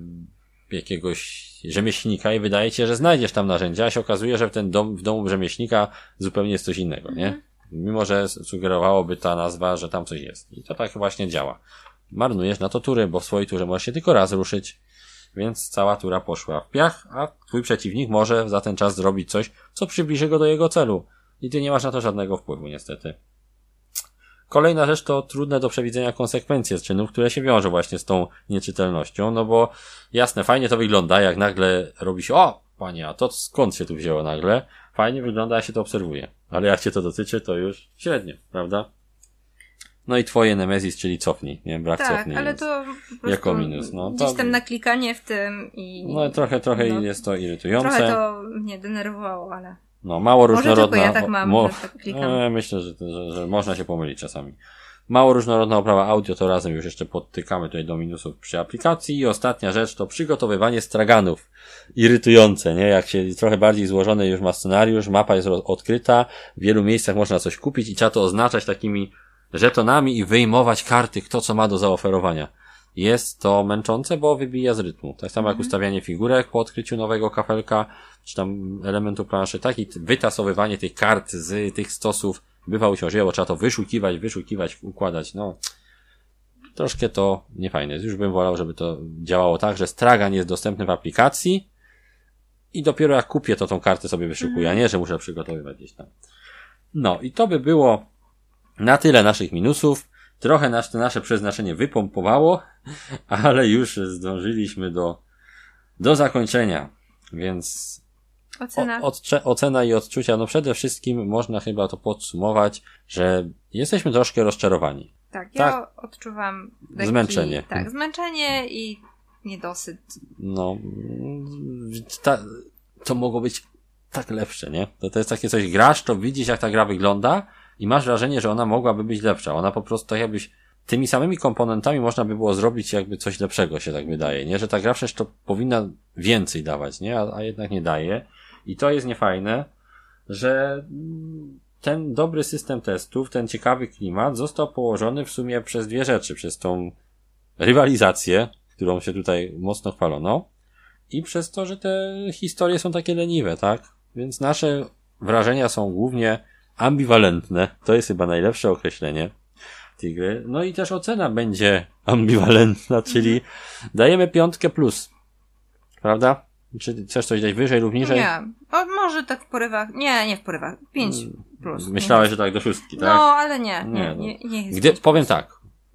jakiegoś rzemieślnika i wydaje ci się, że znajdziesz tam narzędzia, a się okazuje, że w domu rzemieślnika zupełnie jest coś innego, nie? Mimo, że sugerowałoby ta nazwa, że tam coś jest. I to tak właśnie działa. Marnujesz na to tury, bo w swojej turze możesz się tylko raz ruszyć, więc cała tura poszła w piach, a twój przeciwnik może za ten czas zrobić coś, co przybliży go do jego celu. I ty nie masz na to żadnego wpływu, niestety. Kolejna rzecz to trudne do przewidzenia konsekwencje czynów, które się wiążą właśnie z tą nieczytelnością, no bo jasne, fajnie to wygląda, jak nagle robi się, o, panie, a to skąd się tu wzięło nagle? Fajnie wygląda, jak się to obserwuje. Ale jak cię to dotyczy, to już średnio, prawda? No i twoje Nemesis, czyli cofnij, nie? Brak tak, cofnij. ale to po prostu jako minus, no. Gdzieś tam naklikanie w tym i... No trochę jest to irytujące. Trochę to mnie denerwowało, ale... No, mało różnorodna... Może tylko ja tak mam, że tak klikam. Myślę, że można się pomylić czasami. Mało różnorodna oprawa audio, to razem już jeszcze podtykamy tutaj do minusów przy aplikacji. I ostatnia rzecz to przygotowywanie straganów. Irytujące, nie? Jak się trochę bardziej złożony już ma scenariusz, mapa jest odkryta, w wielu miejscach można coś kupić i trzeba to oznaczać takimi żetonami i wyjmować karty, kto co ma do zaoferowania. Jest to męczące, bo wybija z rytmu. Tak samo jak ustawianie figurek po odkryciu nowego kafelka, czy tam elementu planszy, tak i wytasowywanie tych kart z tych stosów bywa uciążliwe, bo trzeba to wyszukiwać, układać, no. Troszkę to niefajne jest. Już bym wolał, żeby to działało tak, że stragan jest dostępny w aplikacji i dopiero jak kupię, to tą kartę sobie wyszukuję, a nie, że muszę przygotowywać gdzieś tam. No i to by było na tyle naszych minusów. Trochę nasze przeznaczenie wypompowało, ale już zdążyliśmy do zakończenia, więc ocena i odczucia, no przede wszystkim można chyba to podsumować, że jesteśmy troszkę rozczarowani. Tak, ja odczuwam zmęczenie. Tak, zmęczenie i niedosyt. No, to mogło być tak lepsze, nie? To jest takie coś, grasz, to widzisz jak ta gra wygląda i masz wrażenie, że ona mogłaby być lepsza. Ona po prostu tak jakbyś tymi samymi komponentami można by było zrobić jakby coś lepszego, się tak wydaje, nie? Że ta gra przecież to powinna więcej dawać, nie? A jednak nie daje. I to jest niefajne, że ten dobry system testów, ten ciekawy klimat został położony w sumie przez dwie rzeczy. Przez tą rywalizację, którą się tutaj mocno chwalono i przez to, że te historie są takie leniwe, tak? Więc nasze wrażenia są głównie ambiwalentne. To jest chyba najlepsze określenie tej gry. No i też ocena będzie ambiwalentna, czyli dajemy 5+. Prawda? Czy chcesz coś dać wyżej lub niżej? Nie. Może tak w porywach. Nie w porywach. 5+. Myślałeś, że tak do 6, tak? No, ale nie jest. Powiem tak.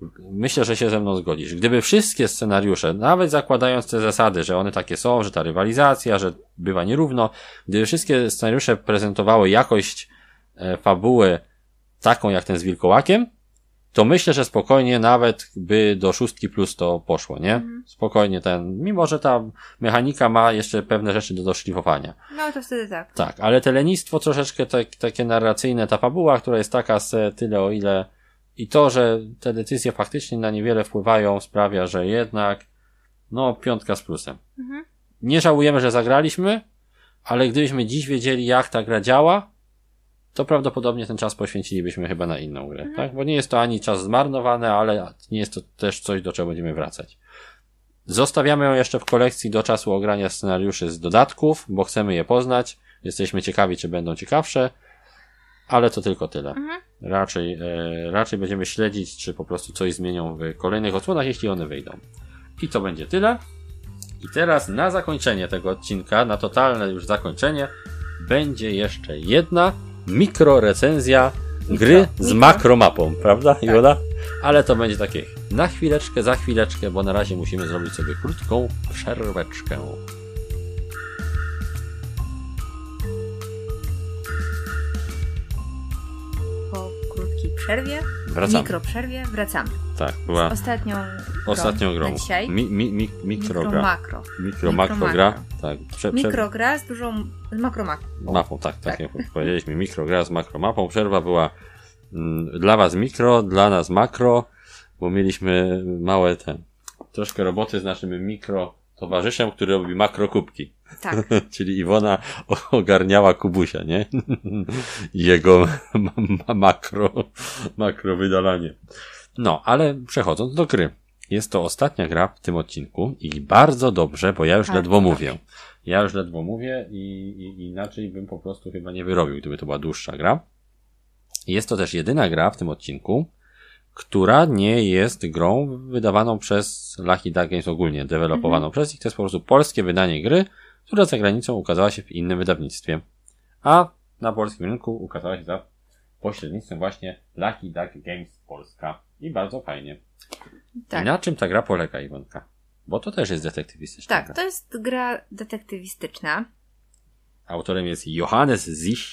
myślę, że się ze mną zgodzisz. Gdyby wszystkie scenariusze, nawet zakładając te zasady, że one takie są, że ta rywalizacja, że bywa nierówno, gdyby wszystkie scenariusze prezentowały jakość fabuły taką jak ten z Wilkołakiem, to myślę, że spokojnie nawet by do 6+ to poszło, nie? Spokojnie mimo że ta mechanika ma jeszcze pewne rzeczy do doszlifowania. No to wtedy tak. Tak, ale te lenistwo troszeczkę takie narracyjne, ta fabuła, która jest taka tyle o ile i to, że te decyzje faktycznie na niewiele wpływają, sprawia, że jednak 5 z plusem. Nie żałujemy, że zagraliśmy, ale gdybyśmy dziś wiedzieli, jak ta gra działa, to prawdopodobnie ten czas poświęcilibyśmy chyba na inną grę, tak? Bo nie jest to ani czas zmarnowany, ale nie jest to też coś, do czego będziemy wracać. Zostawiamy ją jeszcze w kolekcji do czasu ogrania scenariuszy z dodatków, bo chcemy je poznać. Jesteśmy ciekawi, czy będą ciekawsze, ale to tylko tyle. Raczej będziemy śledzić, czy po prostu coś zmienią w kolejnych odsłonach, jeśli one wyjdą. I to będzie tyle. I teraz na zakończenie tego odcinka, na totalne już zakończenie, będzie jeszcze jedna mikrorecenzja gry z makromapą, prawda, Jola? Ale to będzie takie na chwileczkę, za chwileczkę, bo na razie musimy zrobić sobie krótką przerweczkę. Po krótkiej przerwie, mikroprzerwie wracamy. Tak, była ostatnią grą. Dzisiaj. Mikrogra. Makrogra. Tak. Mikrogra z makromapą. Tak jak powiedzieliśmy, mikrogra z makromapą. Przerwa była dla was mikro, dla nas makro, bo mieliśmy małe troszkę roboty z naszym mikro towarzyszem, który robi makrokubki. Tak. Czyli Iwona ogarniała Kubusia, nie? Jego makro wydalanie. No, ale przechodząc do gry. Jest to ostatnia gra w tym odcinku i bardzo dobrze, bo ja już ledwo mówię. I inaczej bym po prostu chyba nie wyrobił, gdyby to była dłuższa gra. Jest to też jedyna gra w tym odcinku, która nie jest grą wydawaną przez Lucky Duck Games ogólnie, dewelopowaną przez nich. To jest po prostu polskie wydanie gry, która za granicą ukazała się w innym wydawnictwie. A na polskim rynku ukazała się za pośrednictwem właśnie Lucky Duck Games Polska. I bardzo fajnie. Tak. I na czym ta gra polega, Iwonka? Bo to też jest detektywistyczna gra. Tak, to jest gra detektywistyczna. Autorem jest Johannes Sich.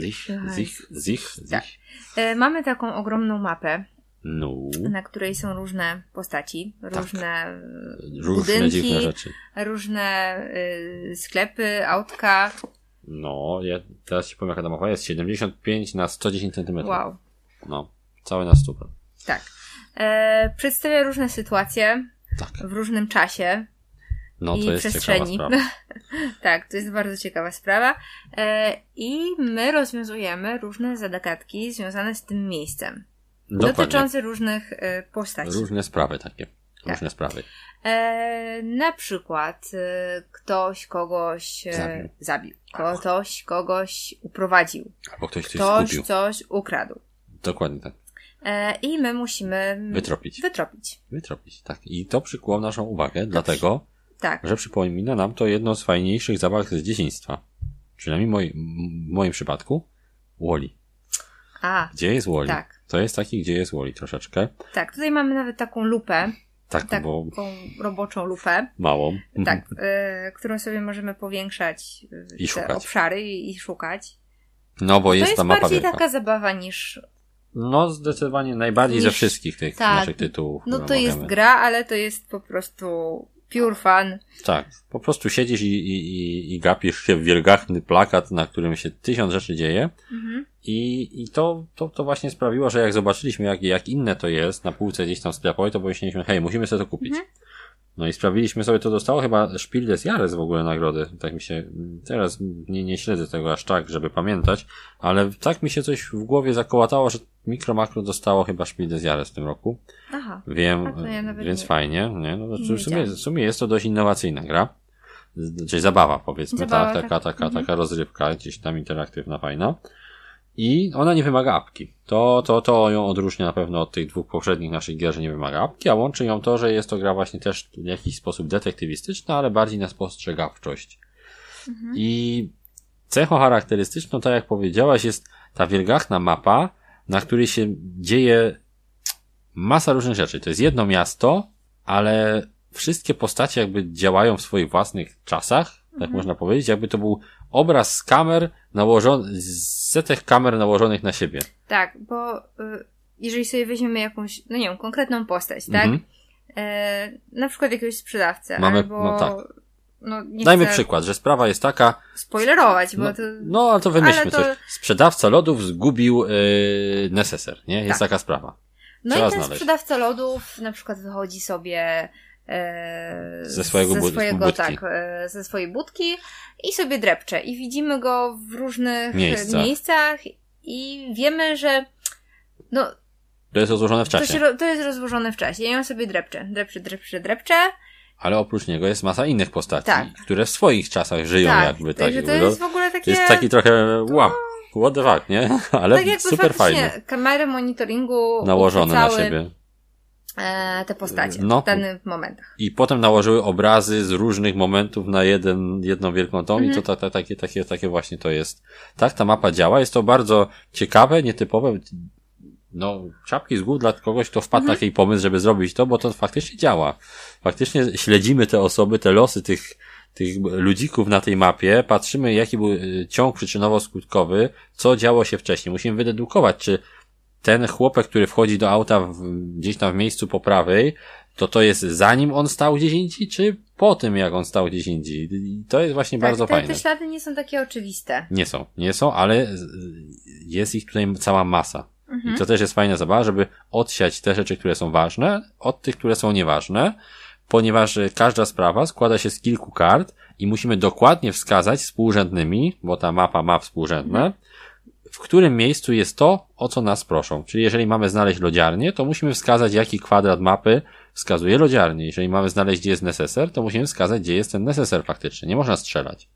Tak. Mamy taką ogromną mapę, no. na której są różne postaci, różne dziwne rzeczy. Różne sklepy, autka. No, ja teraz ci powiem, jaka ta mapa jest. 75 na 110 cm. Wow. No, całe na 100. Tak. Przedstawia różne sytuacje w różnym czasie. No, to jest przestrzeni. ciekawa sprawa. Tak, to jest bardzo ciekawa sprawa. I my rozwiązujemy różne zagadki związane z tym miejscem. Dokładnie. Dotyczące różnych postaci. Różne sprawy takie. Tak. Różne sprawy. Na przykład ktoś kogoś zabił. Ktoś kogoś uprowadził. Albo ktoś zgubił. Coś ukradł. Dokładnie tak. I my musimy Wytropić, tak. I to przykuło naszą uwagę, dlatego, że przypomina nam to jedno z fajniejszych zabaw z dzieciństwa. Przynajmniej w moim przypadku Wall-E. Gdzie jest Wall-E? Tak. To jest taki, gdzie jest Wall-E troszeczkę. Tak, tutaj mamy nawet taką lupę. Taką roboczą lupę. Małą. Tak, którą sobie możemy powiększać te obszary i szukać. No, bo jest ta mapa bardziej taka zabawa niż... No, zdecydowanie najbardziej ze wszystkich tych naszych tytułów. No to jest gra, ale to jest po prostu pure fun. Tak, po prostu siedzisz i gapisz się w wielgachny plakat, na którym się 1000 rzeczy dzieje. I to właśnie sprawiło, że jak zobaczyliśmy, jak inne to jest na półce gdzieś tam sklepowej, to pomyśleliśmy, hej, musimy sobie to kupić. No i sprawiliśmy sobie, to dostało chyba Spiel des Jahres w ogóle nagrody. Tak mi się, teraz nie śledzę tego aż tak, żeby pamiętać, ale tak mi się coś w głowie zakołatało, że Makro dostało chyba Spiel des Jahres w tym roku. Aha. Wiem, więc fajnie, nie? No, w sumie jest to dość innowacyjna gra. Czyli zabawa, powiedzmy, taka rozrywka, gdzieś tam interaktywna, fajna. I ona nie wymaga apki. To ją odróżnia na pewno od tych dwóch poprzednich naszych gier, że nie wymaga apki, a łączy ją to, że jest to gra właśnie też w jakiś sposób detektywistyczna, ale bardziej na spostrzegawczość. I cechą charakterystyczną, tak jak powiedziałaś, jest ta wielgachna mapa, na której się dzieje masa różnych rzeczy. To jest jedno miasto, ale wszystkie postacie jakby działają w swoich własnych czasach, tak można powiedzieć, jakby to był obraz z kamer z setek kamer nałożonych na siebie. Tak, bo jeżeli sobie weźmiemy jakąś, no nie wiem, konkretną postać, tak? Na przykład jakiegoś sprzedawcę, albo... No tak. No, Dajmy przykład, że sprawa jest taka... Spoilerować, bo to... No, ale to wymyślmy coś. Sprzedawca lodów zgubił neseser, nie? Jest taka sprawa. No i ten sprzedawca lodów na przykład wychodzi sobie ze swojej budki i sobie drepcze. I widzimy go w różnych miejscach i wiemy, że no... To jest rozłożone w czasie. To jest rozłożone w czasie. I on sobie drepcze. Ale oprócz niego jest masa innych postaci, które w swoich czasach żyją jakby. Także to jest w ogóle takie... To jest taki trochę what the fuck, nie? Ale tak jakby super fajnie. Kamery monitoringu nałożone na siebie. Te postacie w danych momentach. I potem nałożyły obrazy z różnych momentów na jedną wielką tą i to takie właśnie to jest. Tak, ta mapa działa. Jest to bardzo ciekawe, nietypowe. No, czapki z głów dla kogoś, kto wpadł na taki pomysł, żeby zrobić to, bo to faktycznie działa. Faktycznie śledzimy te osoby, te losy tych ludzików na tej mapie, patrzymy, jaki był ciąg przyczynowo-skutkowy, co działo się wcześniej. Musimy wydedukować, czy ten chłopek, który wchodzi do auta gdzieś tam w miejscu po prawej, to jest zanim on stał gdzieś indziej, czy po tym, jak on stał gdzieś indziej. I to jest właśnie bardzo fajne. Te ślady nie są takie oczywiste. Nie są, ale jest ich tutaj cała masa. I to też jest fajna zabawa, żeby odsiać te rzeczy, które są ważne, od tych, które są nieważne, ponieważ każda sprawa składa się z kilku kart i musimy dokładnie wskazać współrzędnymi, bo ta mapa ma współrzędne, w którym miejscu jest to, o co nas proszą. Czyli jeżeli mamy znaleźć lodziarnię, to musimy wskazać, jaki kwadrat mapy wskazuje lodziarnię. Jeżeli mamy znaleźć, gdzie jest neseser, to musimy wskazać, gdzie jest ten neseser faktycznie. Nie można strzelać.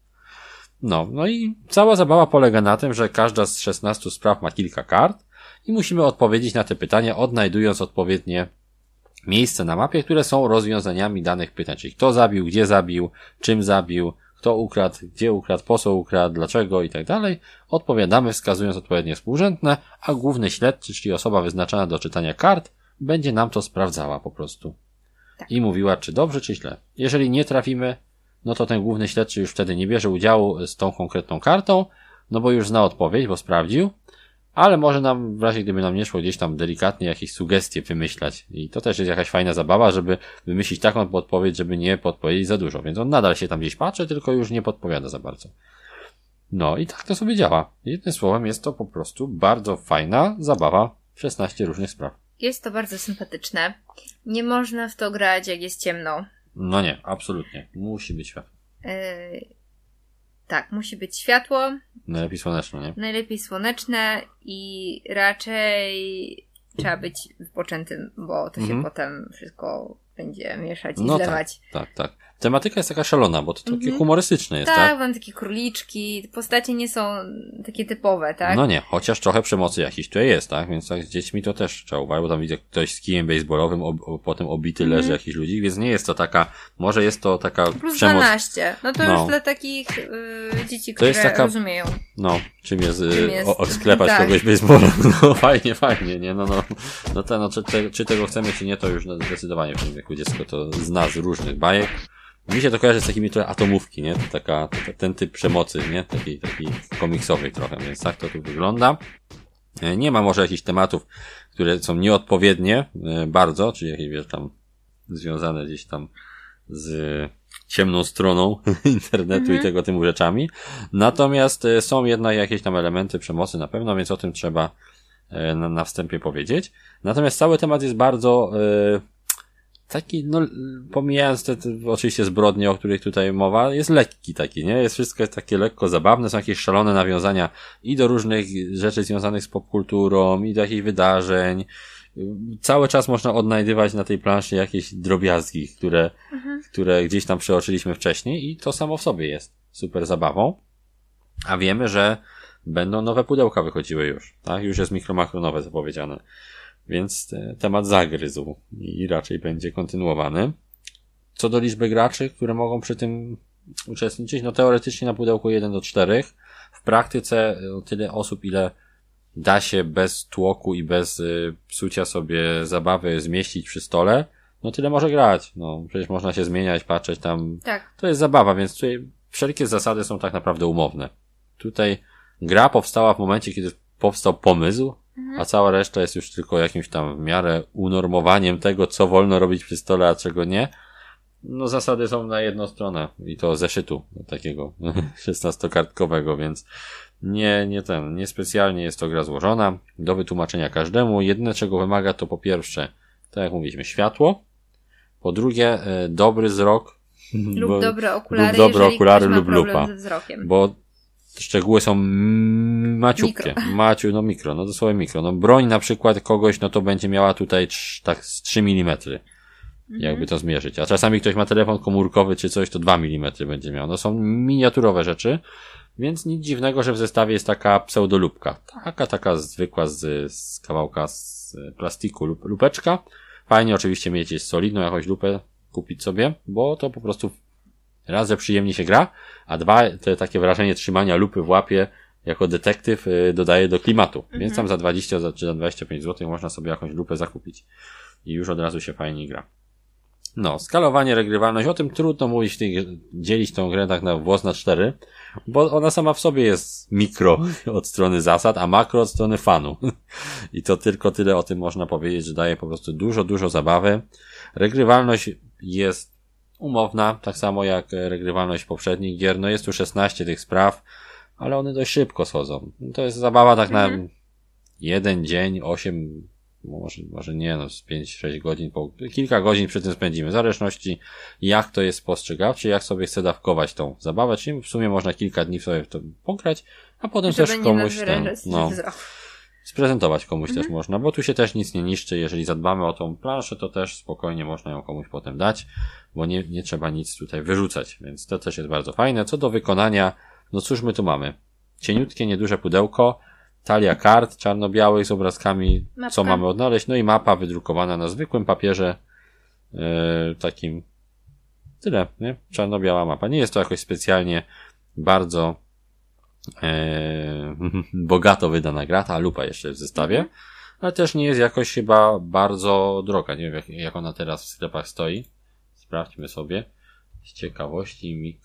No i cała zabawa polega na tym, że każda z 16 spraw ma kilka kart i musimy odpowiedzieć na te pytania, odnajdując odpowiednie miejsca na mapie, które są rozwiązaniami danych pytań. Czyli kto zabił, gdzie zabił, czym zabił, kto ukradł, gdzie ukradł, po co ukradł, dlaczego i tak dalej. Odpowiadamy, wskazując odpowiednie współrzędne, a główny śledczy, czyli osoba wyznaczona do czytania kart, będzie nam to sprawdzała po prostu. Tak. I mówiła, czy dobrze, czy źle. Jeżeli nie trafimy, no to ten główny śledczy już wtedy nie bierze udziału z tą konkretną kartą, no bo już zna odpowiedź, bo sprawdził, ale może nam, w razie gdyby nam nie szło, gdzieś tam delikatnie jakieś sugestie wymyślać. I to też jest jakaś fajna zabawa, żeby wymyślić taką podpowiedź, żeby nie podpowiedzieć za dużo. Więc on nadal się tam gdzieś patrzy, tylko już nie podpowiada za bardzo. No i tak to sobie działa. Jednym słowem jest to po prostu bardzo fajna zabawa. 16 różnych spraw. Jest to bardzo sympatyczne. Nie można w to grać, jak jest ciemno. No nie, absolutnie. Musi być światło. Tak, musi być światło. Najlepiej słoneczne, nie? Najlepiej słoneczne i raczej trzeba być wypoczętym, bo to się potem wszystko będzie mieszać i zlewać. Tak. Tematyka jest taka szalona, bo to takie humorystyczne jest, tak? Tak, mam takie króliczki, postacie nie są takie typowe, tak? No nie, chociaż trochę przemocy jakiś tutaj jest, tak? Więc tak z dziećmi to też trzeba uważać, bo tam widzę ktoś z kijem baseballowym, potem obity leży jakiś ludzi, więc nie jest to taka, może jest to taka plus przemoc. 12, no to już dla takich dzieci, które taka, rozumieją. No, czym jest sklepać kogoś baseballem, no fajnie, nie? Czy tego chcemy, czy nie, to już zdecydowanie w tym wieku dziecko to zna z różnych bajek. Mi się to kojarzy z takimi trochę atomówki, nie? To ten typ przemocy, nie? Takiej komiksowej trochę, więc tak to tu wygląda. Nie ma może jakichś tematów, które są nieodpowiednie bardzo, czyli jakieś, wiesz, tam związane gdzieś tam z ciemną stroną internetu i tego typu rzeczami. Natomiast są jednak jakieś tam elementy przemocy na pewno, więc o tym trzeba na wstępie powiedzieć. Natomiast cały temat jest bardzo taki, no, pomijając te oczywiście zbrodnie, o których tutaj mowa, jest lekki taki, nie? Jest wszystko takie lekko zabawne, są jakieś szalone nawiązania i do różnych rzeczy związanych z popkulturą, i do jakichś wydarzeń. Cały czas można odnajdywać na tej planszy jakieś drobiazgi, które gdzieś tam przeoczyliśmy wcześniej i to samo w sobie jest super zabawą. A wiemy, że będą nowe pudełka wychodziły już, tak? Już jest mikro-makro zapowiedziane. Więc temat zagryzł i raczej będzie kontynuowany. Co do liczby graczy, które mogą przy tym uczestniczyć, no teoretycznie na pudełku 1 do 4. W praktyce tyle osób, ile da się bez tłoku i bez psucia sobie zabawy zmieścić przy stole, no tyle może grać. No przecież można się zmieniać, patrzeć tam. Tak. To jest zabawa, więc tutaj wszelkie zasady są tak naprawdę umowne. Tutaj gra powstała w momencie, kiedy powstał pomysł, a cała reszta jest już tylko jakimś tam w miarę unormowaniem tego, co wolno robić przy stole, a czego nie. No zasady są na jedną stronę i to zeszytu takiego 16-kartkowego, więc nie specjalnie jest to gra złożona, do wytłumaczenia każdemu. Jedyne czego wymaga to po pierwsze, tak jak mówiliśmy, światło, po drugie dobry wzrok lub dobre okulary, lub lupa, ze wzrokiem. bo szczegóły są maciupkie. Mikro, no dosłownie mikro. No broń na przykład kogoś, no to będzie miała tutaj tak z 3 mm. Jakby to zmierzyć. A czasami ktoś ma telefon komórkowy czy coś, to 2 mm będzie miał. No są miniaturowe rzeczy, więc nic dziwnego, że w zestawie jest taka pseudolupka. Taka zwykła z kawałka z plastiku lupeczka. Fajnie oczywiście mieć solidną jakąś lupę kupić sobie, bo to po prostu raz, że przyjemnie się gra, a dwa, to takie wrażenie trzymania lupy w łapie jako detektyw dodaje do klimatu. Więc tam za 20 czy za 25 zł można sobie jakąś lupę zakupić. I już od razu się fajnie gra. No, skalowanie, regrywalność, o tym trudno mówić, dzielić tą grę tak na włos na 4, bo ona sama w sobie jest mikro od strony zasad, a makro od strony fanu. I to tylko tyle o tym można powiedzieć, że daje po prostu dużo zabawy. Regrywalność jest umowna, tak samo jak regrywalność poprzednich gier. No jest tu 16 tych spraw, ale one dość szybko schodzą. To jest zabawa tak na jeden dzień, 8, może nie, no z 5-6 godzin, kilka godzin przy tym spędzimy, w zależności jak to jest spostrzegawcze, jak sobie chce dawkować tą zabawę, czyli w sumie można kilka dni sobie w to pograć, a potem też komuś sprezentować komuś też można, bo tu się też nic nie niszczy, jeżeli zadbamy o tą planszę, to też spokojnie można ją komuś potem dać, bo nie trzeba nic tutaj wyrzucać, więc to też jest bardzo fajne. Co do wykonania, no cóż my tu mamy? Cieniutkie, nieduże pudełko, talia kart czarno-białych z obrazkami, co mamy odnaleźć, no i mapa wydrukowana na zwykłym papierze, takim, tyle, nie? Czarno-biała mapa. Nie jest to jakoś specjalnie bardzo bogato wydana gra, ta lupa jeszcze w zestawie, ale też nie jest jakoś chyba bardzo droga. Nie wiem jak ona teraz w sklepach stoi. Sprawdźmy sobie z ciekawości.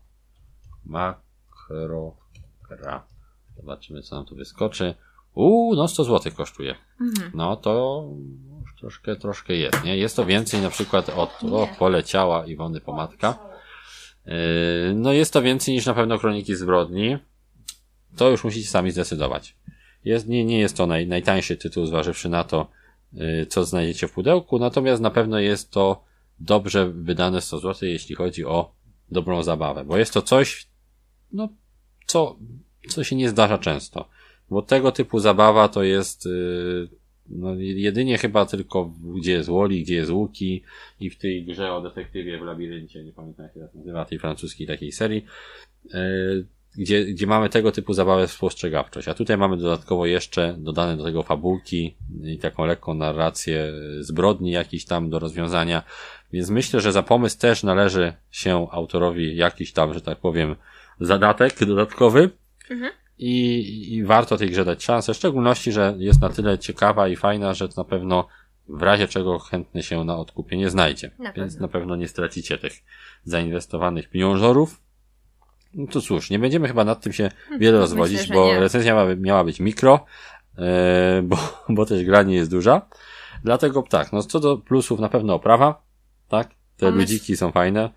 Makro gra. Zobaczymy co nam tu wyskoczy. No 100 zł kosztuje. No to już troszkę jest, nie? Jest to więcej na przykład poleciała Iwony pomadka. No jest to więcej niż na pewno Kroniki Zbrodni. To już musicie sami zdecydować. Nie jest to najtańszy tytuł, zważywszy na to, co znajdziecie w pudełku, natomiast na pewno jest to dobrze wydane 100 zł, jeśli chodzi o dobrą zabawę, bo jest to coś, no, co się nie zdarza często, bo tego typu zabawa to jest, no, jedynie chyba tylko gdzie jest Woli, gdzie jest Łuki i w tej grze o detektywie w labiryncie, nie pamiętam jak się nazywa, tej francuskiej takiej serii, gdzie mamy tego typu zabawę w spostrzegawczość, a tutaj mamy dodatkowo jeszcze dodane do tego fabułki i taką lekką narrację zbrodni jakiś tam do rozwiązania, więc myślę, że za pomysł też należy się autorowi jakiś tam, że tak powiem, zadatek dodatkowy i warto tej grze dać szansę, w szczególności, że jest na tyle ciekawa i fajna, że na pewno w razie czego chętny się na odkupienie znajdzie, więc na pewno nie stracicie tych zainwestowanych pieniążorów. No to cóż, nie będziemy chyba nad tym się wiele rozwodzić, bo recenzja miała być mikro, bo też gra nie jest duża. Dlatego tak, no co do plusów na pewno oprawa, tak? Te ludziki są fajne.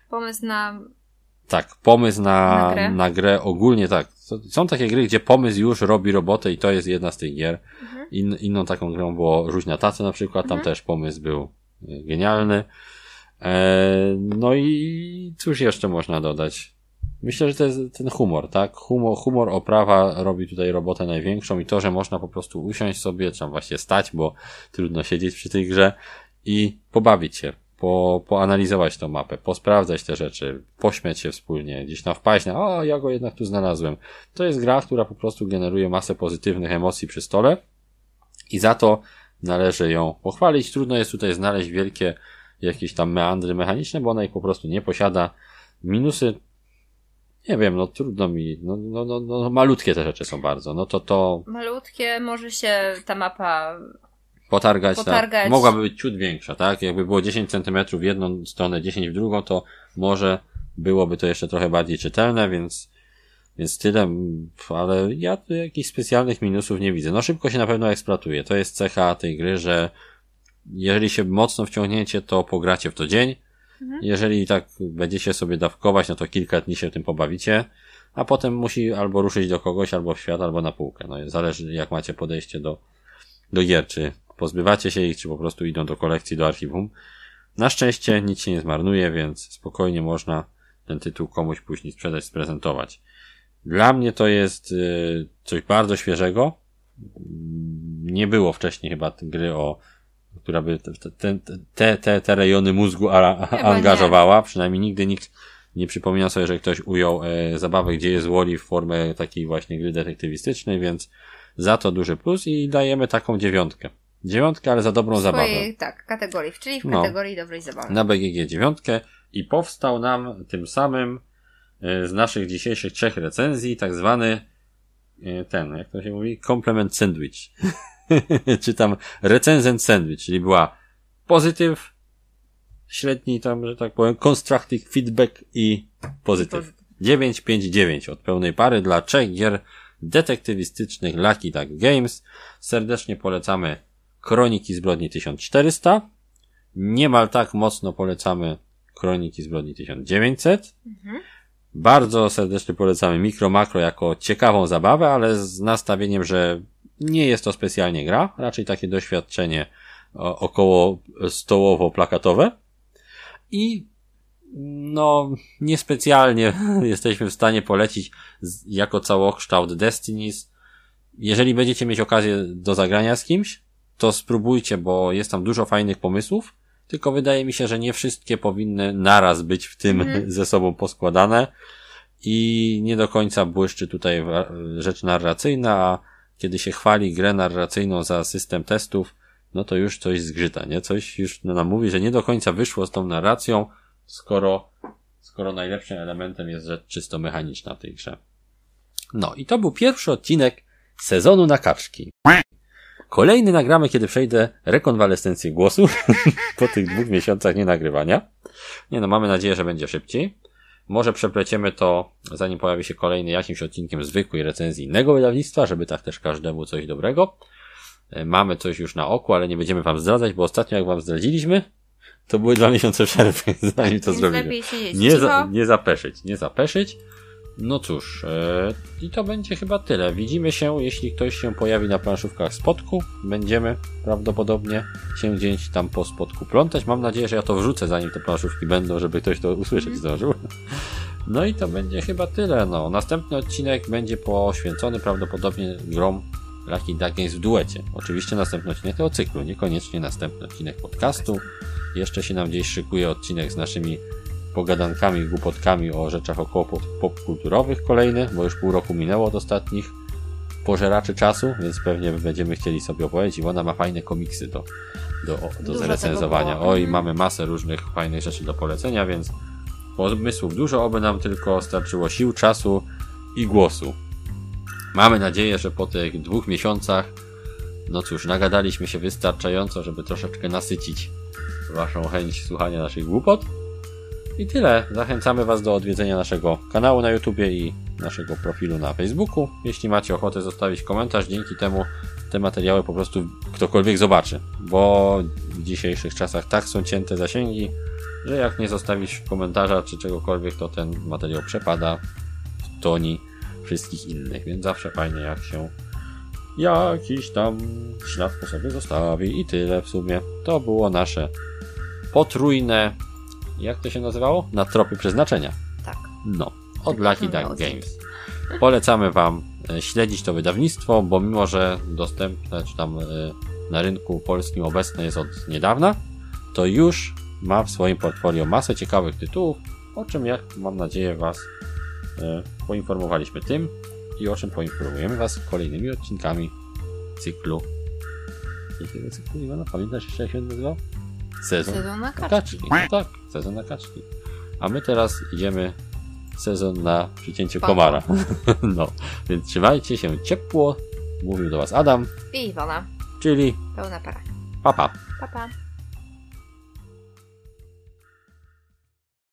Pomysł na grę ogólnie tak. Są takie gry, gdzie pomysł już robi robotę i to jest jedna z tych gier. Inną taką grą było Rzuć na tacę na przykład, tam też pomysł był genialny. No i cóż jeszcze można dodać? Myślę, że to jest ten humor, tak? Humor, oprawa robi tutaj robotę największą i to, że można po prostu usiąść sobie, czy tam właśnie stać, bo trudno siedzieć przy tej grze i pobawić się, poanalizować tą mapę, posprawdzać te rzeczy, pośmiać się wspólnie, gdzieś tam wpaść ja go jednak tu znalazłem. To jest gra, która po prostu generuje masę pozytywnych emocji przy stole i za to należy ją pochwalić. Trudno jest tutaj znaleźć wielkie jakieś tam meandry mechaniczne, bo ona ich po prostu nie posiada. Minusy Nie wiem, no trudno mi, no malutkie te rzeczy są bardzo, no to... Malutkie, może się ta mapa potargać. Tak. Mogłaby być ciut większa, tak? Jakby było 10 cm w jedną stronę, 10 w drugą, to może byłoby to jeszcze trochę bardziej czytelne, więc tyle, ale ja tu jakichś specjalnych minusów nie widzę. No szybko się na pewno eksploatuje. To jest cecha tej gry, że jeżeli się mocno wciągniecie, to pogracie w to dzień. Jeżeli tak będziecie sobie dawkować, no to kilka dni się tym pobawicie, a potem musi albo ruszyć do kogoś, albo w świat, albo na półkę. No zależy jak macie podejście do gier, czy pozbywacie się ich, czy po prostu idą do kolekcji, do archiwum. Na szczęście nic się nie zmarnuje, więc spokojnie można ten tytuł komuś później sprzedać, sprezentować. Dla mnie to jest coś bardzo świeżego. Nie było wcześniej chyba gry, która by te rejony mózgu angażowała. Przynajmniej nigdy nikt nie przypominał sobie, że ktoś ujął zabawę, gdzie jest Wall-E w formę takiej właśnie gry detektywistycznej, więc za to duży plus i dajemy taką 9. 9, ale za dobrą zabawę. Tak, kategorii, czyli w kategorii dobrej zabawy. Na BGG 9 i powstał nam tym samym z naszych dzisiejszych 3 recenzji tak zwany jak to się mówi? Complement sandwich. Czy tam recenzent sandwich, czyli była pozytyw, średni tam, że tak powiem, constructive feedback i pozytyw. 959 od pełnej pary dla 3 gier detektywistycznych Lucky Duck Games. Serdecznie polecamy Kroniki Zbrodni 1400. Niemal tak mocno polecamy Kroniki Zbrodni 1900. Bardzo serdecznie polecamy Mikro Makro jako ciekawą zabawę, ale z nastawieniem, że nie jest to specjalnie gra, raczej takie doświadczenie około stołowo-plakatowe. I niespecjalnie jesteśmy w stanie polecić jako całokształt Destinies. Jeżeli będziecie mieć okazję do zagrania z kimś, to spróbujcie, bo jest tam dużo fajnych pomysłów, tylko wydaje mi się, że nie wszystkie powinny naraz być w tym ze sobą poskładane i nie do końca błyszczy tutaj rzecz narracyjna, a kiedy się chwali grę narracyjną za system testów, no to już coś zgrzyta, nie? Coś już nam mówi, że nie do końca wyszło z tą narracją, skoro najlepszym elementem jest rzecz czysto mechaniczna w tej grze. No i to był pierwszy odcinek sezonu na kaczki. Kolejny nagramy, kiedy przejdę rekonwalescencję głosu po tych 2 miesiącach nienagrywania. Mamy nadzieję, że będzie szybciej. Może przepleciemy to, zanim pojawi się kolejny jakimś odcinkiem zwykłej recenzji innego wydawnictwa, żeby tak też każdemu coś dobrego. Mamy coś już na oku, ale nie będziemy wam zdradzać, bo ostatnio jak wam zdradziliśmy, to były 2 miesiące przerwy, zanim to zrobimy. Nie zapeszyć. No cóż, i to będzie chyba tyle. Widzimy się, jeśli ktoś się pojawi na planszówkach Spotku. Będziemy prawdopodobnie się gdzieś tam po Spotku plątać. Mam nadzieję, że ja to wrzucę, zanim te planszówki będą, żeby ktoś to usłyszeć zdążył. No i to będzie chyba tyle. Następny odcinek będzie poświęcony prawdopodobnie grom Lucky Duck Games w duecie. Oczywiście następny odcinek to o cyklu, niekoniecznie następny odcinek podcastu. Jeszcze się nam gdzieś szykuje odcinek z naszymi pogadankami, głupotkami o rzeczach około popkulturowych kolejny, bo już pół roku minęło od ostatnich pożeraczy czasu, więc pewnie będziemy chcieli sobie opowiedzieć. Iwona ma fajne komiksy do zrecenzowania. Oj, mamy masę różnych fajnych rzeczy do polecenia, więc pomysłów dużo, oby nam tylko starczyło sił, czasu i głosu. Mamy nadzieję, że po tych 2 miesiącach nagadaliśmy się wystarczająco, żeby troszeczkę nasycić waszą chęć słuchania naszych głupot. I tyle. Zachęcamy was do odwiedzenia naszego kanału na YouTubie i naszego profilu na Facebooku. Jeśli macie ochotę zostawić komentarz, dzięki temu te materiały po prostu ktokolwiek zobaczy, bo w dzisiejszych czasach tak są cięte zasięgi, że jak nie zostawisz komentarza czy czegokolwiek, to ten materiał przepada w toni wszystkich innych, więc zawsze fajnie jak się jakiś tam ślad po sobie zostawi i tyle w sumie. To było nasze potrójne, jak to się nazywało? Na tropy przeznaczenia. Tak. Od Lucky Duck Games. Polecamy wam śledzić to wydawnictwo, bo mimo, że dostępne czy tam na rynku polskim obecne jest od niedawna, to już ma w swoim portfolio masę ciekawych tytułów, o czym mam nadzieję was poinformowaliśmy tym i o czym poinformujemy was kolejnymi odcinkami cyklu. Jakiego cyklu, Iwana? Pamiętasz jeszcze jak się nazywał? Sezon na kaczki. Tak, sezon na kaczki. A my teraz idziemy sezon na przycięcie Spoko. komara. No, więc trzymajcie się ciepło. Mówił do Was Adam, I Iwona. czyli Pełna para. papa. Pa, pa.